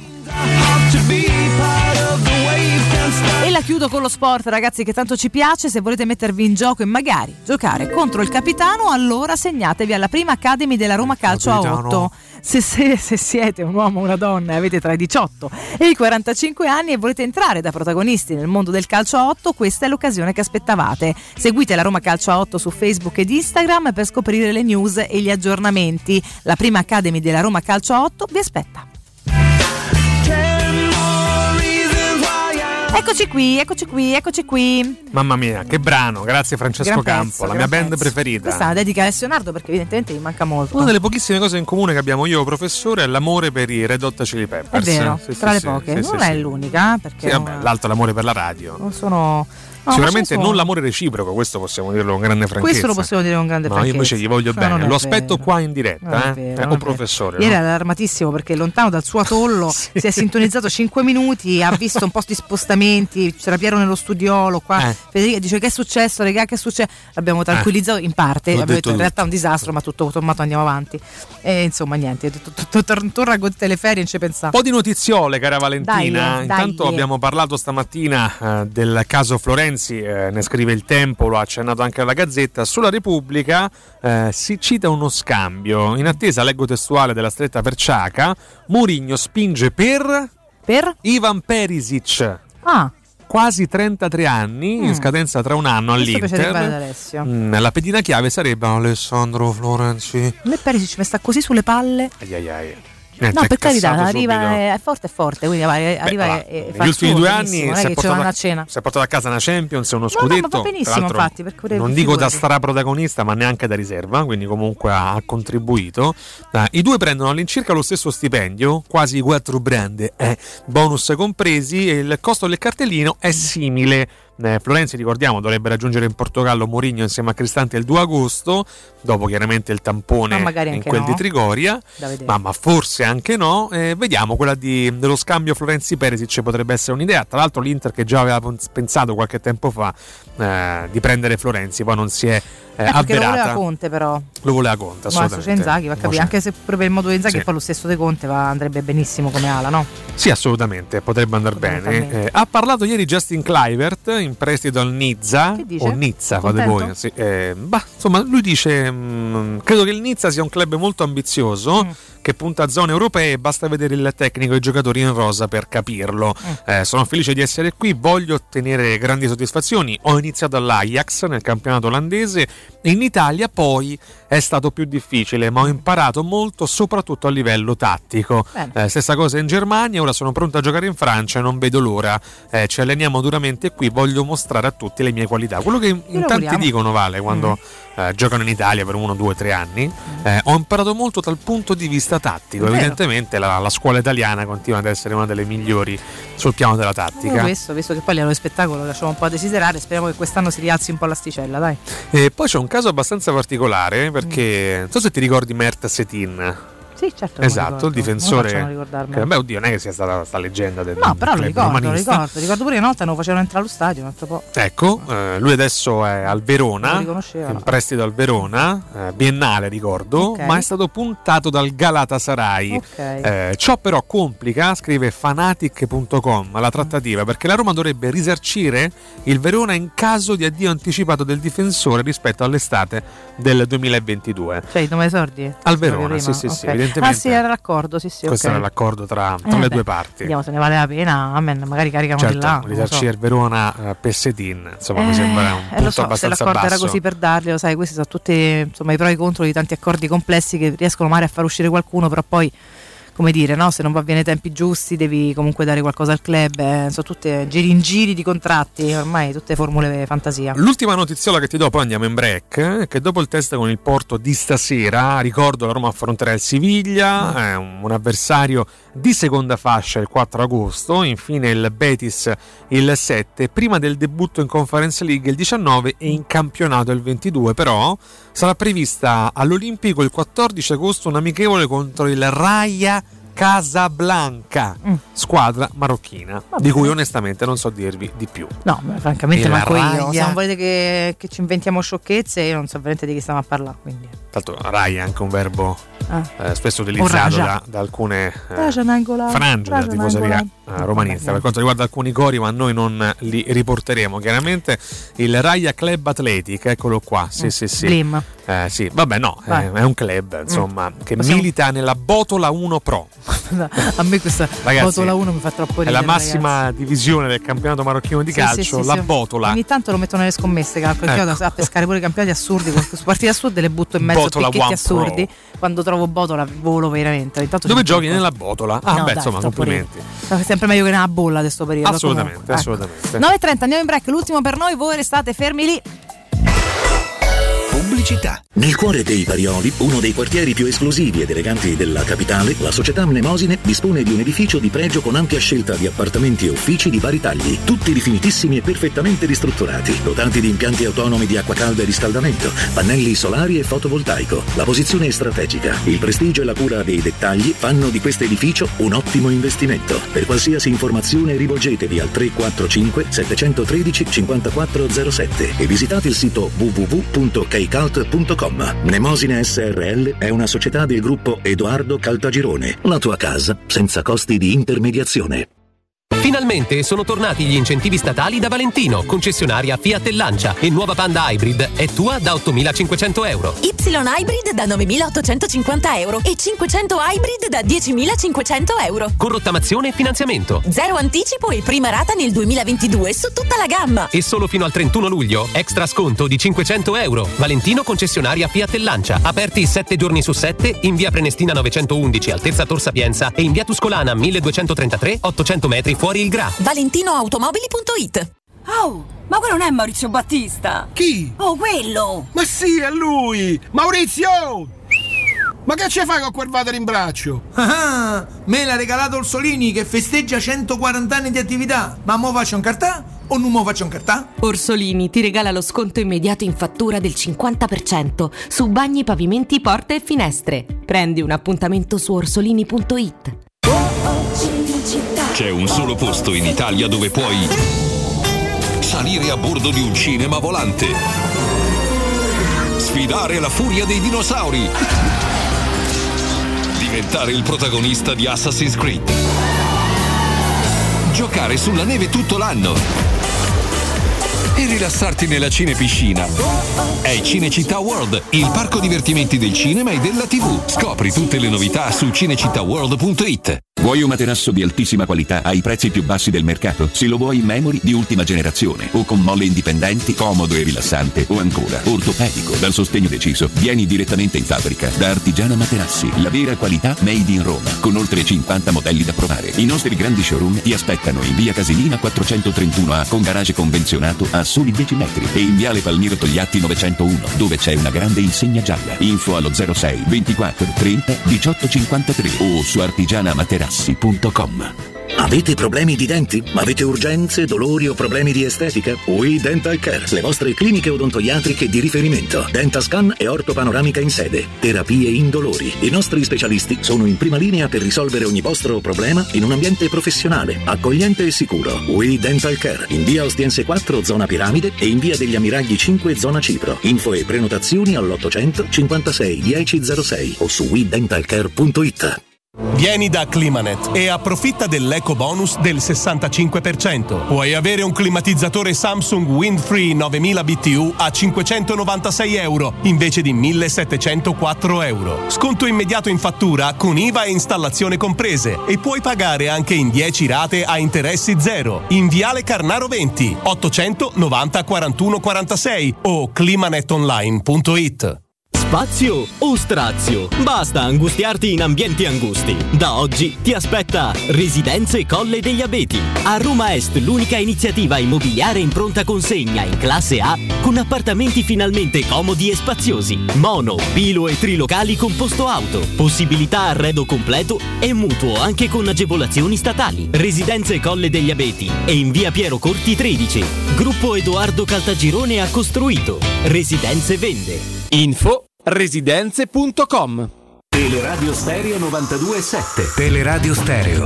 E la chiudo con lo sport, ragazzi, che tanto ci piace. Se volete mettervi in gioco e magari giocare contro il capitano, allora segnatevi alla prima Academy della Roma Calcio a otto. Se, se, se siete un uomo o una donna e avete tra i diciotto e i quarantacinque anni e volete entrare da protagonisti nel mondo del calcio a otto, questa è l'occasione che aspettavate. Seguite la Roma Calcio a otto su Facebook ed Instagram per scoprire le news e gli aggiornamenti. La prima Academy della Roma Calcio a otto vi aspetta. Eccoci qui, eccoci qui, eccoci qui. Mamma mia, che brano, grazie Francesco Gran Campo, pezzo, la mia gran band pezzo. preferita. Questa la dedica a Alessio Nardo perché evidentemente gli manca molto. Una delle pochissime cose in comune che abbiamo io professore è l'amore per i Red Hot Chili È Peppers. vero, Sì, tra sì, le sì, poche. sì, non sì, è sì. l'unica perché Sì, vabbè, non- l'altro è l'amore per la radio. non sono no, Sicuramente ma ce ne non sono. l'amore reciproco, questo possiamo dirlo con grande franchezza. Questo lo possiamo dire con grande No, franchezza. io invece gli voglio No, bene. non è Lo aspetto vero. qua in diretta, Non è eh. vero, Eh, non oh, è vero. professore. Ieri no? era allarmatissimo perché lontano dal suo atollo si è sintonizzato cinque minuti, ha visto un po' di spostamenti, c'era Piero nello studiolo qua, Eh. Federica dice che è successo, regà, che è successo? L'abbiamo tranquillizzato in parte, L'ho abbiamo detto detto in tutto. realtà è un disastro, ma tutto sommato andiamo avanti. E insomma niente, ho detto tu- tu- tor- torna con tutte le ferie, non ci pensavo. Un po' di notiziole, cara Valentina. Dai, Intanto dai. abbiamo parlato stamattina eh, del caso Florenzi, eh, ne scrive Il Tempo, lo ha accennato anche alla Gazzetta. Sulla Repubblica eh, si cita uno scambio. In attesa, leggo testuale della stretta per Ciaca, Mourinho spinge per, per? Ivan Perisic. Ah, Quasi trentatré anni, Mm. in scadenza tra un anno questo piacerebbe ad all'Inter. Alessio. Mm, la pedina chiave sarebbe Alessandro Florenzi. A me Perisic mi sta così sulle palle. Ai ai ai. Niente, No, è per carità, cassato arriva, subito. è, è forte, è forte, quindi va, è- arriva Beh, e, e va, fa negli il suo, ultimi due benissimo, anni non si è è, che ci va una portato a, cena. si è portato a casa una Champions e uno No, scudetto. no, ma va benissimo, Tra l'altro, infatti, per cure- non dico da figurati. straprotagonista, ma neanche da riserva, quindi comunque ha, ha contribuito. Eh, I due prendono all'incirca lo stesso stipendio, quasi quattro brande, eh, bonus compresi, e il costo del cartellino è simile. Eh, Florenzi, ricordiamo, dovrebbe raggiungere in Portogallo Mourinho insieme a Cristante il due agosto, dopo chiaramente il tampone Ma magari in anche quel no. di Trigoria, Da vedere. ma, ma forse anche no. Eh, vediamo, quella di, dello scambio Florenzi-Perisic potrebbe essere un'idea. Tra l'altro l'Inter, che già aveva pens- pensato qualche tempo fa eh, di prendere Florenzi, poi non si è eh, Eh, perché lo avverata. voleva Conte però. Lo voleva Conte, Ma assolutamente. c'è Inzaghi, va a capire, Mo' c'è. anche se pure per il modo di Inzaghi Sì. poi lo stesso De Conte va, andrebbe benissimo come ala, no? Sì, assolutamente, potrebbe andare bene. Eh, ha parlato ieri Justin Kluivert in prestito al Nizza. Che dice? O Nizza, fate Contento? voi. Sì, eh, bah, insomma, lui dice: mh, credo che il Nizza sia un club molto ambizioso, Mm. che punta a zone europee. Basta vedere il tecnico e i giocatori in rosa per capirlo. Mm. Eh, sono felice di essere qui, voglio ottenere grandi soddisfazioni. Ho iniziato all'Ajax nel campionato olandese. In Italia poi è stato più difficile, ma ho imparato molto, soprattutto a livello tattico. Eh, stessa cosa in Germania, ora sono pronto a giocare in Francia e non vedo l'ora. Eh, ci alleniamo duramente qui, voglio mostrare a tutti le mie qualità. Quello che in tanti auguriamo. dicono, Vale, quando eh, giocano in Italia per uno, due, tre anni, eh, ho imparato molto dal punto di vista tattico. È vero. Evidentemente la, la scuola italiana continua ad essere una delle migliori sul piano della Io tattica. questo, visto che poi lo spettacolo lasciamo un po' a desiderare, speriamo che quest'anno si rialzi un po' l'asticella, dai. E poi c'è un caso abbastanza particolare, perché non so se ti ricordi Mert Setin. Sì, certo. che Esatto, il me lo ricordo. Come faccio a non difensore. ricordarmelo? Che, beh, oddio, non è che sia stata sta leggenda del No, però lo club ricordo, lo romanista. ricordo. Ricordo pure che una volta non lo facevano entrare allo stadio, un altro po'. Ecco, eh, lui adesso è al Non Verona, lo riconoscevano. in prestito al Verona, eh, biennale ricordo, Ok. ma è stato puntato dal Galatasaray. Ok. Eh, ciò però complica, scrive fanatic punto com, la trattativa, perché la Roma dovrebbe risarcire il Verona in caso di addio anticipato del difensore rispetto all'estate del duemilaventidue. Cioè, i nome sordi? Al Proprio Verona, prima? sì, sì, sì, Ok. evidentemente. Ah, sì, era l'accordo, sì, sì. Questo ok. era l'accordo tra, tra Eh, le beh, due parti. Vediamo se ne vale la pena. Amen, magari caricano Certo, di là. non lo so. risarcire il Verona eh, per Setin, insomma, mi sembra un Eh, punto lo so, se abbastanza l'accordo basso. era così per darglielo, sai, questi sono tutti insomma i pro e i contro di tanti accordi complessi che riescono magari a far uscire qualcuno, però poi, come dire, no? Se non va bene ai tempi giusti devi comunque dare qualcosa al club, eh, sono tutte giri in giri di contratti, ormai tutte formule fantasia. L'ultima notiziola che ti do, poi andiamo in break, è che dopo il test con il Porto di stasera, ricordo, la Roma affronterà il Siviglia, è un, un avversario di seconda fascia il quattro agosto, infine il Betis il sette, prima del debutto in Conference League il diciannove e in campionato il ventidue, però sarà prevista all'Olimpico il quattordici agosto un amichevole contro il Raja Casablanca, Mm. squadra marocchina, di cui onestamente non so dirvi di più. No, beh, francamente E la manco io. Raja- Se non volete che, che ci inventiamo sciocchezze, io non so veramente di che stiamo a parlare. Quindi. Tra l'altro Rai è anche un verbo Ah. eh, spesso utilizzato Raja. da, da alcune eh, Raja Nangola, frange della Raja tifoseria Nangola. eh, romanista. Per quanto riguarda alcuni cori, ma noi non li riporteremo. Chiaramente il Raja Club Athletic, eccolo qua. Sì, Mm. sì, sì. Slim. Eh, sì, vabbè, no, Vai. eh, è un club insomma che Possiamo- milita nella Botola uno Pro. A me questa Ragazzi, Botola uno mi fa troppo È ridere. la massima ragazzi. divisione del campionato marocchino di Sì, calcio, sì, sì, la sì. Botola. Ogni tanto lo metto nelle scommesse, calcolo, perché Ecco. io vado a pescare pure campionati assurdi, con- su partite assurde le butto in mezzo Botola picchetti One assurdi. Pro. Quando trovo botola volo veramente. Intanto Dove c'è giochi? tutto. Nella botola? Ah, No, beh, dai, insomma, troppo complimenti. ridere. È sempre meglio che nella bolla di sto periodo. Assolutamente, comunque. assolutamente. nove e trenta, andiamo in break. L'ultimo per noi, voi restate fermi lì. Pubblicità. Nel cuore dei Parioli, uno dei quartieri più esclusivi ed eleganti della capitale, la società Mnemosine dispone di un edificio di pregio con ampia scelta di appartamenti e uffici di vari tagli, tutti rifinitissimi e perfettamente ristrutturati, dotati di impianti autonomi di acqua calda e riscaldamento, pannelli solari e fotovoltaico. La posizione è strategica, il prestigio e la cura dei dettagli fanno di questo edificio un ottimo investimento. Per qualsiasi informazione rivolgetevi al tre quattro cinque sette uno tre cinque quattro zero sette e visitate il sito w w w punto keycult punto com. Mnemosine S R L è una società del gruppo Edoardo Caltagirone. La tua casa senza costi di intermediazione. Finalmente sono tornati gli incentivi statali da Valentino, concessionaria Fiat e Lancia, e nuova Panda Hybrid è tua da ottomilacinquecento euro. Y Hybrid da novemilaottocentocinquanta euro e cinquecento Hybrid da diecimilacinquecento euro. Con rottamazione e finanziamento. Zero anticipo e prima rata nel duemilaventidue su tutta la gamma. E solo fino al trentuno luglio, extra sconto di cinquecento euro. Valentino concessionaria Fiat e Lancia. Aperti sette giorni su sette in via Prenestina novecentoundici, altezza Tor Sapienza, e in via Tuscolana milleduecentotrentatré, ottocento metri fuori il Gra. valentinoautomobili punto it. Oh, ma quello non è Maurizio Battista? Chi? Oh, quello! Ma sì, è lui! Maurizio! Ma che ci fai con quel water in braccio? Ah, me l'ha regalato Orsolini che festeggia centoquaranta anni di attività. Ma mo faccio un cartà o non mo faccio un cartà? Orsolini ti regala lo sconto immediato in fattura del cinquanta per cento su bagni, pavimenti, porte e finestre. Prendi un appuntamento su orsolini punto it. C'è un solo posto in Italia dove puoi salire a bordo di un cinema volante, sfidare la furia dei dinosauri, diventare il protagonista di Assassin's Creed, giocare sulla neve tutto l'anno e rilassarti nella cinepiscina. È Cinecittà World, il parco divertimenti del cinema e della tivù. Scopri tutte le novità su cinecittà world punto it. Vuoi un materasso di altissima qualità ai prezzi più bassi del mercato? Se lo vuoi in memory di ultima generazione o con molle indipendenti, comodo e rilassante, o ancora ortopedico dal sostegno deciso, vieni direttamente in fabbrica da Artigiana Materassi, la vera qualità made in Roma, con oltre cinquanta modelli da provare. I nostri grandi showroom ti aspettano in via Casilina quattrocentotrentuno A con garage convenzionato a soli dieci metri e in viale Palmiro Togliatti novecentouno, dove c'è una grande insegna gialla. Info allo zero sei ventiquattro trenta diciotto cinquantatré o su artigiana materassi punto com. Avete problemi di denti? Avete urgenze, dolori o problemi di estetica? We Dental Care, le vostre cliniche odontoiatriche di riferimento. Dentascan e ortopanoramica in sede. Terapie indolori. I nostri specialisti sono in prima linea per risolvere ogni vostro problema in un ambiente professionale, accogliente e sicuro. We Dental Care, in via Ostiense quattro, zona Piramide, e in via degli Ammiragli cinque, zona Cipro. Info e prenotazioni all'ottocento cinquantasei dieci zero sei o su we dental care punto it. Vieni da Climanet e approfitta dell'eco bonus del sessantacinque per cento. Puoi avere un climatizzatore Samsung Windfree novemila B T U a cinquecentonovantasei euro invece di millesettecentoquattro euro. Sconto immediato in fattura con I V A e installazione comprese e puoi pagare anche in dieci rate a interessi zero. In Viale Carnaro venti, ottocento novanta quarantuno quarantasei o climanetonline punto it. Spazio o strazio? Basta angustiarti in ambienti angusti. Da oggi ti aspetta Residenze Colle degli Abeti. A Roma Est l'unica iniziativa immobiliare in pronta consegna in classe A con appartamenti finalmente comodi e spaziosi. Mono, bilo e trilocali con posto auto. Possibilità arredo completo e mutuo anche con agevolazioni statali. Residenze Colle degli Abeti e in via Piero Corti tredici. Gruppo Edoardo Caltagirone ha costruito. Residenze vende. Info residenze punto com. Teleradio Stereo novantadue sette. Teleradio Stereo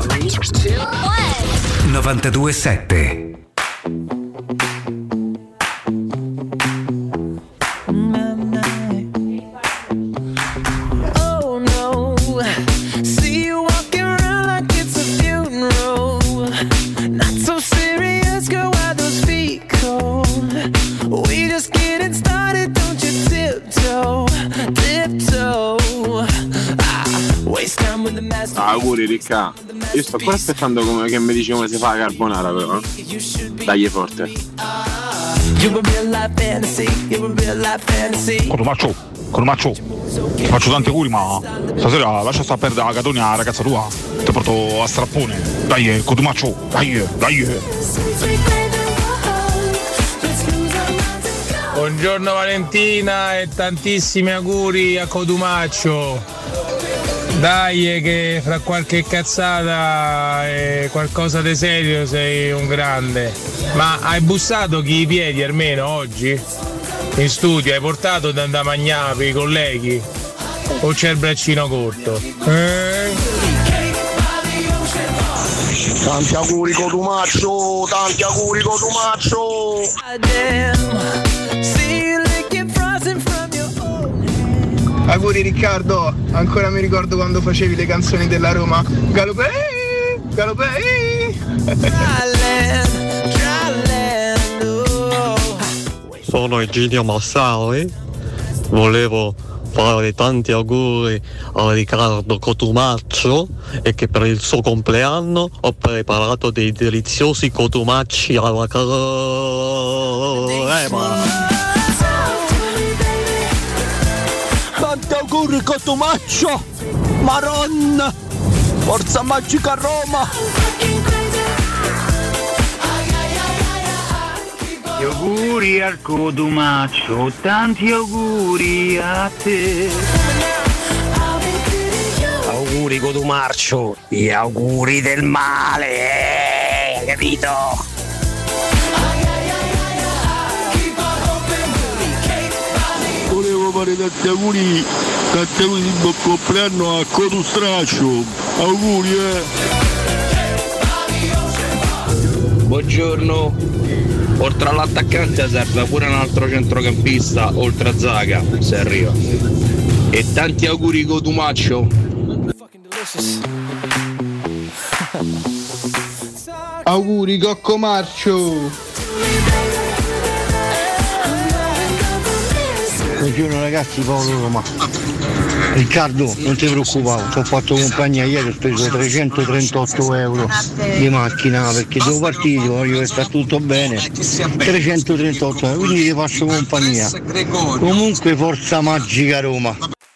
novantadue sette. Oh no, see you walking around like it's a funeral. Not so serious, girl, why those feet cold? We just getting started, don't you tiptoe, tiptoe. Ah, waste time with the master. Auguri Ricca. Io sto qua aspettando come, che mi dici come si fa la carbonara però. Dai forte. You a real life fantasy, you a real life fantasy. Cotumaccio, Cotumaccio, ti faccio tanti auguri, ma stasera lascia stare a perdere la Catonia, ragazza tua. Ti porto a strappone. Dai, Cotumaccio, dai, dai. Buongiorno Valentina e tantissimi auguri a Cotumaccio. Dai che fra qualche cazzata e qualcosa di serio sei un grande. Ma hai bussato chi i piedi almeno oggi? In studio hai portato da andare a mangiare per i colleghi? O c'è il braccino corto? Eh? Tanti auguri Cotumaccio, tanti auguri Cotumaccio. Auguri Riccardo, ancora mi ricordo quando facevi le canzoni della Roma. Galopei, Galopei. Sono Egidio Massari, volevo fare tanti auguri a Riccardo Cotumaccio e che per il suo compleanno ho preparato dei deliziosi cotumacci alla crema. Tanti auguri Cotumaccio, Maronna, Forza Magica Roma. Gli auguri al Cotumaccio, tanti auguri a te. Auguri Cotumaccio, gli auguri del male, capito? Volevo fare tanti auguri, tanti auguri di buon compleanno a Cotustraccio. Auguri, eh! Buongiorno, oltre all'attaccante serve pure un altro centrocampista, oltre a Zaga, se arriva. E tanti auguri Cotumaccio. Auguri Cocco Marcio. Buongiorno ragazzi, Paolo Roma. Riccardo, non ti preoccupare, ti ho fatto compagnia ieri, ho speso trecentotrentotto euro di macchina perché devo partire, voglio che sta tutto bene. trecentotrentotto euro, quindi ti faccio compagnia. Comunque Forza Magica Roma.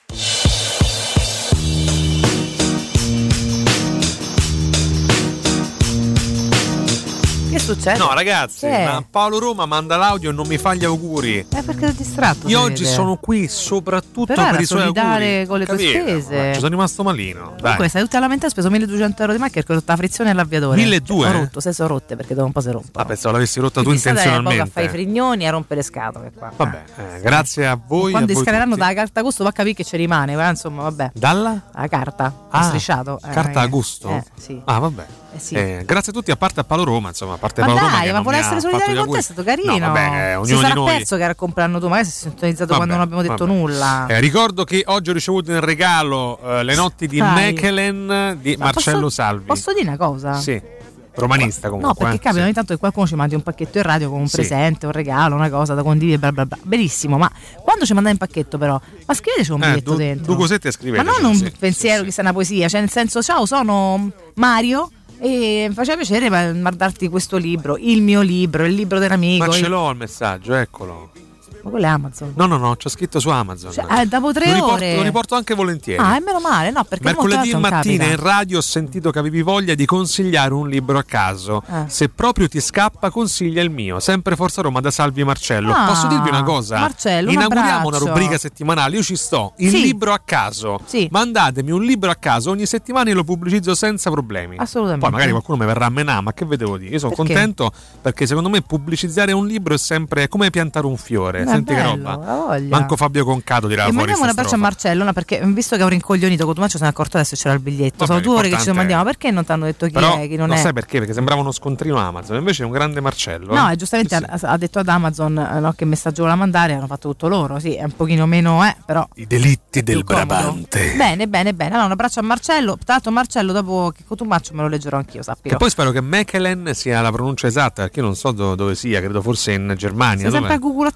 Che succede? No ragazzi, Che è? ma Paolo Roma manda l'audio e non mi fa gli auguri. Eh, perché sei distratto. Io si oggi vede. sono qui soprattutto Però per era i suoi solidale auguri. con le tue Capito? spese. Ma ci sono rimasto malino. Dai. Comunque stai tutti a lamentare, ho speso milleduecento euro di macchina perché ho rotto la frizione e l'avviatore. milleduecento? Ho rotto, se sono rotte perché dopo un po' si rompono. Ah, pensavo l'avessi rotta tu Quindi state poco a intenzionalmente. fare i frignoni e a rompere le scatole qua. Vabbè, eh, grazie a voi. Quando a voi scaleranno tutti. dalla carta a gusto va a capire che ci rimane, ma insomma vabbè. Dalla? La carta, Ah, ho strisciato. eh, carta a ragazzi. gusto? Eh, sì. Ah, vabbè. Eh, sì. Eh, grazie a tutti, a parte a Paolo Roma, insomma, a parte Ma Paolo Roma. dai, che ma non vuole mi essere ha fatto solidale gli con te, è auguri. stato carino. No, vabbè, eh, si ognuno sarà di noi. perso che era il compleanno tu, magari si è sintonizzato Vabbè, quando non abbiamo detto vabbè. nulla. Eh, ricordo che oggi ho ricevuto in regalo eh, le notti di Dai. Mechelen di Ma Marcello posso, Salvi. Posso dire una cosa? Sì, romanista comunque. No, perché eh. capita ogni tanto che qualcuno ci mandi un pacchetto in radio con un Sì. presente, un regalo, una cosa da condividere, bla bla bla. Benissimo, ma quando ci mandate in pacchetto però, ma scriveteci un Eh, biglietto du- dentro. due cosette Ma scriveteci, non un sì, pensiero che sia una poesia, cioè nel senso, ciao, sono Mario e mi faceva piacere ma- mandarti questo libro, il mio libro, il libro dell'amico. Ma ce il- l'ho il messaggio, eccolo. Ma quello è Amazon. No, no, no, c'è scritto su Amazon. Cioè, eh, dopo tre lo riporto, ore. Lo riporto anche volentieri. Ah, è meno male, no, perché Mercoledì molte volte non mattina in capita. radio ho sentito che avevi voglia di consigliare un libro a caso. Eh. Se proprio ti scappa, consiglia il mio. Sempre Forza Roma da Salvi Marcello. Ah, Posso dirvi una cosa? Marcello, un inauguriamo una abbraccio. rubrica settimanale. Io ci sto. Il Sì. libro a caso. Sì. Mandatemi un libro a caso ogni settimana e lo pubblicizzo senza problemi. Assolutamente. Poi magari qualcuno mi verrà a menare, ma che vedevo dire? Io sono Perché? contento perché secondo me pubblicizzare un libro è sempre come piantare un fiore. Beh, Senti che bello, roba. ha voglia. Manco Fabio Concato dirà E fuori mandiamo un sta abbraccio a strofa. Marcello, no, perché visto che è un rincoglionito Cotumaccio se ne è accorto adesso c'era il biglietto. Vabbè, Sono due ore che ci l'importante mandiamo, è- perché non ti hanno detto chi Però è, chi non lo è? sai perché? Perché sembrava uno scontrino Amazon, invece è un grande Marcello. No, eh. e giustamente Sì, sì. ha, ha detto ad Amazon eh, no, che messaggio voleva mandare, hanno fatto tutto loro, sì, è un pochino meno, eh, però. I delitti del comodo. Brabante. Bene, bene, bene. Allora un abbraccio a Marcello. Tra l'altro Marcello dopo che Cotumaccio me lo leggerò anch'io, sappilo. Che poi spero che Mechelen sia la pronuncia esatta, perché io non so do- dove sia, credo forse in Germania. Sei sempre dov'è? a Google a tutto, ma Eh,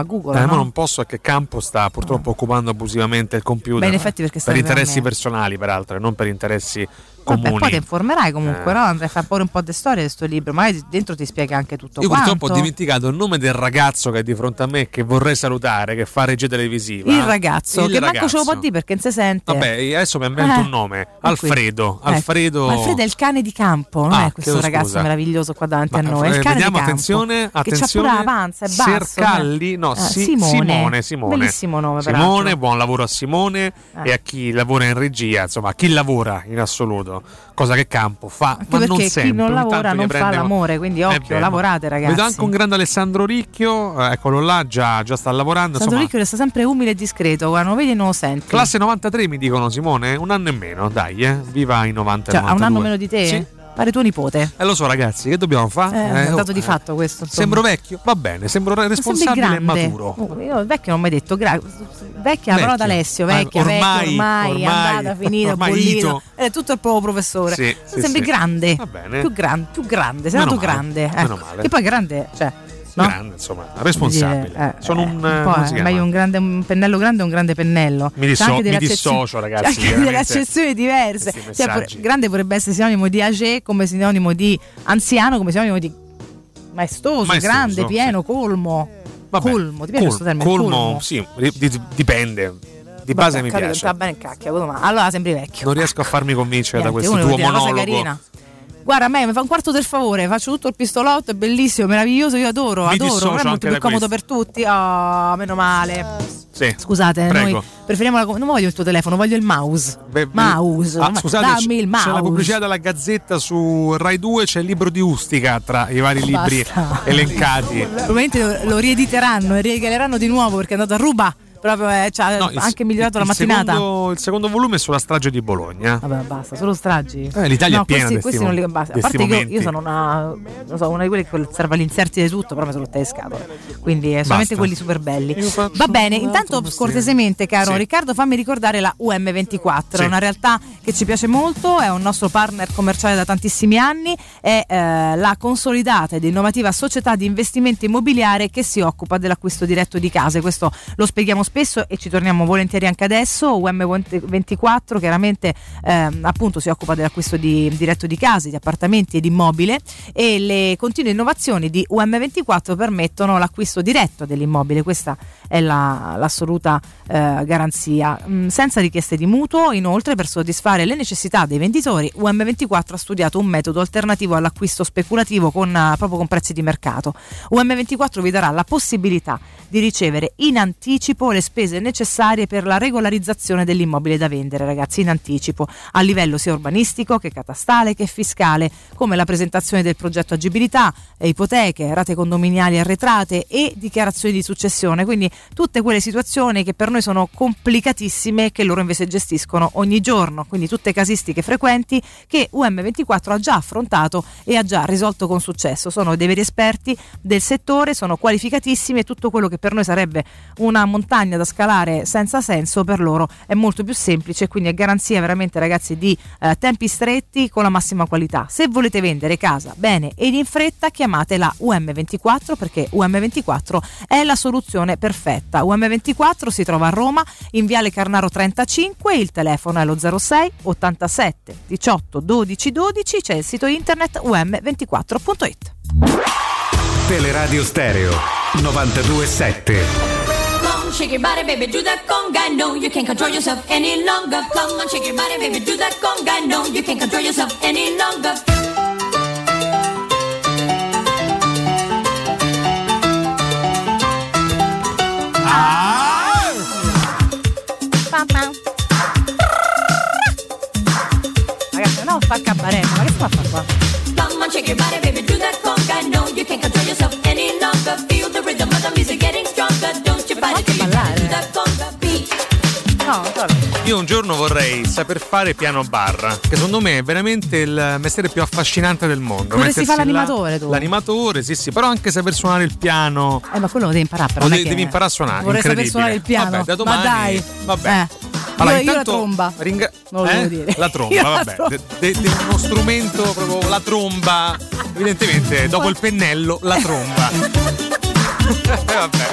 Google. Eh, no? ma non posso, perché Campo sta purtroppo occupando abusivamente il computer. Beh, in effetti perché sta per interessi veramente- personali, peraltro, e non per interessi Vabbè, comuni. poi ti informerai comunque, Eh. no? Andrai a fare pure un po' di storia di sto libro, magari dentro ti spiega anche tutto Io quanto. purtroppo ho dimenticato il nome del ragazzo che è di fronte a me, che vorrei salutare, che fa regia televisiva. Il ragazzo, Il che manco ce lo può ragazzo. dire perché non si sente. Vabbè, adesso mi invento Eh. un nome. E Alfredo. quindi- Alfredo. Ecco. Alfredo è il cane di campo, non Ah, è questo chiedo ragazzo scusa. meraviglioso qua davanti a Ma, noi. È il eh, cane vediamo, di campo. attenzione, Che c'ha attenzione. pure la panza, è basso. Sercalli, no, eh, sì, Simone. Simone, Simone. Bellissimo nome, Simone, peraltro. buon lavoro a Simone Eh. e a chi lavora in regia, insomma, a chi lavora in assoluto, cosa che Campo fa, Anche ma non perché sempre. chi non ogni lavora tanto gli non fa prende- l'amore, quindi Eh occhio, beh, lavorate ragazzi. Vedo anche un grande Alessandro Ricchio, eh, eccolo là, già, già sta lavorando. Sandro Insomma, Ricchio resta sempre umile e discreto, guarda, non lo vedi e non lo senti. classe novantatré mi dicono, Simone, un anno e meno, dai, eh. Viva i novanta e Cioè, ha un novantadue. anno meno di te? Sì. Pare tuo nipote. Eh, lo so ragazzi, che dobbiamo fare? Eh, è un oh, dato di eh. fatto questo. insomma. Sembro vecchio? Va bene, sembro Ma responsabile e sembri grande. maturo. Oh, io vecchio non ho mai detto, gra- vecchia la parola Vecchio. d'Alessio, Ma vecchia, ormai- vecchia, ormai, ormai- è andata, finita, ormai bollito. ito. È tutto il proprio professore. Sì, Tu sì, sembri sì. grande. Va bene. Più, gran- più grande, sei Meno nato male, grande. meno ecco. male. Che poi grande, cioè, no? Grande, insomma, responsabile. Dire, eh, Sono un, un eh, po', come si è chiama? meglio un, grande, un pennello grande e un grande pennello. Mi C'è disso- anche delle mi accezioni- dissocio, ragazzi, c'è anche delle veramente. accezioni diverse. Questi Cioè, messaggi. grande potrebbe essere sinonimo di âgé, come sinonimo di anziano, come sinonimo di maestoso, Maestoso, grande, pieno, colmo. Vabbè, colmo, ti piace col- questo termine? colmo, Colmo? sì, ri- di- dipende. Di base Vabbè, mi capito, piace. non va bene il cacchio, ma allora sembri vecchio. Non riesco a farmi convincere da Niente, questo uno tuo vuol dire una cosa monologo. carina. Guarda, a me mi fa un quarto del favore, faccio tutto il pistolotto, è bellissimo, meraviglioso, io adoro, Mi adoro, dissocio non è molto anche più da comodo questo. per tutti. Oh, meno male. Sì. Scusate, Prego. noi preferiamo la, non voglio il tuo telefono, voglio il mouse. Beh, mouse. ah, Ma- scusate, dammi il c'è mouse. la pubblicità della Gazzetta su Rai due, c'è il libro di Ustica tra i vari libri Basta. elencati. Probabilmente lo, lo riediteranno e riegaleranno di nuovo perché è andato a ruba. Proprio eh, ci ha No, il- anche migliorato la il mattinata. Secondo, il secondo volume è sulla strage di Bologna. Vabbè, basta, solo stragi. Eh, l'Italia no, è piena questi, di questi sti- non li basta. A di sti parte che io, momenti. io sono una, non so, una di quelle che osserva gli inserti di tutto, però mi sono rotte le scatole. Quindi eh, solamente Basta. quelli super belli. Va bene, intanto scortesemente, caro Sì. Riccardo, fammi ricordare la U M ventiquattro, Sì. è una realtà che ci piace molto, è un nostro partner commerciale da tantissimi anni, è eh, la consolidata ed innovativa società di investimento immobiliare che si occupa dell'acquisto diretto di case. Questo lo spieghiamo spesso e ci torniamo volentieri anche adesso. U M ventiquattro chiaramente ehm, appunto si occupa dell'acquisto di, diretto di case, di appartamenti e di immobile, e le continue innovazioni di U M ventiquattro permettono l'acquisto diretto dell'immobile. Questa è la, l'assoluta eh, garanzia, mm, senza richieste di mutuo. Inoltre, per soddisfare le necessità dei venditori, U M ventiquattro ha studiato un metodo alternativo all'acquisto speculativo con, eh, proprio con prezzi di mercato. U M ventiquattro vi darà la possibilità di ricevere in anticipo le spese necessarie per la regolarizzazione dell'immobile da vendere, ragazzi, in anticipo, a livello sia urbanistico che catastale che fiscale, come la presentazione del progetto agibilità, eh, ipoteche, rate condominiali arretrate e dichiarazioni di successione. Quindi tutte quelle situazioni che per noi sono complicatissime e che loro invece gestiscono ogni giorno, quindi tutte casistiche frequenti che U M ventiquattro ha già affrontato e ha già risolto con successo. Sono dei veri esperti del settore, sono qualificatissimi e tutto quello che per noi sarebbe una montagna da scalare senza senso per loro è molto più semplice, quindi è garanzia veramente, ragazzi, di eh, tempi stretti con la massima qualità. Se volete vendere casa bene ed in fretta, chiamate la U M ventiquattro, perché U M ventiquattro è la soluzione perfetta. U M ventiquattro si trova a Roma in Viale Carnaro trentacinque, il telefono è lo zero sei ottantasette diciotto dodici dodici, c'è il sito internet u m ventiquattro punto it. Teleradio Stereo novantadue sette. Come on, shake your body, baby, do that conga. No, you can't control yourself any longer. Come on, shake your body, baby, do that conga. No, you can't control yourself any longer. Pam, pam. Ragazzi, andiamo a fare il cabaret, ma che sta a fare qua? Come on, shake your body, baby, do that conga. No, you can't control yourself any longer. Feel the rhythm of the music getting stronger. Don't you body, do you body, do that conga beat. No, vabbè. Io un giorno vorrei saper fare piano bar, che secondo me è veramente il mestiere più affascinante del mondo. Vorresti Mettersi fare là- l'animatore tu? L'animatore, sì, sì, però anche saper suonare il piano. Eh, ma quello lo devi imparare, però Lo non è devi, che- devi imparare a suonare. Vorrei saper incredibile. suonare il piano. Vabbè, da domani, Ma dai. Vabbè. Eh. Allora, io, io la intanto tromba. ringra- Non lo eh? devo dire. La tromba, Io la vabbè. tromba. De- de- de- uno strumento proprio la tromba. Evidentemente, dopo il pennello, la tromba. Eh, vabbè.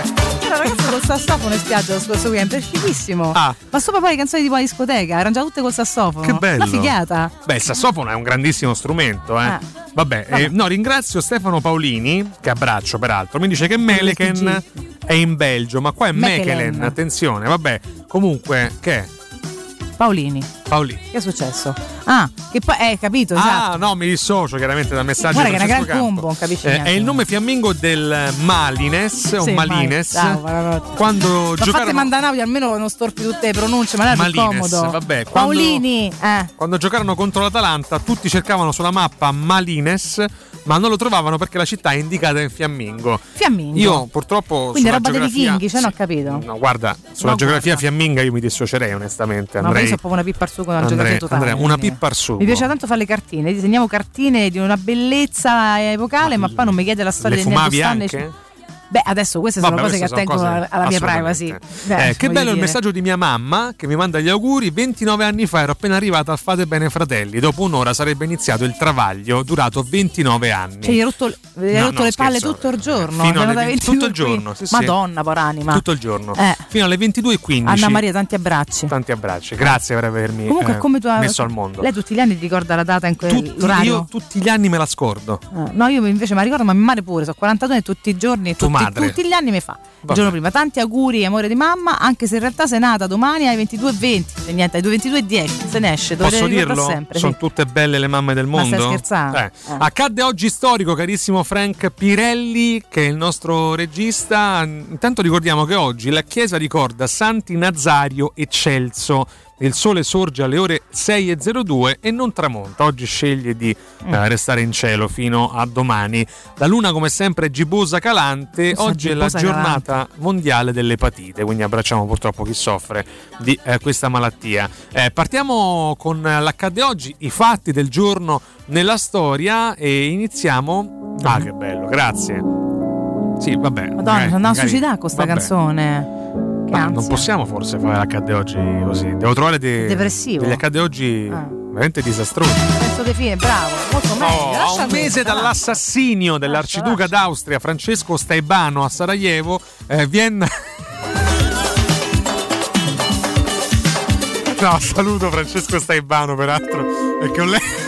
c'era un ragazzo col sassofono in spiaggia lo scorso weekend, è fighissimo. Ah. Ma sopra poi le canzoni tipo la discoteca, erano già tutte col sassofono. Che bello. Una figata. Beh, il sassofono è un grandissimo strumento, eh. Ah. Vabbè, Vabbè. Eh, no, ringrazio Stefano Paolini, che abbraccio peraltro. Mi dice che Meleken è in Belgio, ma qua è Mechelen. Mechelen, attenzione, vabbè. Comunque, che è? Paolini. Paolini. Che è successo? Ah, che poi eh, capito, esatto. Ah, no, mi dissocio chiaramente dal messaggio Guarda di che è una Francesco gran Campo. combo, non capisci Eh, niente. è il nome fiammingo del Malines o Sì, Malines. Mai. Ciao, buonanotte. Quando Ma fate giocarono Mandanaudi almeno non storpi tutte le pronunce, magari è più Malines, comodo. vabbè, quando- Paolini, eh. Quando giocarono contro l'Atalanta, tutti cercavano sulla mappa Malines, ma non lo trovavano perché la città è indicata in fiammingo. Fiammingo. Io purtroppo Quindi sulla roba dei geografia- vichinghi, cioè non ho capito. No, guarda, sulla No, geografia guarda. fiamminga io mi dissocierei onestamente. Ma Andrei, poi sono proprio una pippa al sugo, una andrei- geografia totale. andrei- una quindi. pippa al sugo. Mi piace tanto fare le cartine, disegniamo cartine di una bellezza epocale, ma, poi non mi chiede la storia le degli fumavi Hindustani. anche? Beh, adesso queste Vabbè, sono cose che queste sono attengono cose- alla mia privacy. assolutamente. Beh, Eh, che voglio bello il dire. messaggio di mia mamma che mi manda gli auguri. ventinove anni fa ero appena arrivata al Fate Bene Fratelli. Dopo un'ora sarebbe iniziato il travaglio durato ventinove anni. Cioè, gli hai rotto, gli hai No, rotto no, le palle scherzo. tutto il giorno. Fino Erano alle da venti ventidue tutto il qui. giorno, sì, sì. Madonna, poranima. Tutto il giorno. Eh. Fino alle ventidue e quindici. Anna Maria, tanti abbracci. Tanti abbracci. Grazie per avermi Comunque, eh, come tu hai messo al mondo. Lei tutti gli anni ti ricorda la data in Tutti- quell'orario? io tutti gli anni me la scordo. Eh, no, io invece mi ricordo, ma mia madre pure, sono quarantadue anni tutti i giorni, Tu tutti, madre. tutti gli anni mi fa. Il Vabbè. giorno prima, tanti auguri, amore di mamma, anche se in realtà sei nata domani alle ventidue e venti, e niente, alle ventidue e dieci, se ne esce, dovrei Posso ricordare dirlo? sempre. Sono sì. tutte belle le mamme del Ma mondo? stai scherzando? Eh. Eh. Accadde oggi storico, carissimo Frank Pirelli, che è il nostro regista. Intanto ricordiamo che oggi la chiesa ricorda Santi Nazario e Celso. Il sole sorge alle ore sei e zero due e non tramonta. Oggi sceglie di Mm. eh, restare in cielo fino a domani. La luna, come sempre, è gibosa calante. Questa Oggi è la gibosa giornata mondiale dell'epatite, quindi abbracciamo purtroppo chi soffre di eh, questa malattia. Eh, partiamo con l'accadde oggi, i fatti del giorno nella storia, e iniziamo. Ah, che bello, grazie. Sì, vabbè. Madonna, magari- sono andata a magari- suicidare con sta vabbè. canzone. Che Ma ansia. non possiamo forse fare l'accadde oggi così. Devo trovare dei, Depressivo. degli accadde oggi veramente disastrosi. Penso di fine, bravo, molto meglio. Oh, a lascia un mese questa, dall'assassinio dell'arciduca d'Austria Francesco Staibano a Sarajevo, eh, Vienna. No, saluto Francesco Staibano peraltro, perché ho letto.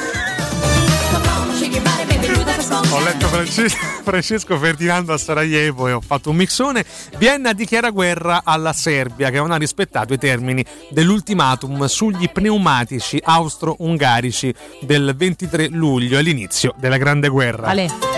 Ho letto Frances- Francesco Ferdinando a Sarajevo e ho fatto un mixone. Vienna dichiara guerra alla Serbia, che non ha rispettato i termini dell'ultimatum sugli pneumatici austro-ungarici del ventitré luglio, all'inizio della Grande Guerra. Ale.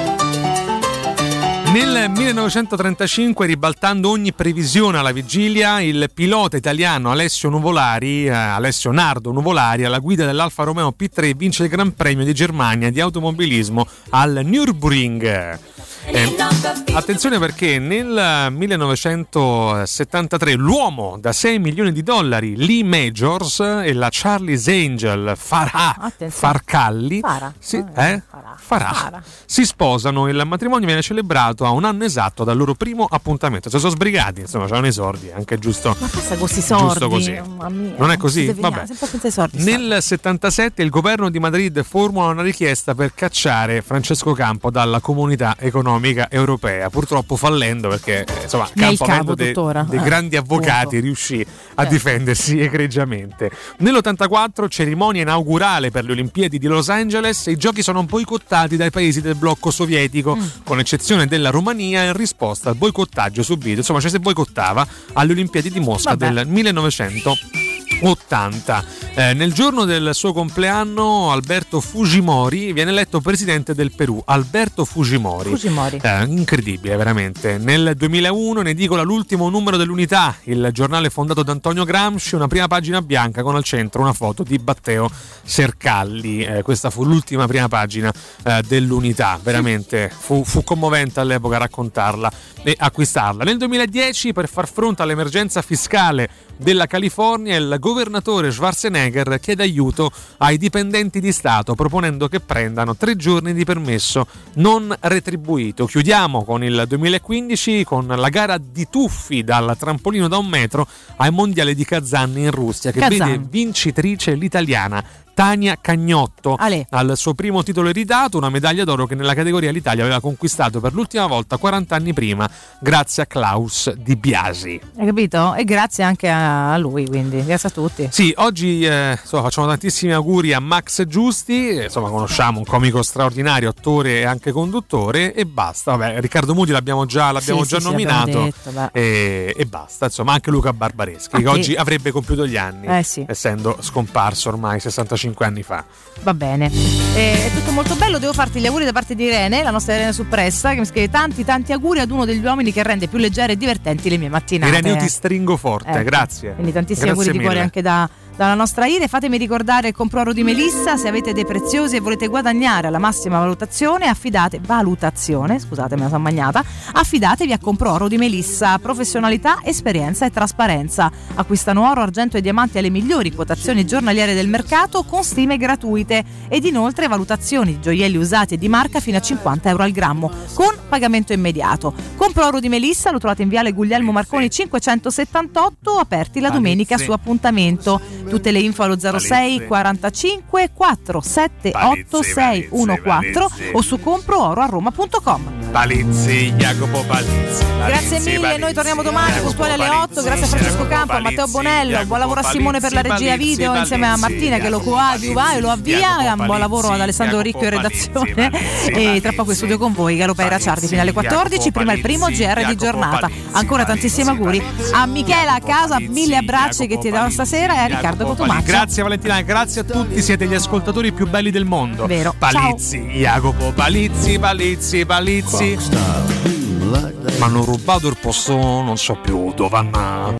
Nel millenovecentotrentacinque, ribaltando ogni previsione alla vigilia, il pilota italiano Alessio Nuvolari, eh, Alessio Nardo Nuvolari, alla guida dell'Alfa Romeo P tre, vince il Gran Premio di Germania di automobilismo al Nürburgring. Eh, attenzione, perché nel millenovecentosettantatré l'uomo da sei milioni di dollari, Lee Majors, e la Charlie's Angel Farah Farkalli Farah. si, eh? Farah. si sposano. Il matrimonio viene celebrato a un anno esatto dal loro primo appuntamento. Si sono sbrigati, insomma, c'erano i sordi, anche giusto. Ma passa con questi sordi. Giusto così. Mamma mia, Non è così? siete Vabbè. vignati, sempre senza i sordi. Nel settantasette il governo di Madrid formula una richiesta per cacciare Francesco Campo dalla comunità economica europea, purtroppo fallendo, perché eh, insomma Ne è il Campo, capo avendo dei, tuttora. dei Eh, grandi avvocati, appunto. riuscì a Eh. difendersi egregiamente. Nell'ottantaquattro cerimonia inaugurale per le Olimpiadi di Los Angeles. I giochi sono boicottati dai paesi del blocco sovietico, Mm. con eccezione della Romania, in risposta al boicottaggio subito. Insomma, cioè si boicottava alle Olimpiadi di Mosca Vabbè. del millenovecentottanta. Eh, nel giorno del suo compleanno Alberto Fujimori viene eletto presidente del Perù. Alberto Fujimori, Fujimori. Eh, incredibile veramente. Nel duemilauno, in edicola l'ultimo numero dell'Unità, il giornale fondato da Antonio Gramsci, una prima pagina bianca con al centro una foto di Matteo Sercalli. Eh, questa fu l'ultima prima pagina eh, dell'Unità, veramente fu, fu commovente all'epoca raccontarla e acquistarla. Nel duemiladieci, per far fronte all'emergenza fiscale della California, il governatore Schwarzenegger chiede aiuto ai dipendenti di Stato, proponendo che prendano tre giorni di permesso non retribuito. Chiudiamo con il duemilaquindici, con la gara di tuffi dal trampolino da un metro ai mondiali di Kazan in Russia, che Kazan. vede vincitrice l'italiana Tania Cagnotto Ale. al suo primo titolo eritato, una medaglia d'oro che nella categoria l'Italia aveva conquistato per l'ultima volta quaranta anni prima grazie a Klaus Di Biasi. Hai capito? E grazie anche a lui, quindi grazie a tutti. Sì, oggi eh, insomma, facciamo tantissimi auguri a Max Giusti, insomma conosciamo un comico straordinario, attore e anche conduttore, e basta. Vabbè, Riccardo Muti l'abbiamo già, l'abbiamo Sì, già sì, sì, nominato, abbiamo detto, e, e basta. Insomma, anche Luca Barbareschi, Ah, che sì. oggi avrebbe compiuto gli anni, Eh, sì. essendo scomparso ormai sessantacinque anni fa. Va bene, eh, è tutto molto bello. Devo farti gli auguri da parte di Irene, la nostra Irene Suppressa, che mi scrive tanti tanti auguri ad uno degli uomini che rende più leggere e divertenti le mie mattinate. Irene, io ti stringo forte, Ecco. grazie. Quindi tantissimi Grazie auguri di cuore mille. anche da, dalla nostra Ire. Fatemi ricordare il Comproro di Melissa: se avete dei preziosi e volete guadagnare alla massima valutazione, affidate valutazione, scusate me la sono magnata, affidatevi a Comproro di Melissa. Professionalità, esperienza e trasparenza. Acquistano oro, argento e diamanti alle migliori quotazioni giornaliere del mercato con stime gratuite ed inoltre valutazioni di gioielli usati e di marca fino a cinquanta euro al grammo con pagamento immediato. Comproro di Melissa lo trovate in viale Guglielmo Marconi cinquecentosettantotto, aperti la domenica su appuntamento. Tutte le info allo zero sei quarantacinque quarantasette ottantasei quattordici o su comprooro a roma punto com. Palizzi, Jacopo Palizzi. Grazie mille, noi torniamo domani puntuali alle otto. Grazie a Francesco Campo, a Matteo Bonello, buon lavoro a Simone per la regia video insieme a Martina che lo coadiuva e lo avvia. Buon lavoro ad Alessandro Ricchio in redazione e tra poco in studio con voi Galopei Racciardi fino alle quattordici, prima il primo G R di giornata. Ancora tantissimi auguri a Michela a casa, mille abbracci che ti do stasera, e a Riccardo Cotumaccio. Grazie Valentina, grazie a tutti, siete gli ascoltatori più belli del mondo. Vero. Palizzi, Jacopo Palizzi, Palizzi, Palizzi. Mi hanno rubato il posto, non so più dove andare.